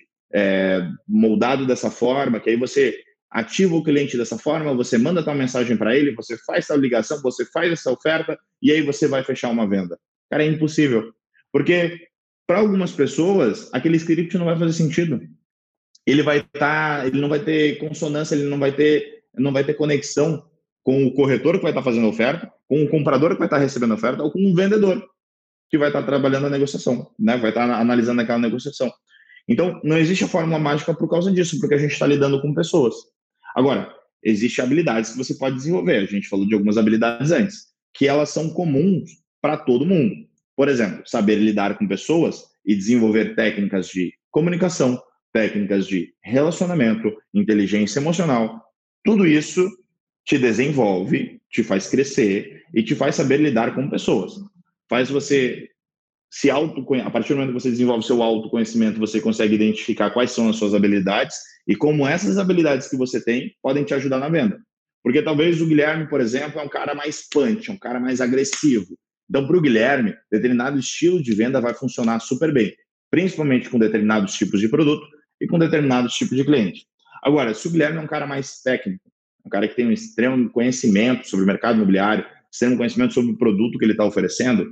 moldado dessa forma, que aí você ativa o cliente dessa forma, você manda tal mensagem para ele, você faz tal ligação, você faz essa oferta e aí você vai fechar uma venda. Cara, é impossível. Porque para algumas pessoas, aquele script não vai fazer sentido. Ele não vai ter consonância, ele não vai ter conexão com o corretor que vai estar fazendo a oferta, com o comprador que vai estar recebendo a oferta ou com o vendedor que vai estar trabalhando a negociação, né? Vai estar analisando aquela negociação. Então, não existe a fórmula mágica por causa disso, porque a gente está lidando com pessoas. Agora, existem habilidades que você pode desenvolver. A gente falou de algumas habilidades antes, que elas são comuns para todo mundo. Por exemplo, saber lidar com pessoas e desenvolver técnicas de comunicação, técnicas de relacionamento, inteligência emocional. Tudo isso te desenvolve, te faz crescer e te faz saber lidar com pessoas. Faz você se autoconhecer. A partir do momento que você desenvolve seu autoconhecimento, você consegue identificar quais são as suas habilidades e como essas habilidades que você tem podem te ajudar na venda. Porque talvez o Guilherme, por exemplo, é um cara mais punch, um cara mais agressivo. Então, para o Guilherme, determinado estilo de venda vai funcionar super bem, principalmente com determinados tipos de produto e com determinados tipos de cliente. Agora, se o Guilherme é um cara mais técnico, um cara que tem um extremo conhecimento sobre o mercado imobiliário, extremo conhecimento sobre o produto que ele está oferecendo,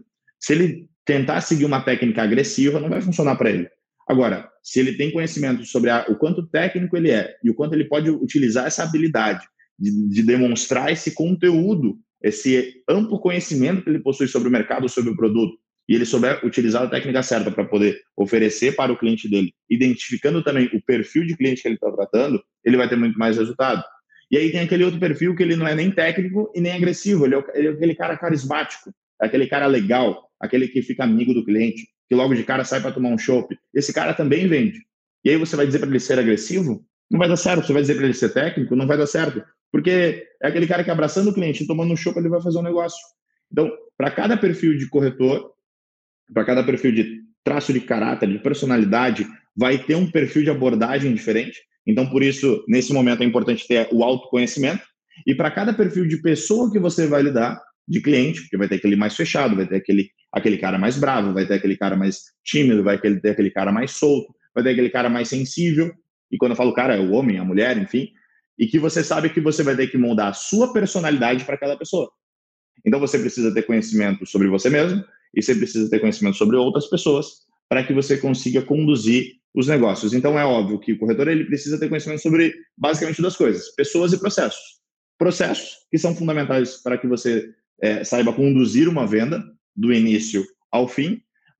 Se ele tentar seguir uma técnica agressiva, não vai funcionar para ele. Agora, se ele tem conhecimento sobre o quanto técnico ele é e o quanto ele pode utilizar essa habilidade de demonstrar esse conteúdo, esse amplo conhecimento que ele possui sobre o mercado, sobre o produto, e ele souber utilizar a técnica certa para poder oferecer para o cliente dele, identificando também o perfil de cliente que ele está tratando, ele vai ter muito mais resultado. E aí tem aquele outro perfil que ele não é nem técnico e nem agressivo, ele é aquele cara carismático, é aquele cara legal, aquele que fica amigo do cliente, que logo de cara sai para tomar um chopp. Esse cara também vende. E aí você vai dizer para ele ser agressivo? Não vai dar certo. Você vai dizer para ele ser técnico? Não vai dar certo. Porque é aquele cara que abraçando o cliente e tomando um chopp, ele vai fazer um negócio. Então, para cada perfil de corretor, para cada perfil de traço de caráter, de personalidade, vai ter um perfil de abordagem diferente. Então, por isso, nesse momento é importante ter o autoconhecimento. E para cada perfil de pessoa que você vai lidar, de cliente, porque vai ter aquele mais fechado, vai ter aquele cara mais bravo, vai ter aquele cara mais tímido, vai ter aquele cara mais solto, vai ter aquele cara mais sensível. E quando eu falo cara, é o homem, a mulher, enfim. E que você sabe que você vai ter que moldar a sua personalidade para aquela pessoa. Então, você precisa ter conhecimento sobre você mesmo e você precisa ter conhecimento sobre outras pessoas para que você consiga conduzir os negócios. Então, é óbvio que o corretor ele precisa ter conhecimento sobre basicamente duas coisas, pessoas e processos. Processos que são fundamentais para que você saiba conduzir uma venda do início ao fim,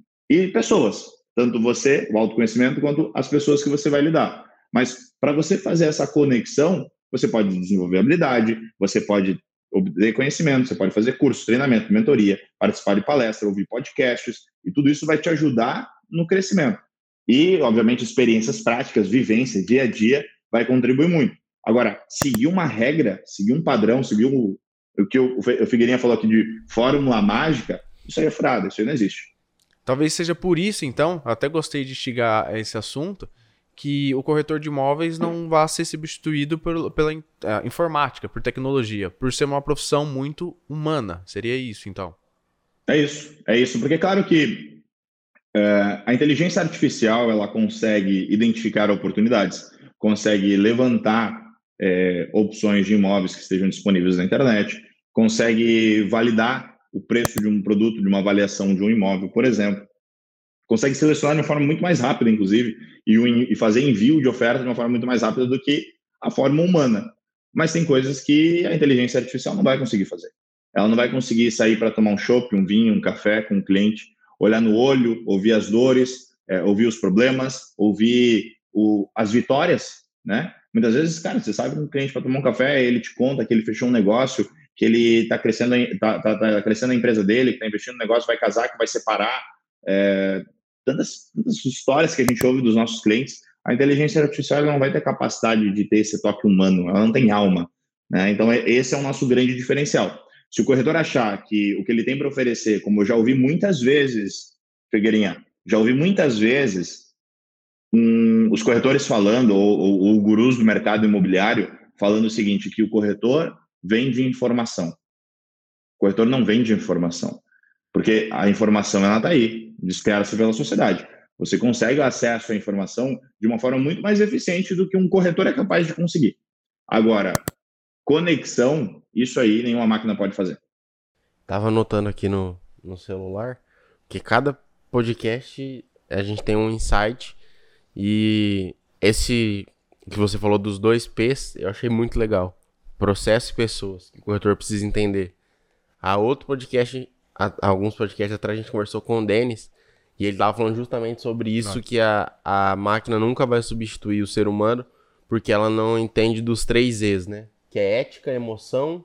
e pessoas, tanto você, o autoconhecimento, quanto as pessoas que você vai lidar. Mas para você fazer essa conexão, você pode desenvolver habilidade, você pode obter conhecimento, você pode fazer curso, treinamento, mentoria, participar de palestra, ouvir podcasts, e tudo isso vai te ajudar no crescimento. E, obviamente, experiências práticas, vivência, dia a dia, vai contribuir muito. Agora, seguir uma regra, seguir um padrão, seguir o que o Figueirinha falou aqui de fórmula mágica, isso aí é furado, isso aí não existe. Talvez seja por isso, então, até gostei de instigar esse assunto, que o corretor de imóveis não vá ser substituído pela informática, por tecnologia, por ser uma profissão muito humana. Seria isso, então? É isso. Porque, claro que a inteligência artificial ela consegue identificar oportunidades, consegue levantar opções de imóveis que estejam disponíveis na internet, consegue validar o preço de um produto, de uma avaliação de um imóvel, por exemplo, consegue selecionar de uma forma muito mais rápida, inclusive, e fazer envio de oferta de uma forma muito mais rápida do que a forma humana. Mas tem coisas que a inteligência artificial não vai conseguir fazer. Ela não vai conseguir sair para tomar um chopp, um vinho, um café com um cliente, olhar no olho, ouvir as dores, ouvir os problemas, ouvir as vitórias, né? Muitas vezes, cara, você sai com um cliente para tomar um café, ele te conta que ele fechou um negócio, que ele está crescendo, tá crescendo a empresa dele, que está investindo no negócio, vai casar, que vai separar. Tantas histórias que a gente ouve dos nossos clientes. A inteligência artificial não vai ter capacidade de ter esse toque humano, ela não tem alma, né? Então, esse é o nosso grande diferencial. Se o corretor achar que o que ele tem para oferecer, como eu já ouvi muitas vezes, Figueirinha, os corretores falando, ou gurus do mercado imobiliário, falando o seguinte, que o corretor vende informação. O corretor não vende informação, porque a informação ela está aí, dispersa pela sociedade. Você consegue acesso à informação de uma forma muito mais eficiente do que um corretor é capaz de conseguir. Agora, conexão, isso aí nenhuma máquina pode fazer. Tava anotando aqui no celular que cada podcast a gente tem um insight, e esse que você falou dos 2 P's, eu achei muito legal. Processo e pessoas, que o corretor precisa entender. Alguns podcasts atrás a gente conversou com o Denis, e ele tava falando justamente sobre isso, que a máquina nunca vai substituir o ser humano, porque ela não entende dos 3 E's, né? Que é ética, emoção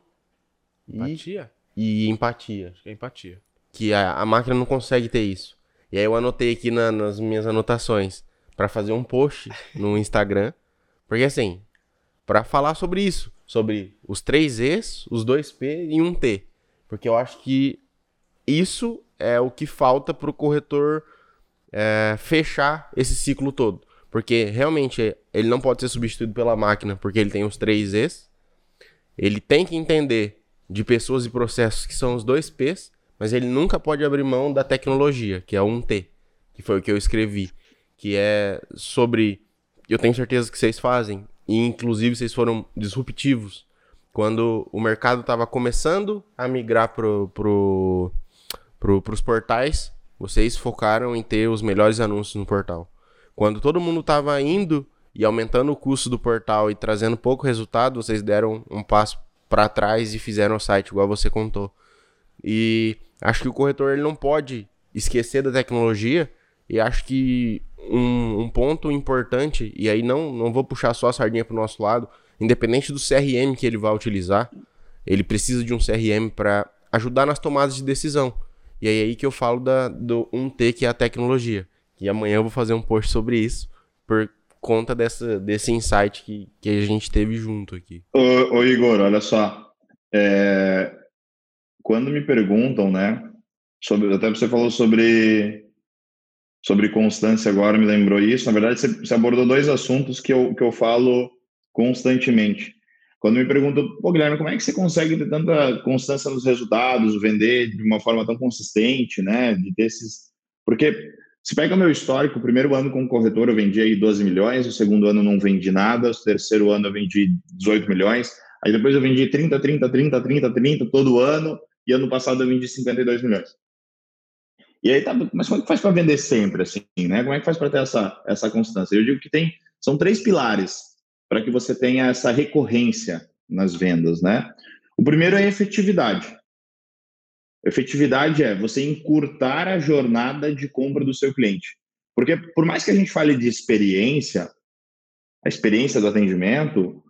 e empatia. Acho que é empatia. Que a máquina não consegue ter isso. E aí eu anotei aqui nas minhas anotações para fazer um post no Instagram, porque assim, para falar sobre isso, sobre os 3 E's, os 2 P e um T. Porque eu acho que isso é o que falta para o corretor fechar esse ciclo todo. Porque realmente ele não pode ser substituído pela máquina, porque ele tem os 3 E's. Ele tem que entender de pessoas e processos, que são os 2 P's, mas ele nunca pode abrir mão da tecnologia, que é um T, que foi o que eu escrevi, que é sobre... Eu tenho certeza que vocês fazem, e inclusive vocês foram disruptivos, quando o mercado estava começando a migrar pro Pros portais, vocês focaram em ter os melhores anúncios no portal. Quando todo mundo estava indo e aumentando o custo do portal e trazendo pouco resultado, vocês deram um passo para trás e fizeram o site, igual você contou. E acho que o corretor ele não pode esquecer da tecnologia, e acho que um ponto importante, e aí não vou puxar só a sardinha para o nosso lado, independente do CRM que ele vai utilizar, ele precisa de um CRM para ajudar nas tomadas de decisão. E aí que eu falo do 1T, que é a tecnologia. E amanhã eu vou fazer um post sobre isso, por conta desse insight que a gente teve junto aqui. Ô Igor, olha só. Quando me perguntam, né, até você falou sobre constância agora, me lembrou isso. Na verdade, você abordou dois assuntos que eu falo constantemente. Quando me perguntam, pô, Guilherme, como é que você consegue ter tanta constância nos resultados, vender de uma forma tão consistente, né? De ter esses... Porque se pega o meu histórico, o primeiro ano como corretor eu vendi aí 12 milhões, o segundo ano eu não vendi nada, o terceiro ano eu vendi 18 milhões, aí depois eu vendi 30 todo ano, e ano passado eu vendi 52 milhões. E aí, tá, mas como é que faz para vender sempre, assim, né? Como é que faz para ter essa constância? Eu digo que são 3 pilares para que você tenha essa recorrência nas vendas, né? O primeiro é a efetividade. Efetividade é você encurtar a jornada de compra do seu cliente. Porque por mais que a gente fale de experiência, a experiência do atendimento,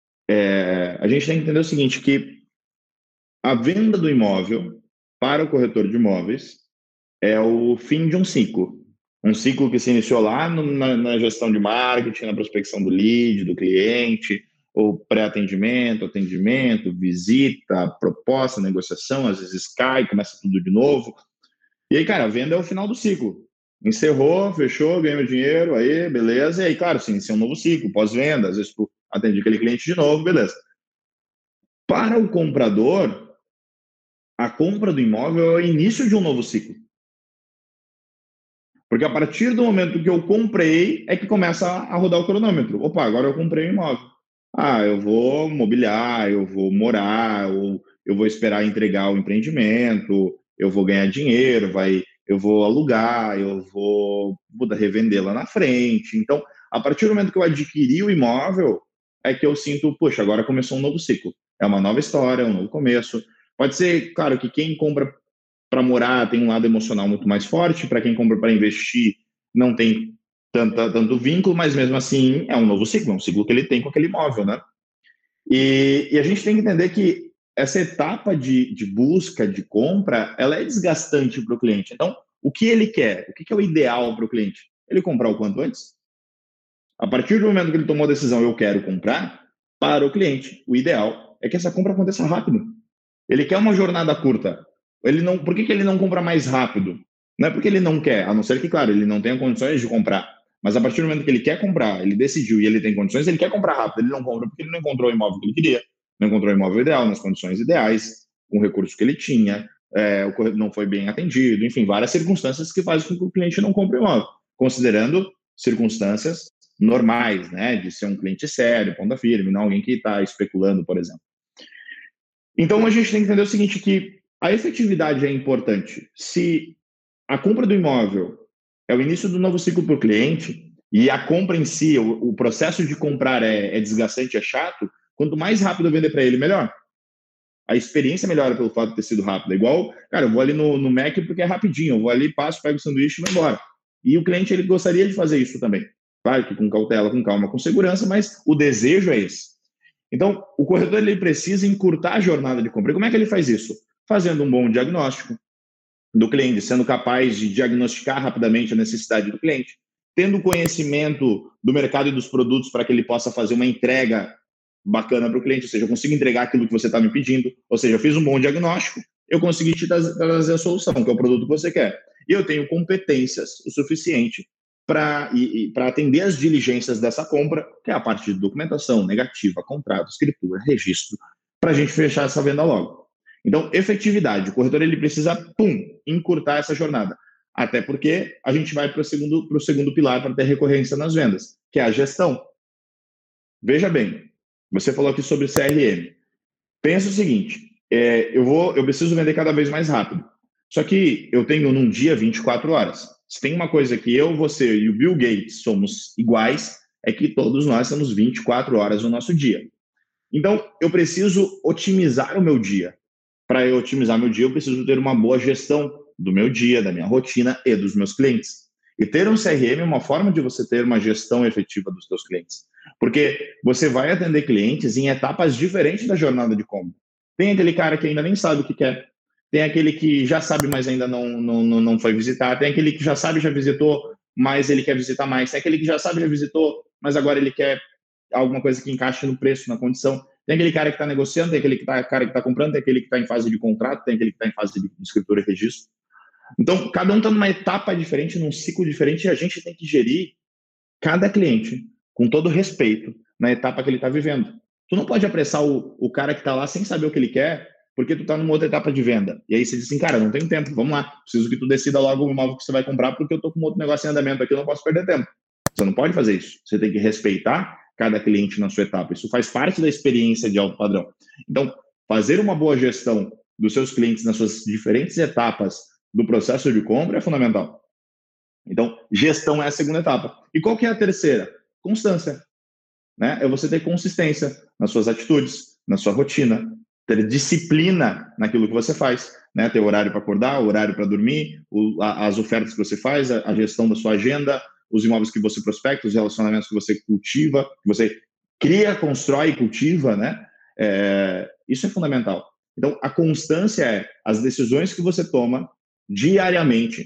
a gente tem que entender o seguinte, que a venda do imóvel para o corretor de imóveis é o fim de um ciclo. Um ciclo que se iniciou lá na gestão de marketing, na prospecção do lead, do cliente, ou pré-atendimento, atendimento, visita, proposta, negociação, às vezes cai, começa tudo de novo. E aí, cara, a venda é o final do ciclo. Encerrou, fechou, ganhou dinheiro, aí, beleza. E aí, claro, sim, inicia um novo ciclo, pós-venda, às vezes tu atende aquele cliente de novo, beleza. Para o comprador, a compra do imóvel é o início de um novo ciclo. Porque a partir do momento que eu comprei, é que começa a rodar o cronômetro. Opa, agora eu comprei um imóvel. Eu vou mobiliar, eu vou morar, ou eu vou esperar entregar o empreendimento, eu vou ganhar dinheiro, eu vou alugar, eu vou revender lá na frente. Então, a partir do momento que eu adquiri o imóvel, é que eu sinto, poxa, agora começou um novo ciclo. É uma nova história, é um novo começo. Pode ser, claro, que quem compra para morar tem um lado emocional muito mais forte, para quem compra para investir não tem tanto vínculo, mas mesmo assim é um novo ciclo, é um ciclo que ele tem com aquele imóvel, né? E a gente tem que entender que essa etapa de busca, de compra, ela é desgastante para o cliente. Então, o que ele quer? O que é o ideal para o cliente? Ele comprar o quanto antes. A partir do momento que ele tomou a decisão, eu quero comprar, para o cliente, o ideal é que essa compra aconteça rápido. Ele quer uma jornada curta. Por que ele não compra mais rápido? Não é porque ele não quer, a não ser que, claro, ele não tenha condições de comprar. Mas a partir do momento que ele quer comprar, ele decidiu e ele tem condições, ele quer comprar rápido. Ele não compra porque ele não encontrou o imóvel que ele queria, não encontrou o imóvel ideal, nas condições ideais, com o recurso que ele tinha, o corretor não foi bem atendido, enfim, várias circunstâncias que fazem com que o cliente não compre o imóvel, considerando circunstâncias normais, né, de ser um cliente sério, ponta firme, não alguém que está especulando, por exemplo. Então, a gente tem que entender o seguinte, que a efetividade é importante. Se a compra do imóvel é o início do novo ciclo para o cliente e a compra em si, o processo de comprar é desgastante, é chato, quanto mais rápido eu vender para ele, melhor. A experiência melhora pelo fato de ter sido rápido. É igual, cara, eu vou ali no Mac porque é rapidinho, eu vou ali, passo, pego o sanduíche e vou embora. E o cliente, ele gostaria de fazer isso também. Claro que com cautela, com calma, com segurança, mas o desejo é esse. Então, o corretor ele precisa encurtar a jornada de compra. E como é que ele faz isso? Fazendo um bom diagnóstico do cliente, sendo capaz de diagnosticar rapidamente a necessidade do cliente, tendo conhecimento do mercado e dos produtos para que ele possa fazer uma entrega bacana para o cliente, ou seja, eu consigo entregar aquilo que você está me pedindo, ou seja, eu fiz um bom diagnóstico, eu consegui te trazer a solução, que é o produto que você quer. E eu tenho competências o suficiente para atender as diligências dessa compra, que é a parte de documentação, negativa, contrato, escritura, registro, para a gente fechar essa venda logo. Então, efetividade. O corretor ele precisa, encurtar essa jornada. Até porque a gente vai para o segundo pilar para ter recorrência nas vendas, que é a gestão. Veja bem, você falou aqui sobre CRM. Pensa o seguinte, eu preciso vender cada vez mais rápido. Só que eu tenho num dia 24 horas. Se tem uma coisa que eu, você e o Bill Gates somos iguais, é que todos nós temos 24 horas no nosso dia. Então, eu preciso otimizar o meu dia. Para eu otimizar meu dia, eu preciso ter uma boa gestão do meu dia, da minha rotina e dos meus clientes. E ter um CRM é uma forma de você ter uma gestão efetiva dos seus clientes. Porque você vai atender clientes em etapas diferentes da jornada de compra. Tem aquele cara que ainda nem sabe o que quer. Tem aquele que já sabe, mas ainda não foi visitar. Tem aquele que já sabe, já visitou, mas ele quer visitar mais. Tem aquele que já sabe, já visitou, mas agora ele quer alguma coisa que encaixe no preço, na condição. Tem aquele cara que está negociando, tem aquele cara que está comprando, tem aquele que está em fase de contrato, tem aquele que está em fase de escritura e registro. Então, cada um está numa etapa diferente, num ciclo diferente, e a gente tem que gerir cada cliente com todo respeito na etapa que ele está vivendo. Tu não pode apressar o cara que está lá sem saber o que ele quer, porque tu está numa outra etapa de venda. E aí você diz assim, cara, não tenho tempo, vamos lá, preciso que tu decida logo o imóvel que você vai comprar, porque eu estou com outro negócio em andamento aqui, eu não posso perder tempo. Você não pode fazer isso. Você tem que respeitar cada cliente na sua etapa. Isso faz parte da experiência de alto padrão. Então, fazer uma boa gestão dos seus clientes nas suas diferentes etapas do processo de compra é fundamental. Então, gestão é a segunda etapa. E qual que é a terceira? Constância. Né? É você ter consistência nas suas atitudes, na sua rotina, ter disciplina naquilo que você faz, né? Ter horário para acordar, horário para dormir, as ofertas que você faz, a gestão da sua agenda, os imóveis que você prospecta, os relacionamentos que você cultiva, que você cria, constrói e cultiva, né? Isso é fundamental. Então, a constância é as decisões que você toma diariamente,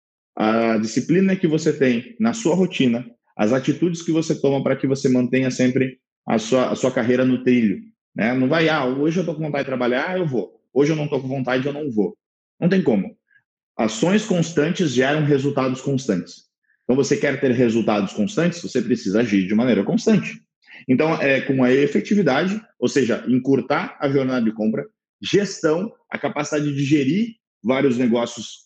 a disciplina que você tem na sua rotina, as atitudes que você toma para que você mantenha sempre a sua carreira no trilho. Né? Não vai, hoje eu estou com vontade de trabalhar, eu vou. Hoje eu não estou com vontade, eu não vou. Não tem como. Ações constantes geram resultados constantes. Então, você quer ter resultados constantes, você precisa agir de maneira constante. Então, com a efetividade, ou seja, encurtar a jornada de compra, gestão, a capacidade de gerir vários negócios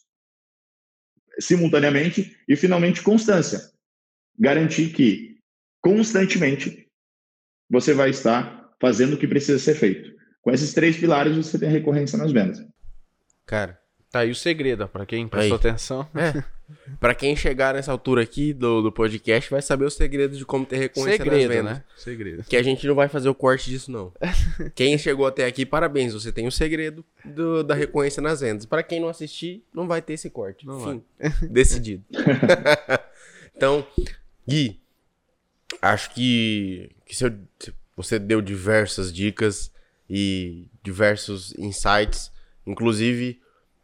simultaneamente e, finalmente, constância. Garantir que, constantemente, você vai estar fazendo o que precisa ser feito. Com esses 3 pilares, você tem recorrência nas vendas. Cara, tá aí o segredo, para quem prestou atenção. Para quem chegar nessa altura aqui do podcast, vai saber o segredo de como ter recorrência nas vendas. Né? Segredo. Que a gente não vai fazer o corte disso, não. Quem chegou até aqui, parabéns. Você tem o segredo da recorrência nas vendas. Para quem não assistir, não vai ter esse corte. Não Enfim, decidido. Então, Gui, acho que você deu diversas dicas e diversos insights. Inclusive,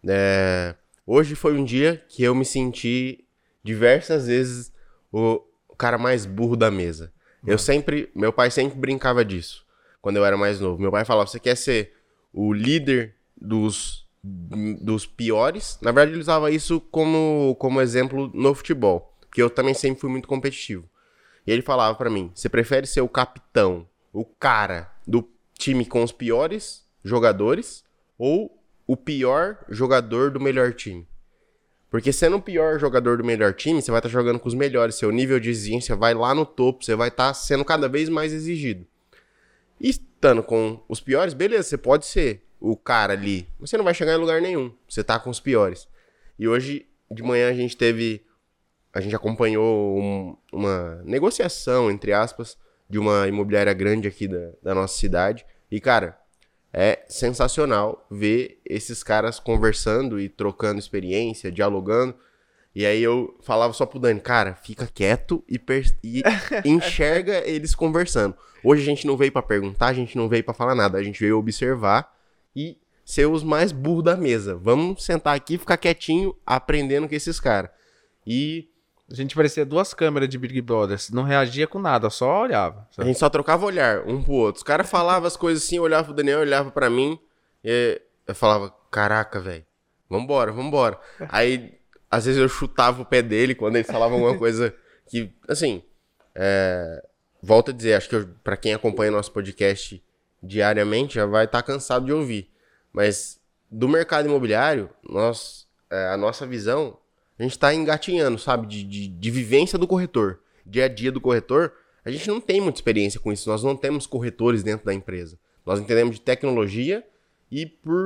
hoje foi um dia que eu me senti diversas vezes o cara mais burro da mesa. Meu pai sempre brincava disso, quando eu era mais novo. Meu pai falava, você quer ser o líder dos piores? Na verdade, ele usava isso como exemplo no futebol, porque eu também sempre fui muito competitivo. E ele falava pra mim, você prefere ser o capitão, o cara do time com os piores jogadores, ou o pior jogador do melhor time? Porque sendo o pior jogador do melhor time, você vai estar jogando com os melhores, seu nível de exigência vai lá no topo, você vai estar sendo cada vez mais exigido. E estando com os piores, beleza, você pode ser o cara ali, mas você não vai chegar em lugar nenhum, você tá com os piores. E hoje de manhã a gente acompanhou uma negociação, entre aspas, de uma imobiliária grande aqui da nossa cidade. E, cara, é sensacional ver esses caras conversando e trocando experiência, dialogando. E aí eu falava só pro Dani, cara, fica quieto e enxerga eles conversando. Hoje a gente não veio pra perguntar, a gente não veio pra falar nada, a gente veio observar e ser os mais burros da mesa. Vamos sentar aqui e ficar quietinho, aprendendo com esses caras. E a gente parecia 2 câmeras de Big Brothers, não reagia com nada, só olhava. Sabe? A gente só trocava olhar um pro outro. Os caras falavam as coisas assim, olhava pro Daniel, olhava pra mim, e eu falava, caraca, velho, vambora. Aí, às vezes eu chutava o pé dele quando ele falava alguma coisa que, assim, volto a dizer, acho que pra quem acompanha nosso podcast diariamente já vai estar cansado de ouvir. Mas do mercado imobiliário, a nossa visão, a gente tá engatinhando, sabe, de vivência do corretor, dia a dia do corretor. A gente não tem muita experiência com isso, nós não temos corretores dentro da empresa. Nós entendemos de tecnologia e por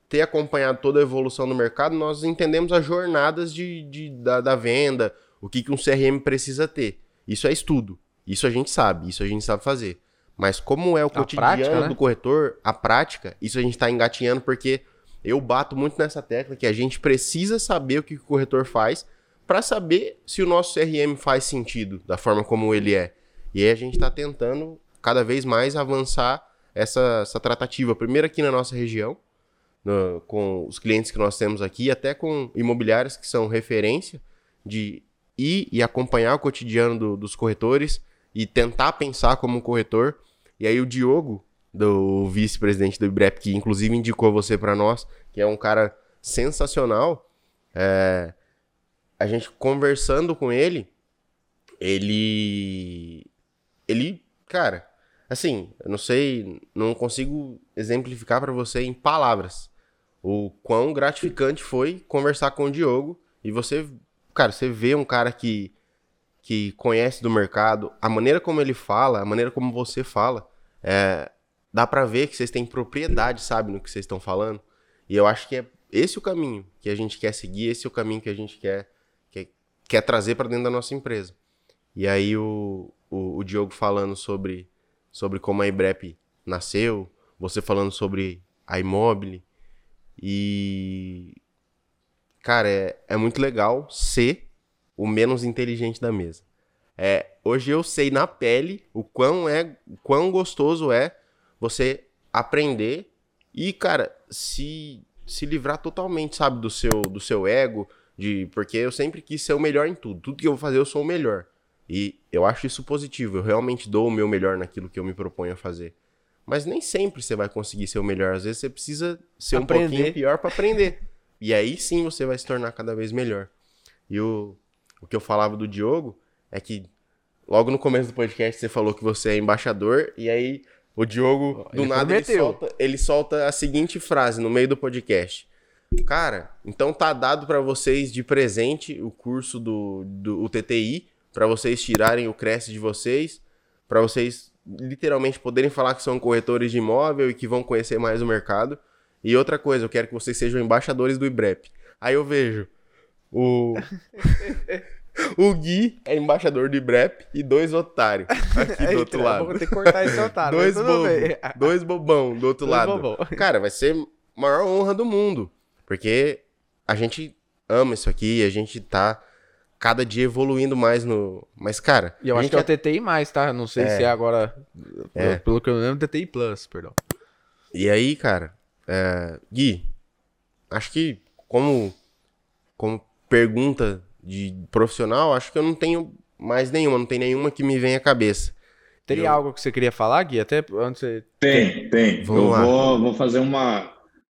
ter acompanhado toda a evolução do mercado, nós entendemos as jornadas da venda, o que um CRM precisa ter. Isso é estudo. Isso a gente sabe fazer. Mas como é o cotidiano prática, né? do corretor, a prática, isso a gente está engatinhando porque eu bato muito nessa tecla que a gente precisa saber o que o corretor faz para saber se o nosso CRM faz sentido da forma como ele é. E aí a gente está tentando cada vez mais avançar essa tratativa. Primeiro aqui na nossa região, com os clientes que nós temos aqui, até com imobiliárias que são referência de ir e acompanhar o cotidiano dos corretores e tentar pensar como um corretor. E aí o Diogo, do vice-presidente do IBREP, que inclusive indicou você para nós, que é um cara sensacional, a gente conversando com ele, cara, assim, eu não sei, não consigo exemplificar para você em palavras o quão gratificante foi conversar com o Diogo e você, cara, você vê um cara que conhece do mercado, a maneira como ele fala, a maneira como você fala, dá pra ver que vocês têm propriedade, sabe, no que vocês estão falando. E eu acho que é esse o caminho que a gente quer seguir, esse é o caminho que a gente quer trazer pra dentro da nossa empresa. E aí o Diogo falando sobre como a IBREP nasceu, você falando sobre a Imóvel. E, cara, é muito legal ser o menos inteligente da mesa. Hoje eu sei na pele o quão gostoso é você aprender e, cara, se livrar totalmente, sabe, do seu ego, porque eu sempre quis ser o melhor em tudo. Tudo que eu vou fazer, eu sou o melhor. E eu acho isso positivo. Eu realmente dou o meu melhor naquilo que eu me proponho a fazer. Mas nem sempre você vai conseguir ser o melhor. Às vezes você precisa ser um pouquinho pior para aprender. E aí sim você vai se tornar cada vez melhor. E o que eu falava do Diogo é que logo no começo do podcast você falou que você é embaixador. E aí o Diogo, do nada, ele solta a seguinte frase no meio do podcast. Cara, então tá dado para vocês de presente o curso do TTI, para vocês tirarem o Cresce de vocês, para vocês literalmente poderem falar que são corretores de imóvel e que vão conhecer mais o mercado. E outra coisa, eu quero que vocês sejam embaixadores do IBREP. Aí eu vejo o Gui é embaixador do IBREP e 2 otários aqui do outro lado. Vou ter que cortar esse otário. Dois bobão do outro lado. Bobão. Cara, vai ser a maior honra do mundo. Porque a gente ama isso aqui, a gente tá cada dia evoluindo mais no... Mas, cara... E eu acho que é o TTI+, tá? Não sei se é agora... Pelo que eu lembro, TTI Plus, perdão. E aí, cara... Gui, acho que como pergunta de profissional, acho que eu não tenho mais nenhuma. Não tem nenhuma que me venha à cabeça. Teria algo que você queria falar, Gui? Até antes você... Tem. Vou fazer não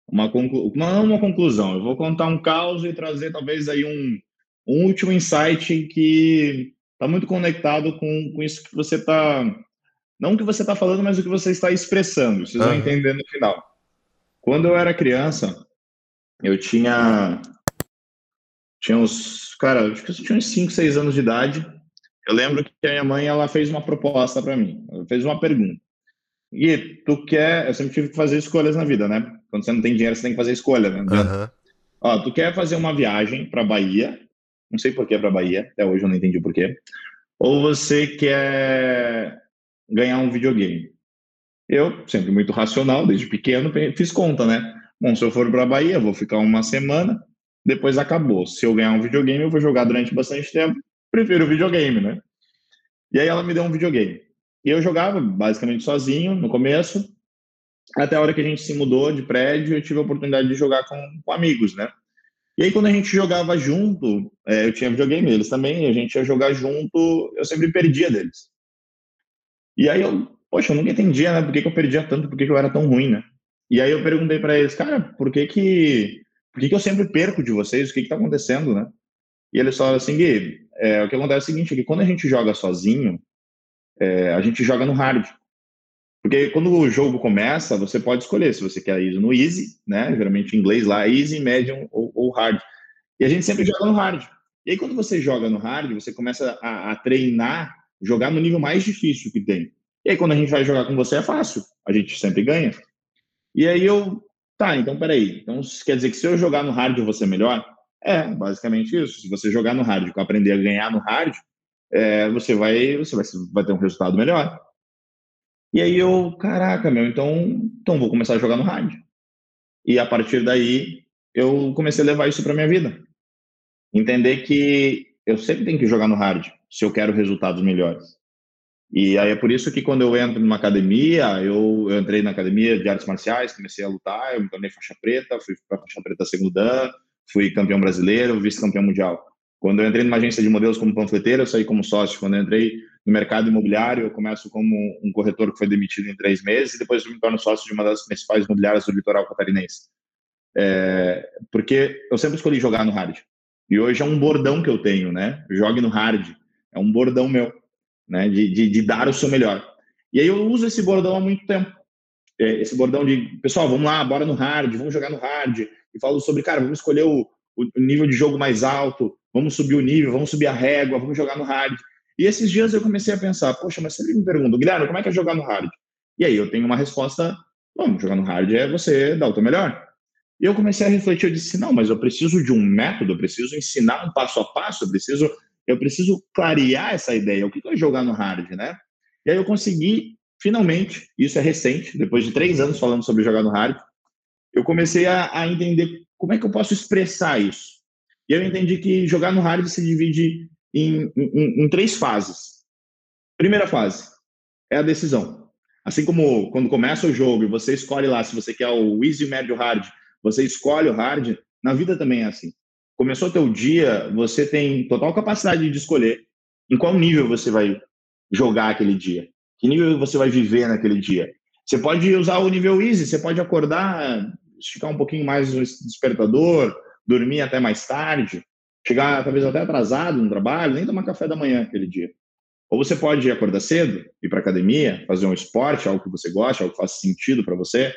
uma conclusão. Eu vou contar um caos e trazer talvez aí um último insight que está muito conectado com isso que você está... Não o que você está falando, mas o que você está expressando. Vocês vão entender no final. Quando eu era criança, eu tinha uns... Cara, acho que eu tinha uns 5, 6 anos de idade. Eu lembro que a minha mãe ela fez uma proposta para mim. Ela fez uma pergunta. Gui, tu quer... Eu sempre tive que fazer escolhas na vida, né? Quando você não tem dinheiro, você tem que fazer escolha, né? Ó, tu quer fazer uma viagem para Bahia? Não sei por que para Bahia. Até hoje eu não entendi por quê. Ou você quer ganhar um videogame? Eu, sempre muito racional, desde pequeno, fiz conta, né? Bom, se eu for para Bahia, eu vou ficar uma semana, depois acabou. Se eu ganhar um videogame, eu vou jogar durante bastante tempo. Prefiro o videogame, né? E aí ela me deu um videogame. E eu jogava basicamente sozinho no começo, até a hora que a gente se mudou de prédio, eu tive a oportunidade de jogar com amigos, né? E aí quando a gente jogava junto, eu tinha videogame, eles também, a gente ia jogar junto, eu sempre perdia deles. E aí eu nunca entendia, né? Por que eu perdia tanto, por que eu era tão ruim, né? E aí eu perguntei para eles, cara, por que eu sempre perco de vocês? O que tá acontecendo, né? E eles falaram assim, Gui, o que acontece é o seguinte, é que quando a gente joga sozinho, a gente joga no hard. Porque quando o jogo começa, você pode escolher se você quer ir no easy, né? Geralmente em inglês lá, easy, medium ou hard. E a gente sempre joga no hard. E aí quando você joga no hard, você começa a treinar, jogar no nível mais difícil que tem. E aí quando a gente vai jogar com você é fácil, a gente sempre ganha. E aí Tá, então peraí. Então quer dizer que se eu jogar no hard eu vou ser melhor? É, basicamente isso. Se você jogar no hard e aprender a ganhar no hard, você vai ter um resultado melhor. E aí caraca, meu, então vou começar a jogar no hard. E a partir daí, eu comecei a levar isso para minha vida. Entender que eu sempre tenho que jogar no hard, se eu quero resultados melhores. E aí é por isso que quando eu entro numa academia, eu entrei na academia de artes marciais, comecei a lutar, eu me tornei faixa preta, fui para faixa preta segundo dan, fui campeão brasileiro, vice-campeão mundial. Quando eu entrei numa agência de modelos como panfleteiro, eu saí como sócio. Quando eu entrei no mercado imobiliário, eu começo como um corretor que foi demitido em 3 meses e depois eu me torno sócio de uma das principais imobiliárias do litoral catarinense. Porque eu sempre escolhi jogar no hard. E hoje é um bordão que eu tenho, né? Jogue no hard. É um bordão meu, né? De dar o seu melhor. E aí eu uso esse bordão há muito tempo. Esse bordão de, pessoal, vamos lá, bora no hard, vamos jogar no hard. E falo sobre, cara, vamos escolher o nível de jogo mais alto, vamos subir o nível, vamos subir a régua, vamos jogar no hard. E esses dias eu comecei a pensar, poxa, mas sempre me perguntam, Guilherme, como é que é jogar no hard? E aí eu tenho uma resposta, vamos, jogar no hard é você dar o teu melhor. E eu comecei a refletir, eu disse, não, mas eu preciso de um método, eu preciso ensinar um passo a passo, eu preciso clarear essa ideia, o que é jogar no hard, né? E aí eu consegui, finalmente, isso é recente, depois de 3 anos falando sobre jogar no hard, eu comecei a entender como é que eu posso expressar isso. E eu entendi que jogar no hard se divide em 3 fases. Primeira fase é a decisão. Assim como quando começa o jogo e você escolhe lá se você quer o easy, médio, hard, você escolhe o hard, na vida também é assim. Começou o teu dia, você tem total capacidade de escolher em qual nível você vai jogar aquele dia, que nível você vai viver naquele dia. Você pode usar o nível easy, você pode acordar, esticar um pouquinho mais o despertador, dormir até mais tarde, chegar talvez até atrasado no trabalho, nem tomar café da manhã aquele dia. Ou você pode acordar cedo, ir para academia, fazer um esporte, algo que você gosta, algo que faça sentido para você.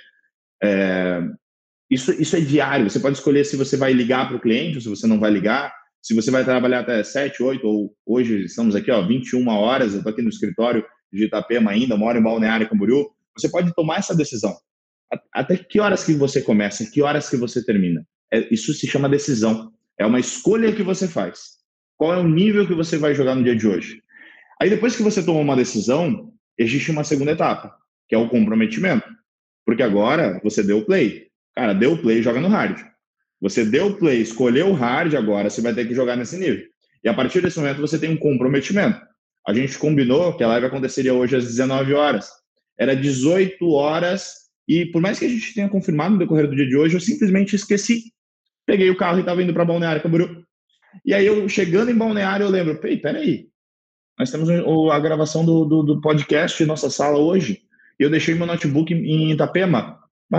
Isso é diário. Você pode escolher se você vai ligar para o cliente ou se você não vai ligar, se você vai trabalhar até 7, 8, ou hoje estamos aqui, 21 horas, eu estou aqui no escritório de Itapema ainda, moro em Balneário Camboriú. Você pode tomar essa decisão. Até que horas que você começa, que horas que você termina. Isso se chama decisão. É uma escolha que você faz. Qual é o nível que você vai jogar no dia de hoje? Aí depois que você tomou uma decisão, existe uma segunda etapa, que é o comprometimento. Porque agora você deu o play. Cara, deu o play, joga no hard. Você deu o play, escolheu o hard, agora você vai ter que jogar nesse nível. E a partir desse momento você tem um comprometimento. A gente combinou que a live aconteceria hoje às 19 horas. Era 18 horas e por mais que a gente tenha confirmado no decorrer do dia de hoje, eu simplesmente esqueci. Peguei o carro e estava indo para Balneário Camboriú. E aí eu, chegando em Balneário, eu lembro, peraí, nós temos a gravação do podcast nossa sala hoje. Eu deixei meu notebook em Itapema.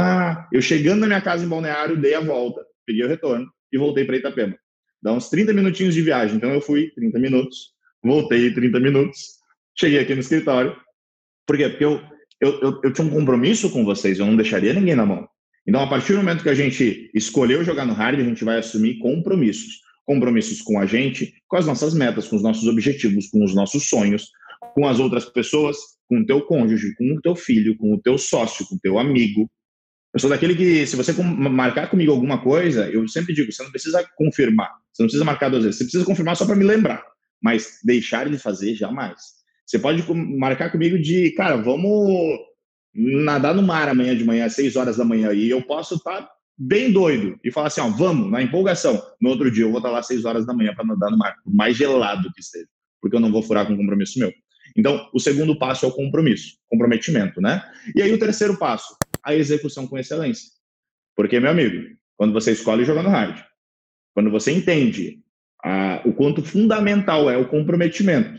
Eu chegando na minha casa em Balneário, dei a volta, peguei o retorno e voltei para Itapema. Dá uns 30 minutinhos de viagem. Então eu fui 30 minutos, voltei 30 minutos, cheguei aqui no escritório. Por quê? Porque eu tinha um compromisso com vocês, eu não deixaria ninguém na mão. Então, a partir do momento que a gente escolheu jogar no hard, a gente vai assumir compromissos. Compromissos com a gente, com as nossas metas, com os nossos objetivos, com os nossos sonhos, com as outras pessoas, com o teu cônjuge, com o teu filho, com o teu sócio, com o teu amigo. Eu sou daquele que, se você marcar comigo alguma coisa, eu sempre digo, você não precisa confirmar, você não precisa marcar 2 vezes, você precisa confirmar só para me lembrar, mas deixar de fazer, jamais. Você pode marcar comigo de, cara, vamos nadar no mar amanhã de manhã, às 6 horas da manhã, e eu posso estar bem doido e falar assim, vamos, na empolgação. No outro dia eu vou estar lá às 6 horas da manhã para nadar no mar, por mais gelado que esteja, porque eu não vou furar com um compromisso meu. Então, o segundo passo é o comprometimento, né? E aí o terceiro passo, a execução com excelência. Porque, meu amigo, quando você escolhe jogar no hard, quando você entende o quanto fundamental é o comprometimento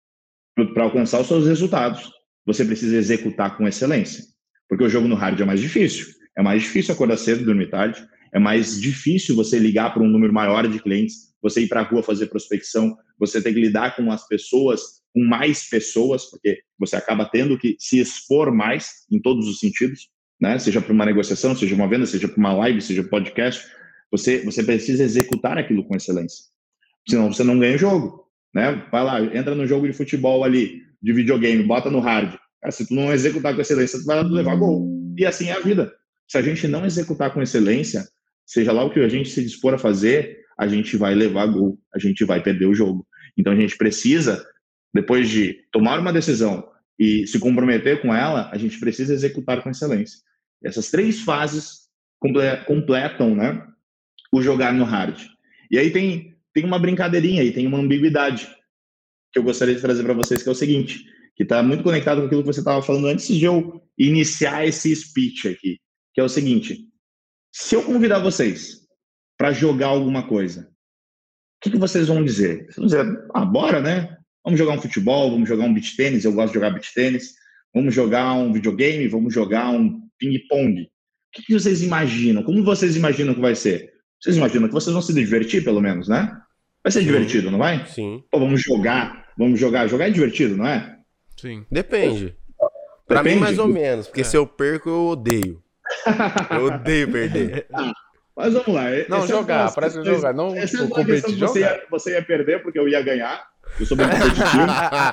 para alcançar os seus resultados, você precisa executar com excelência. Porque o jogo no hard é mais difícil. É mais difícil acordar cedo e dormir tarde. É mais difícil você ligar para um número maior de clientes, você ir para a rua fazer prospecção, você tem que lidar com as pessoas, com mais pessoas, porque você acaba tendo que se expor mais em todos os sentidos, né? Seja para uma negociação, seja uma venda, seja para uma live, seja podcast. Você precisa executar aquilo com excelência. Senão você não ganha o jogo, né? Vai lá, entra no jogo de futebol ali, de videogame, bota no hard. Cara, se tu não executar com excelência, tu vai levar gol. E assim é a vida. Se a gente não executar com excelência, seja lá o que a gente se dispor a fazer, a gente vai levar gol, a gente vai perder o jogo. Então a gente precisa, depois de tomar uma decisão e se comprometer com ela, a gente precisa executar com excelência. Essas 3 fases completam, né, o jogar no hard. E aí tem uma brincadeirinha aí, tem uma ambiguidade que eu gostaria de trazer para vocês, que é o seguinte, que está muito conectado com aquilo que você estava falando antes de eu iniciar esse speech aqui, que é o seguinte: se eu convidar vocês para jogar alguma coisa, o que vocês vão dizer? Vocês vão dizer, bora, né? Vamos jogar um futebol, vamos jogar um beach tênis, eu gosto de jogar beach tênis, vamos jogar um videogame, vamos jogar um ping-pong. O que vocês imaginam? Como vocês imaginam que vai ser? Vocês imaginam que vocês vão se divertir, pelo menos, né? Vai ser divertido, não vai? Sim. Pô, vamos jogar. Jogar é divertido, não é? Sim. Depende. Pra mim, mais ou menos, porque se eu perco, eu odeio. Eu odeio perder. Mas vamos lá. Não, jogar, parece jogar. Não competir, jogar. Você ia perder porque eu ia ganhar. Eu sou bem competitivo.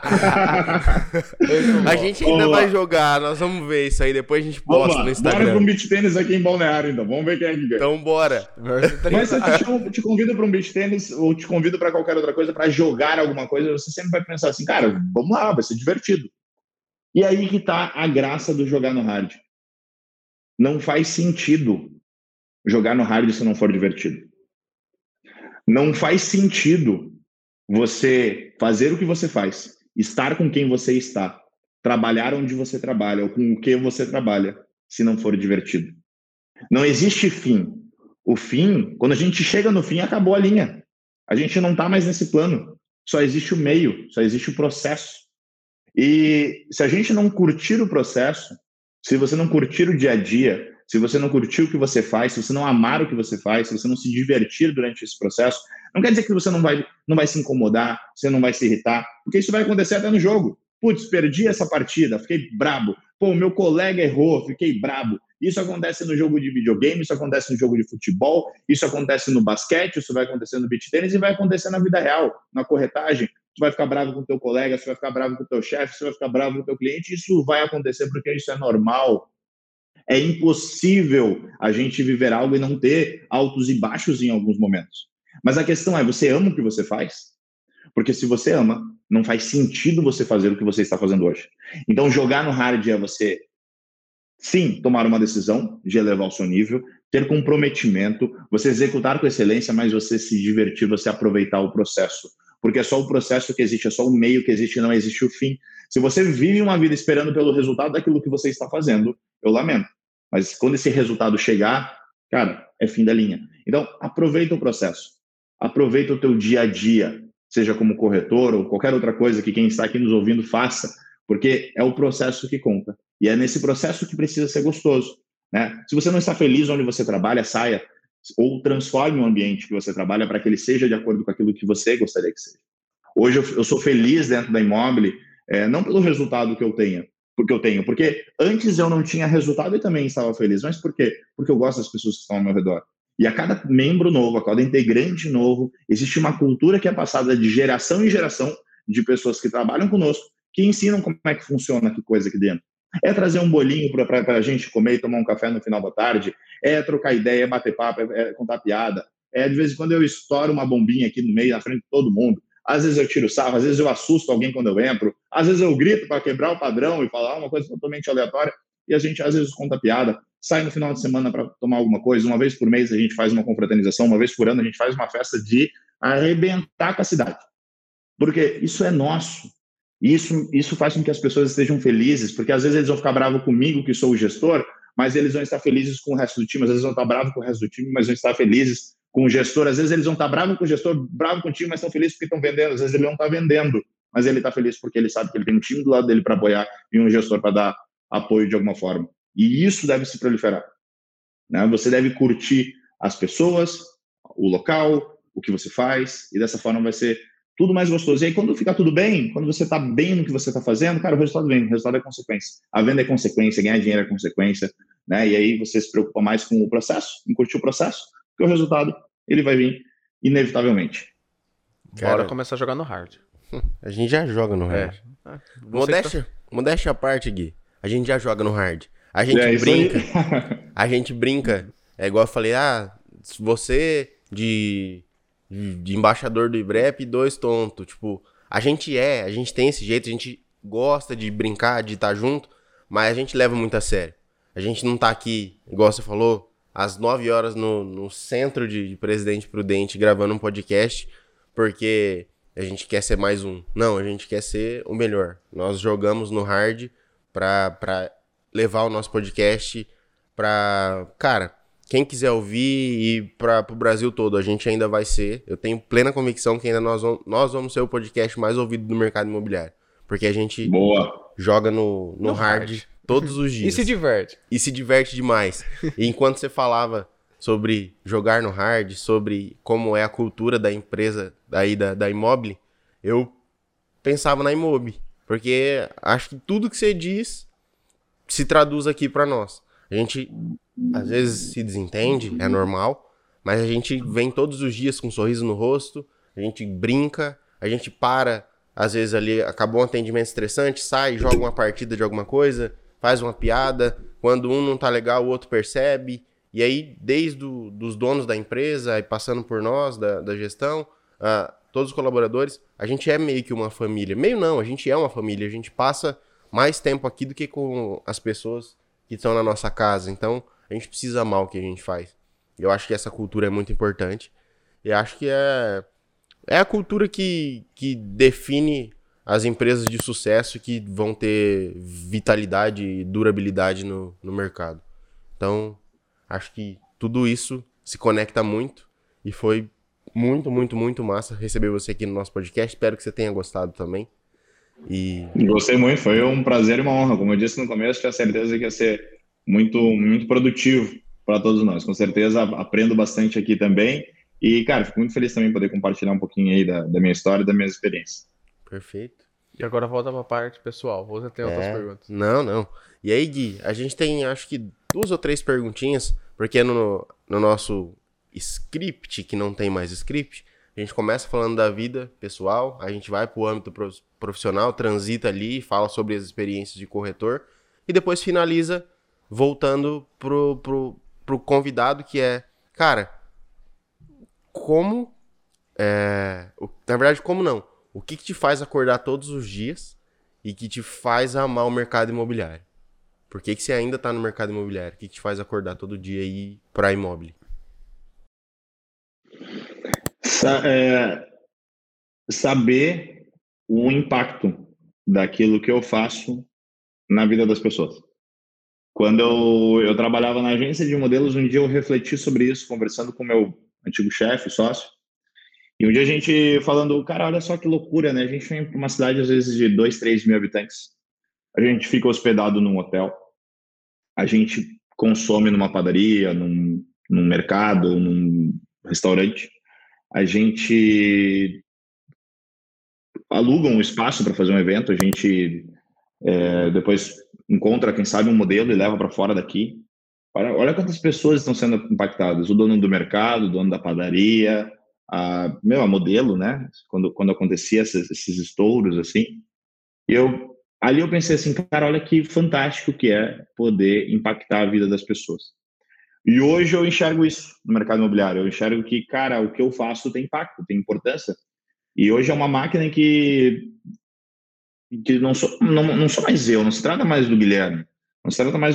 A gente ainda vai jogar, nós vamos ver isso aí, depois a gente posta no Instagram. Bora para um beach tênis aqui em Balneário, então. Vamos ver quem é que ganha. Então bora. Mas eu te convido para um beach tênis ou te convido para qualquer outra coisa, para jogar alguma coisa, você sempre vai pensar assim, cara, vamos lá, vai ser divertido. E aí que tá a graça do jogar no hard. Não faz sentido jogar no hard se não for divertido. Não faz sentido você fazer o que você faz, estar com quem você está, trabalhar onde você trabalha ou com o que você trabalha, se não for divertido. Não existe fim. O fim, quando a gente chega no fim, acabou a linha. A gente não está mais nesse plano. Só existe o meio, só existe o processo. E se a gente não curtir o processo, se você não curtir o dia a dia, se você não curtir o que você faz, se você não amar o que você faz, se você não se divertir durante esse processo, não quer dizer que você não vai se incomodar, você não vai se irritar, porque isso vai acontecer até no jogo. Putz, perdi essa partida, fiquei brabo. Pô, meu colega errou, fiquei brabo. Isso acontece no jogo de videogame, isso acontece no jogo de futebol, isso acontece no basquete, isso vai acontecer no beach tênis e vai acontecer na vida real, na corretagem. Você vai ficar bravo com o teu colega, você vai ficar bravo com o teu chefe, você vai ficar bravo com o teu cliente. Isso vai acontecer porque isso é normal. É impossível a gente viver algo e não ter altos e baixos em alguns momentos. Mas a questão é, você ama o que você faz? Porque se você ama, não faz sentido você fazer o que você está fazendo hoje. Então, jogar no hard é você, sim, tomar uma decisão de elevar o seu nível, ter comprometimento, você executar com excelência, mas você se divertir, você aproveitar o processo. Porque é só o processo que existe, é só o meio que existe, não existe o fim. Se você vive uma vida esperando pelo resultado daquilo que você está fazendo, eu lamento. Mas quando esse resultado chegar, cara, é fim da linha. Então, aproveita o processo. Aproveita o teu dia a dia, seja como corretor ou qualquer outra coisa que quem está aqui nos ouvindo faça, porque é o processo que conta. E é nesse processo que precisa ser gostoso, né? Se você não está feliz onde você trabalha, saia ou transforme o ambiente que você trabalha para que ele seja de acordo com aquilo que você gostaria que seja. Hoje eu sou feliz dentro da Immobile, não pelo resultado que eu tenho, porque antes eu não tinha resultado e também estava feliz. Mas por quê? Porque eu gosto das pessoas que estão ao meu redor. E a cada membro novo, a cada integrante novo, existe uma cultura que é passada de geração em geração de pessoas que trabalham conosco, que ensinam como é que funciona que coisa aqui dentro. É trazer um bolinho para a gente comer e tomar um café no final da tarde, é trocar ideia, é bater papo, é contar piada. De vez em quando eu estouro uma bombinha aqui no meio, na frente de todo mundo. Às vezes eu tiro sarro, às vezes eu assusto alguém quando eu entro, às vezes eu grito para quebrar o padrão e falar uma coisa totalmente aleatória, e a gente às vezes conta piada, sai no final de semana para tomar alguma coisa, uma vez por mês a gente faz uma confraternização, uma vez por ano a gente faz uma festa de arrebentar com a cidade. Porque isso é nosso. Isso faz com que as pessoas estejam felizes, porque às vezes eles vão ficar bravos comigo, que sou o gestor, mas eles vão estar felizes com o resto do time, às vezes vão estar bravos com o resto do time, mas vão estar felizes com o gestor, às vezes eles vão estar bravos com o gestor, bravos com o time, mas estão felizes porque estão vendendo, às vezes ele não está vendendo, mas ele está feliz porque ele sabe que ele tem um time do lado dele para apoiar e um gestor para dar apoio de alguma forma. E isso deve se proliferar, né? Você deve curtir as pessoas, o local, o que você faz, e dessa forma vai ser tudo mais gostoso. E aí, quando ficar tudo bem, quando você está bem no que você está fazendo, cara, o resultado vem, o resultado é consequência. A venda é consequência, ganhar dinheiro é consequência, né? E aí você se preocupa mais com o processo, em curtir o processo, porque o resultado, ele vai vir inevitavelmente. Bora começar a jogar no hard. A gente já joga no hard. Modéstia à parte, Gui. A gente já joga no hard. A gente brinca. A gente brinca, é igual eu falei, você de embaixador do IBREP, 2 tontos. Tipo, a gente tem esse jeito, a gente gosta de brincar, de estar junto, mas a gente leva muito a sério. A gente não tá aqui, igual você falou, às 9 horas no centro de Presidente Prudente gravando um podcast, porque a gente quer ser mais um. Não, a gente quer ser o melhor. Nós jogamos no hard pra levar o nosso podcast pra... Cara, quem quiser ouvir e pro Brasil todo, a gente ainda vai ser. Eu tenho plena convicção que ainda nós vamos ser o podcast mais ouvido do mercado imobiliário. Porque a gente joga no hard todos os dias. E se diverte. E se diverte demais. E enquanto você falava sobre jogar no hard, sobre como é a cultura da empresa daí da Imobile, eu pensava na Imobile. Porque acho que tudo que você diz se traduz aqui pra nós. A gente às vezes se desentende, é normal, mas a gente vem todos os dias com um sorriso no rosto, a gente brinca, a gente para, às vezes ali acabou um atendimento estressante, sai, joga uma partida de alguma coisa, faz uma piada, quando um não tá legal, o outro percebe, e aí desde dos donos da empresa, e passando por nós, da gestão, todos os colaboradores, a gente é meio que uma família. Meio não, a gente é uma família, a gente passa mais tempo aqui do que com as pessoas que estão na nossa casa, então a gente precisa amar o que a gente faz. Eu acho que essa cultura é muito importante. E acho que é a cultura que define as empresas de sucesso que vão ter vitalidade e durabilidade no mercado. Então, acho que tudo isso se conecta muito. E foi muito, muito, muito massa receber você aqui no nosso podcast. Espero que você tenha gostado também. Gostei muito, foi um prazer e uma honra. Como eu disse no começo, tinha certeza que ia ser muito, muito produtivo para todos nós. Com certeza aprendo bastante aqui também. E, cara, fico muito feliz também poder compartilhar um pouquinho aí da minha história e das minhas experiências. Perfeito. E agora volta para a parte pessoal. Você tem outras perguntas? Não. E aí, Gui, a gente tem, acho que 2 ou 3 perguntinhas, porque no nosso script, que não tem mais script, a gente começa falando da vida pessoal, a gente vai para o âmbito profissional, transita ali, fala sobre as experiências de corretor, e depois finaliza voltando pro convidado, que é, cara, como... na verdade, como não? O que te faz acordar todos os dias e que te faz amar o mercado imobiliário? Por que você ainda tá no mercado imobiliário? O que te faz acordar todo dia e ir pra Imobile? Saber o impacto daquilo que eu faço na vida das pessoas. Quando eu trabalhava na agência de modelos, um dia eu refleti sobre isso, conversando com meu antigo chefe, sócio, e um dia a gente falando, cara, olha só que loucura, né? A gente vem para uma cidade, às vezes, de 2, 3 mil habitantes, a gente fica hospedado num hotel, a gente consome numa padaria, num mercado, num restaurante, a gente aluga um espaço para fazer um evento, a gente depois encontra, quem sabe, um modelo e leva para fora daqui. Olha quantas pessoas estão sendo impactadas. O dono do mercado, o dono da padaria, a modelo, né? Quando acontecia esses estouros, assim. E ali eu pensei assim, cara, olha que fantástico que é poder impactar a vida das pessoas. E hoje eu enxergo isso no mercado imobiliário. Eu enxergo que, cara, o que eu faço tem impacto, tem importância. E hoje é uma máquina que não sou mais eu, não se trata mais do Guilherme, não se trata mais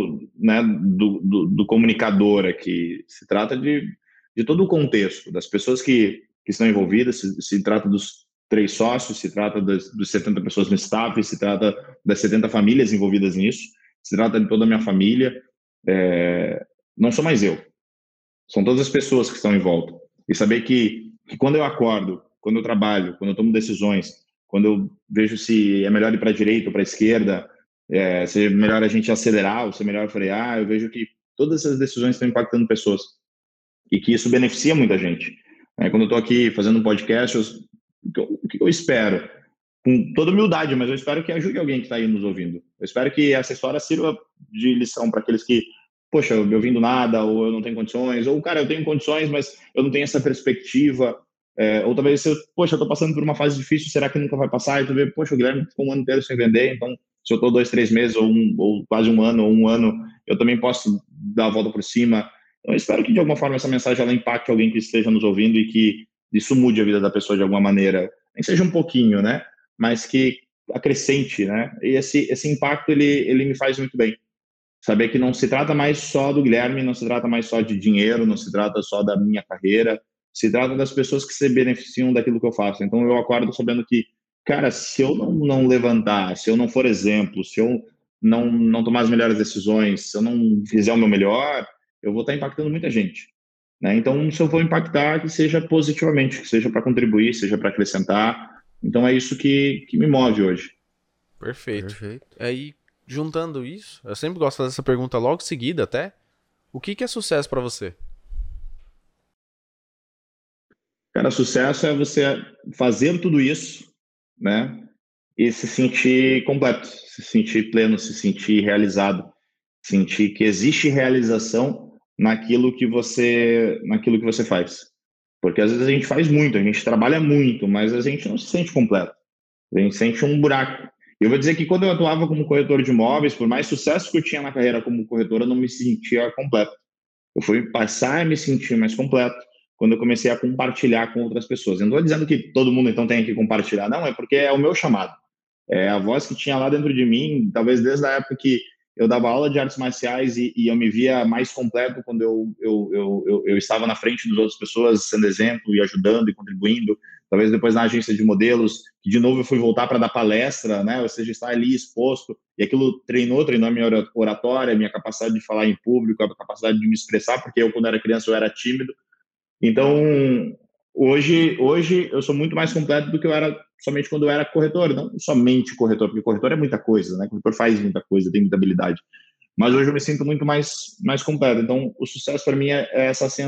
do comunicador aqui, se trata de todo o contexto, das pessoas que estão envolvidas, se trata dos 3 sócios, se trata dos 70 pessoas no staff, se trata das 70 famílias envolvidas nisso, se trata de toda a minha família, não sou mais eu, são todas as pessoas que estão em volta. E saber que quando eu acordo, quando eu trabalho, quando eu tomo decisões, quando eu vejo se é melhor ir para a direita ou para a esquerda, se é melhor a gente acelerar ou se é melhor frear, eu vejo que todas essas decisões estão impactando pessoas e que isso beneficia muita gente. Quando eu estou aqui fazendo um podcast, o que eu espero? Com toda humildade, mas eu espero que ajude alguém que está aí nos ouvindo. Eu espero que essa história sirva de lição para aqueles que, poxa, eu vindo nada, ou eu não tenho condições, ou, cara, eu tenho condições, mas eu não tenho essa perspectiva. Ou talvez, poxa, eu tô passando por uma fase difícil, será que nunca vai passar? E tu vê, poxa, o Guilherme ficou um ano inteiro sem vender, então se eu estou 2, 3 meses, ou quase um ano, eu também posso dar a volta por cima. Então, eu espero que, de alguma forma, essa mensagem ela impacte alguém que esteja nos ouvindo e que isso mude a vida da pessoa de alguma maneira. Nem seja um pouquinho, né? Mas que acrescente, né? E esse impacto, ele me faz muito bem. Saber que não se trata mais só do Guilherme, não se trata mais só de dinheiro, não se trata só da minha carreira, se trata das pessoas que se beneficiam daquilo que eu faço. Então eu acordo sabendo que, cara, se eu não levantar, se eu não for exemplo, se eu não tomar as melhores decisões, se eu não fizer o meu melhor, eu vou estar impactando muita gente. Né? Então, se eu vou impactar, que seja positivamente, que seja para contribuir, seja para acrescentar. Então é isso que me move hoje. Perfeito. Aí, juntando isso, eu sempre gosto de fazer essa pergunta logo em seguida até. O que é sucesso para você? Cara, sucesso é você fazer tudo isso, né? E se sentir completo, se sentir pleno, se sentir realizado, sentir que existe realização naquilo que você faz. Porque às vezes a gente faz muito, a gente trabalha muito, mas a gente não se sente completo. A gente sente um buraco. Eu vou dizer que quando eu atuava como corretor de imóveis, por mais sucesso que eu tinha na carreira como corretor, eu não me sentia completo. Eu fui passar a me sentir mais completo quando eu comecei a compartilhar com outras pessoas. Eu não estou dizendo que todo mundo então tem que compartilhar, não, é porque é o meu chamado. É a voz que tinha lá dentro de mim, talvez desde a época que eu dava aula de artes marciais e eu me via mais completo quando eu estava na frente das outras pessoas, sendo exemplo e ajudando e contribuindo. Talvez depois na agência de modelos, que de novo eu fui voltar para dar palestra, né? Ou seja, estar ali exposto. E aquilo treinou a minha oratória, a minha capacidade de falar em público, a capacidade de me expressar, porque eu, quando era criança, eu era tímido. Então, hoje eu sou muito mais completo do que eu era somente quando eu era corretor, não somente corretor, porque corretor é muita coisa, né? Corretor faz muita coisa, tem muita habilidade. Mas hoje eu me sinto muito mais completo. Então, o sucesso para mim é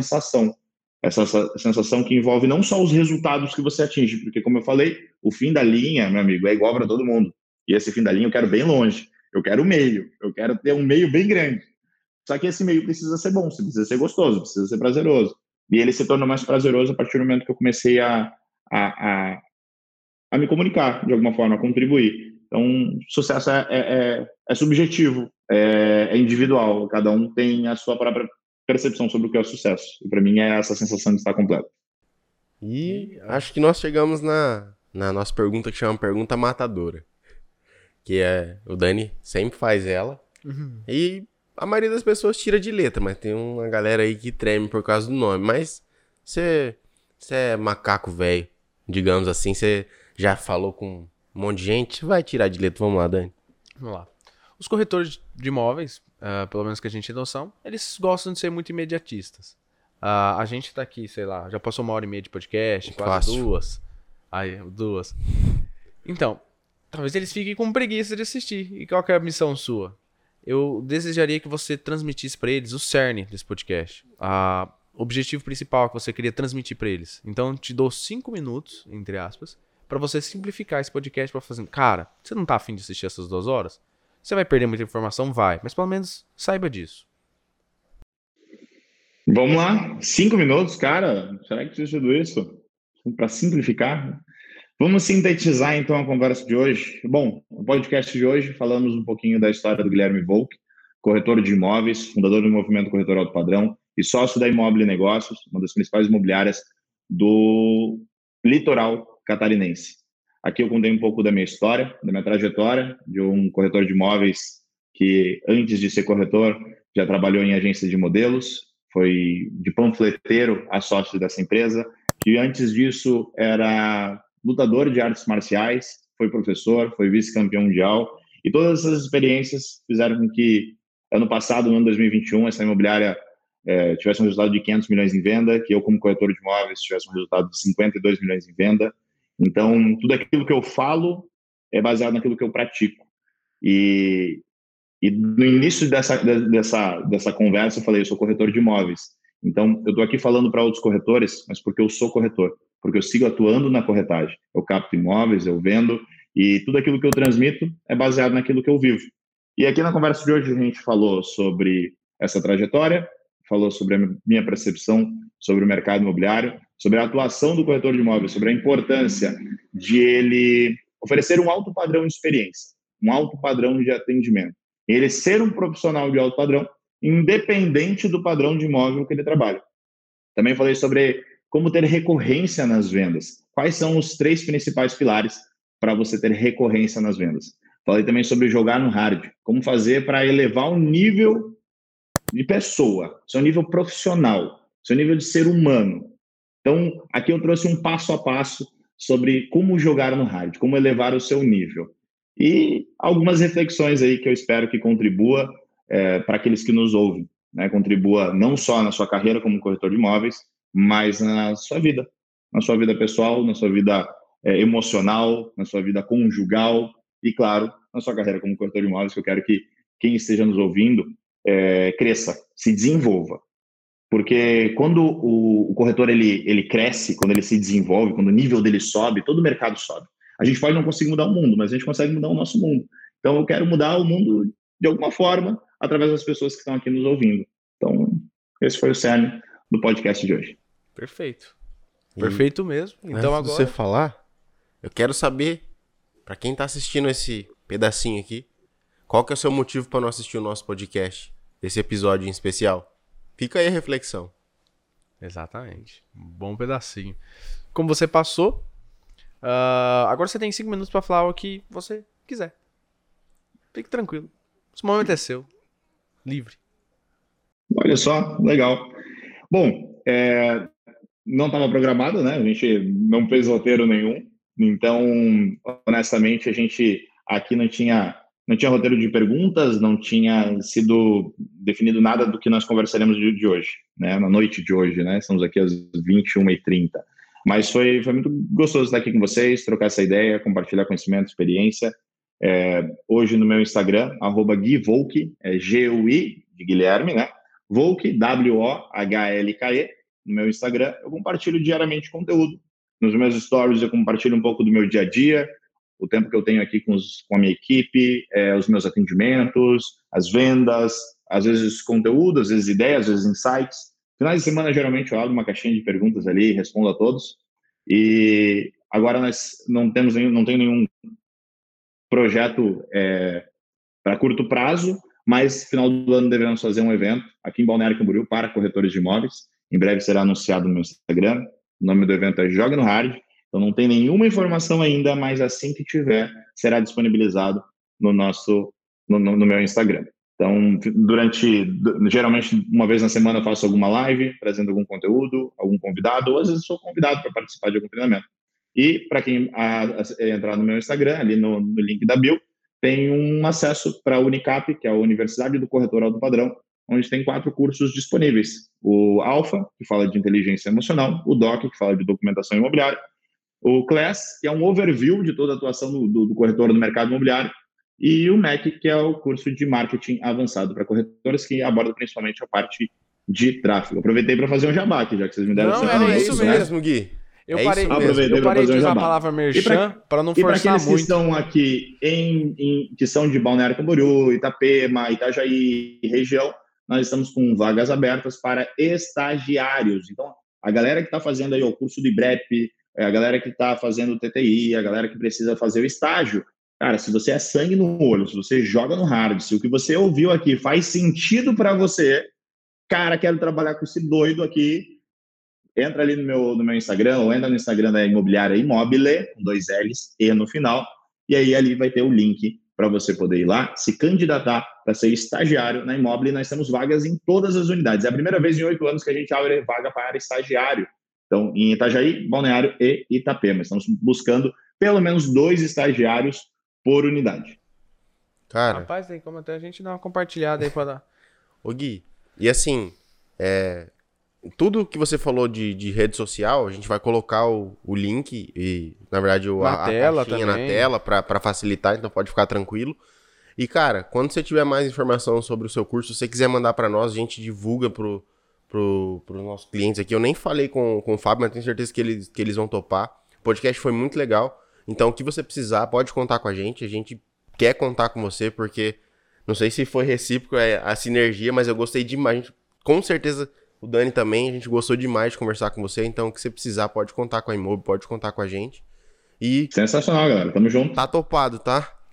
essa sensação que envolve não só os resultados que você atinge, porque, como eu falei, o fim da linha, meu amigo, é igual para todo mundo. E esse fim da linha eu quero bem longe. Eu quero o meio. Eu quero ter um meio bem grande. Só que esse meio precisa ser bom, precisa ser gostoso, precisa ser prazeroso. E ele se tornou mais prazeroso a partir do momento que eu comecei a, a me comunicar de alguma forma, a contribuir. Então, sucesso é subjetivo, é individual. Cada um tem a sua própria percepção sobre o que é o sucesso. E para mim é essa sensação de estar completo. E acho que nós chegamos na nossa pergunta que chama pergunta matadora. Que é, o Dani sempre faz ela. E a maioria das pessoas tira de letra, mas tem uma galera aí que treme por causa do nome. Mas você é macaco velho, digamos assim, você já falou com um monte de gente, vai tirar de letra. Vamos lá, Dani. Vamos lá. Os corretores de imóveis, pelo menos que a gente tem noção, eles gostam de ser muito imediatistas. A gente tá aqui, sei lá, já passou 1h30 de podcast, quase Fácil. 2. Aí, 2. Então, talvez eles fiquem com preguiça de assistir. E qual que é a missão sua? Eu desejaria que você transmitisse para eles o cerne desse podcast. O objetivo principal que você queria transmitir para eles. Então, eu te dou 5 minutos, entre aspas, para você simplificar esse podcast para fazer. Cara, você não tá afim de assistir essas 2 horas? Você vai perder muita informação? Vai. Mas pelo menos saiba disso. Vamos lá, 5 minutos, cara. Será que precisa de tudo isso? Para simplificar? Vamos sintetizar então a conversa de hoje. Bom, no podcast de hoje falamos um pouquinho da história do Guilherme Volk, corretor de imóveis, fundador do Movimento Corretor Alto Padrão e sócio da Imóvel Negócios, uma das principais imobiliárias do litoral catarinense. Aqui eu contei um pouco da minha história, da minha trajetória, de um corretor de imóveis que, antes de ser corretor, já trabalhou em agência de modelos, foi de panfleteiro a sócio dessa empresa, que antes disso era lutador de artes marciais, foi professor, foi vice-campeão mundial, e todas essas experiências fizeram com que, ano passado, no ano 2021, essa imobiliária tivesse um resultado de 500 milhões em venda, que eu, como corretor de imóveis, tivesse um resultado de 52 milhões em venda. Então, tudo aquilo que eu falo é baseado naquilo que eu pratico. E no início dessa conversa, eu falei, eu sou corretor de imóveis. Então, eu estou aqui falando para outros corretores, mas porque eu sou corretor, porque eu sigo atuando na corretagem. Eu capto imóveis, eu vendo, e tudo aquilo que eu transmito é baseado naquilo que eu vivo. E aqui na conversa de hoje a gente falou sobre essa trajetória, falou sobre a minha percepção sobre o mercado imobiliário, sobre a atuação do corretor de imóveis, sobre a importância de ele oferecer um alto padrão de experiência. um alto padrão de atendimento. Ele ser um profissional de alto padrão, independente do padrão de imóvel que ele trabalha. Também falei sobre como ter recorrência nas vendas. Quais são os 3 principais pilares para você ter recorrência nas vendas? Falei também sobre jogar no hard. Como fazer para elevar o nível de pessoa, seu nível profissional, seu nível de ser humano. Então, aqui eu trouxe um passo a passo sobre como jogar no hard, como elevar o seu nível. E algumas reflexões aí que eu espero que contribua para aqueles que nos ouvem, né? Contribua não só na sua carreira como corretor de imóveis, mas na sua vida pessoal, na sua vida emocional, na sua vida conjugal e, claro, na sua carreira como corretor de imóveis, que eu quero que quem esteja nos ouvindo cresça, se desenvolva. Porque quando o corretor ele cresce, quando ele se desenvolve, quando o nível dele sobe, todo o mercado sobe. A gente pode não conseguir mudar o mundo, mas a gente consegue mudar o nosso mundo. Então, eu quero mudar o mundo de alguma forma, através das pessoas que estão aqui nos ouvindo. Então, esse foi o cerne do podcast de hoje. Perfeito. Perfeito mesmo. Então, antes agora... de você falar, eu quero saber, para quem tá assistindo esse pedacinho aqui, qual que é o seu motivo para não assistir o nosso podcast, esse episódio em especial? Fica aí a reflexão. Exatamente. Um bom pedacinho. Como você passou, agora você tem 5 minutos para falar o que você quiser. Fique tranquilo. Esse momento é seu. Livre. Olha só, legal. Bom, não estava programado, né? A gente não fez roteiro nenhum. Então, honestamente, a gente aqui não tinha roteiro de perguntas, não tinha sido definido nada do que nós conversaremos de hoje, né? Na noite de hoje, né? Estamos aqui às 21h30. Mas foi muito gostoso estar aqui com vocês, trocar essa ideia, compartilhar conhecimento, experiência. Hoje no meu Instagram, @GuiVolke, G-U-I, de Guilherme, né? Volke, W-O-H-L-K-E. No meu Instagram, eu compartilho diariamente conteúdo. Nos meus stories eu compartilho um pouco do meu dia a dia, o tempo que eu tenho aqui com a minha equipe, os meus atendimentos, as vendas, às vezes conteúdo, às vezes ideias, às vezes insights. Finais de semana, geralmente, eu abro uma caixinha de perguntas ali, respondo a todos. E agora nós não tem nenhum projeto para curto prazo, mas final do ano devemos fazer um evento aqui em Balneário Camboriú para corretores de imóveis. Em breve será anunciado no meu Instagram. O nome do evento é Joga no Hard. Então não tem nenhuma informação ainda, mas assim que tiver, será disponibilizado no meu Instagram. Então, geralmente, uma vez na semana eu faço alguma live, trazendo algum conteúdo, algum convidado, ou às vezes sou convidado para participar de algum treinamento. E para quem entrar no meu Instagram, ali no link da bio, tem um acesso para a Unicap, que é a Universidade do Corretor Alto Padrão, onde tem 4 cursos disponíveis. O Alpha, que fala de inteligência emocional, o DOC, que fala de documentação imobiliária, o Class, que é um overview de toda a atuação do corretor no mercado imobiliário, e o MEC, que é o curso de marketing avançado para corretores, que aborda principalmente a parte de tráfego. Aproveitei para fazer um jabá aqui, já que vocês me deram essa é isso mesmo, Gui. Eu parei de usar a palavra merchan para não forçar muito. E para aqueles que estão aqui, que são de Balneário Camboriú, Itapema, Itajaí, região, nós estamos com vagas abertas para estagiários. Então, a galera que está fazendo aí o curso do IBREP, a galera que está fazendo o TTI, a galera que precisa fazer o estágio, cara, se você é sangue no olho, se você joga no hard, se o que você ouviu aqui faz sentido para você, cara, quero trabalhar com esse doido aqui, entra ali no meu Instagram, ou entra no Instagram da Imobiliária Immobile, com 2 L's, E no final, e aí ali vai ter o link para você poder ir lá, se candidatar para ser estagiário na Immobile. Nós temos vagas em todas as unidades. É a primeira vez em 8 anos que a gente abre vaga para estagiário. Então, em Itajaí, Balneário e Itapema. Estamos buscando pelo menos 2 estagiários por unidade. Cara... Rapaz, tem como até a gente dar uma compartilhada aí para dar. Ô Gui, e assim, tudo que você falou de rede social, a gente vai colocar o link e, na verdade, a caixinha na tela para facilitar, então pode ficar tranquilo. E, cara, quando você tiver mais informação sobre o seu curso, se você quiser mandar para nós, a gente divulga pros nossos clientes aqui. Eu nem falei com o Fábio, mas tenho certeza que eles vão topar. O podcast foi muito legal. Então, o que você precisar, pode contar com a gente. A gente quer contar com você, porque não sei se foi recíproco a sinergia, mas eu gostei demais. Com certeza, o Dani também, a gente gostou demais de conversar com você. Então, o que você precisar, pode contar com a Imob, pode contar com a gente. E sensacional, galera. Tamo junto. Tá topado, tá?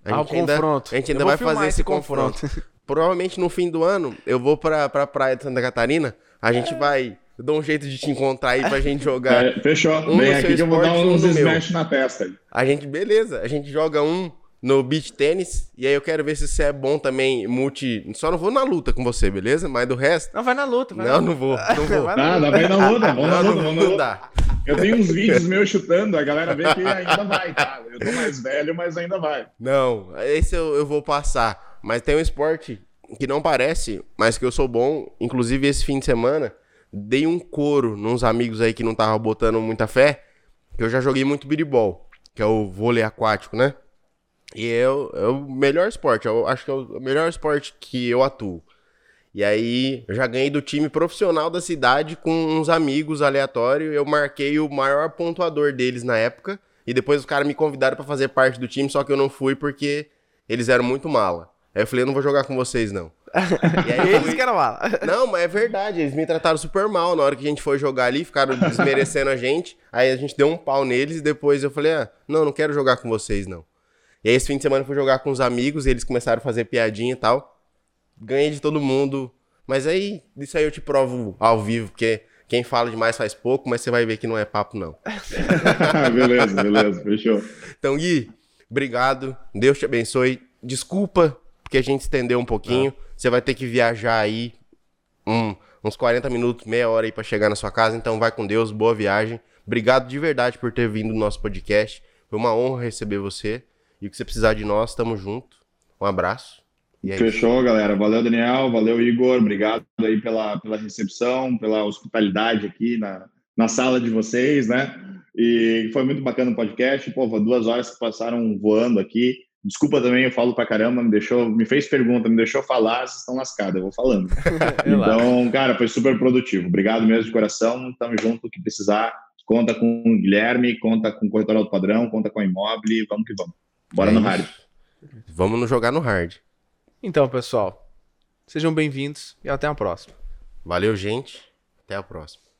O confronto. A gente ainda vai fazer esse confronto. Provavelmente no fim do ano, eu vou pra praia de Santa Catarina, a gente vai... Eu dou um jeito de te encontrar aí pra gente jogar. Fechou. Vem aqui que eu vou dar uns smash na testa. Beleza, a gente joga um no beach tênis, e aí eu quero ver se você é bom também, só não vou na luta com você, beleza? Mas do resto... Não, vai na luta. Não vou. Vai na luta. Não dá. Eu tenho uns vídeos meus chutando, a galera vê que ainda vai, tá? Eu tô mais velho, mas ainda vai. Não, esse eu vou passar. Mas tem um esporte que não parece, mas que eu sou bom. Inclusive, esse fim de semana, dei um couro nos amigos aí que não estavam botando muita fé, que eu já joguei muito biribol, que é o vôlei aquático, né? E é o melhor esporte, eu acho que é o melhor esporte que eu atuo. E aí, eu já ganhei do time profissional da cidade com uns amigos aleatórios. Eu marquei o maior pontuador deles na época. E depois os caras me convidaram pra fazer parte do time, só que eu não fui porque eles eram muito mala. Aí eu falei, eu não vou jogar com vocês, não. E aí eles que eram mala. Não, mas é verdade, eles me trataram super mal. Na hora que a gente foi jogar ali, ficaram desmerecendo a gente. Aí a gente deu um pau neles e depois eu falei, não quero jogar com vocês, não. E aí esse fim de semana eu fui jogar com os amigos, e eles começaram a fazer piadinha e tal. Ganhei de todo mundo, mas aí, isso aí eu te provo ao vivo, porque quem fala demais faz pouco, mas você vai ver que não é papo, não. Beleza, fechou. Então, Gui, obrigado, Deus te abençoe. Desculpa, porque a gente estendeu um pouquinho, você vai ter que viajar aí uns 40 minutos, meia hora aí pra chegar na sua casa, então vai com Deus, boa viagem. Obrigado de verdade por ter vindo no nosso podcast, foi uma honra receber você, e o que você precisar de nós, tamo junto. Um abraço. Fechou, galera. Valeu, Daniel. Valeu, Igor. Obrigado aí pela recepção, pela hospitalidade aqui na sala de vocês, né? E foi muito bacana o podcast. Pô, 2 horas que passaram voando aqui. Desculpa também, eu falo pra caramba, me fez pergunta, me deixou falar, vocês estão lascados, eu vou falando. Então, cara, foi super produtivo. Obrigado mesmo de coração. Tamo junto, o que precisar. Conta com o Guilherme, conta com o Corretor Alto Padrão, conta com a Imóvel. Vamos que vamos. Bora no hard. Vamos nos jogar no hard. Então, pessoal, sejam bem-vindos e até a próxima. Valeu, gente. Até a próxima.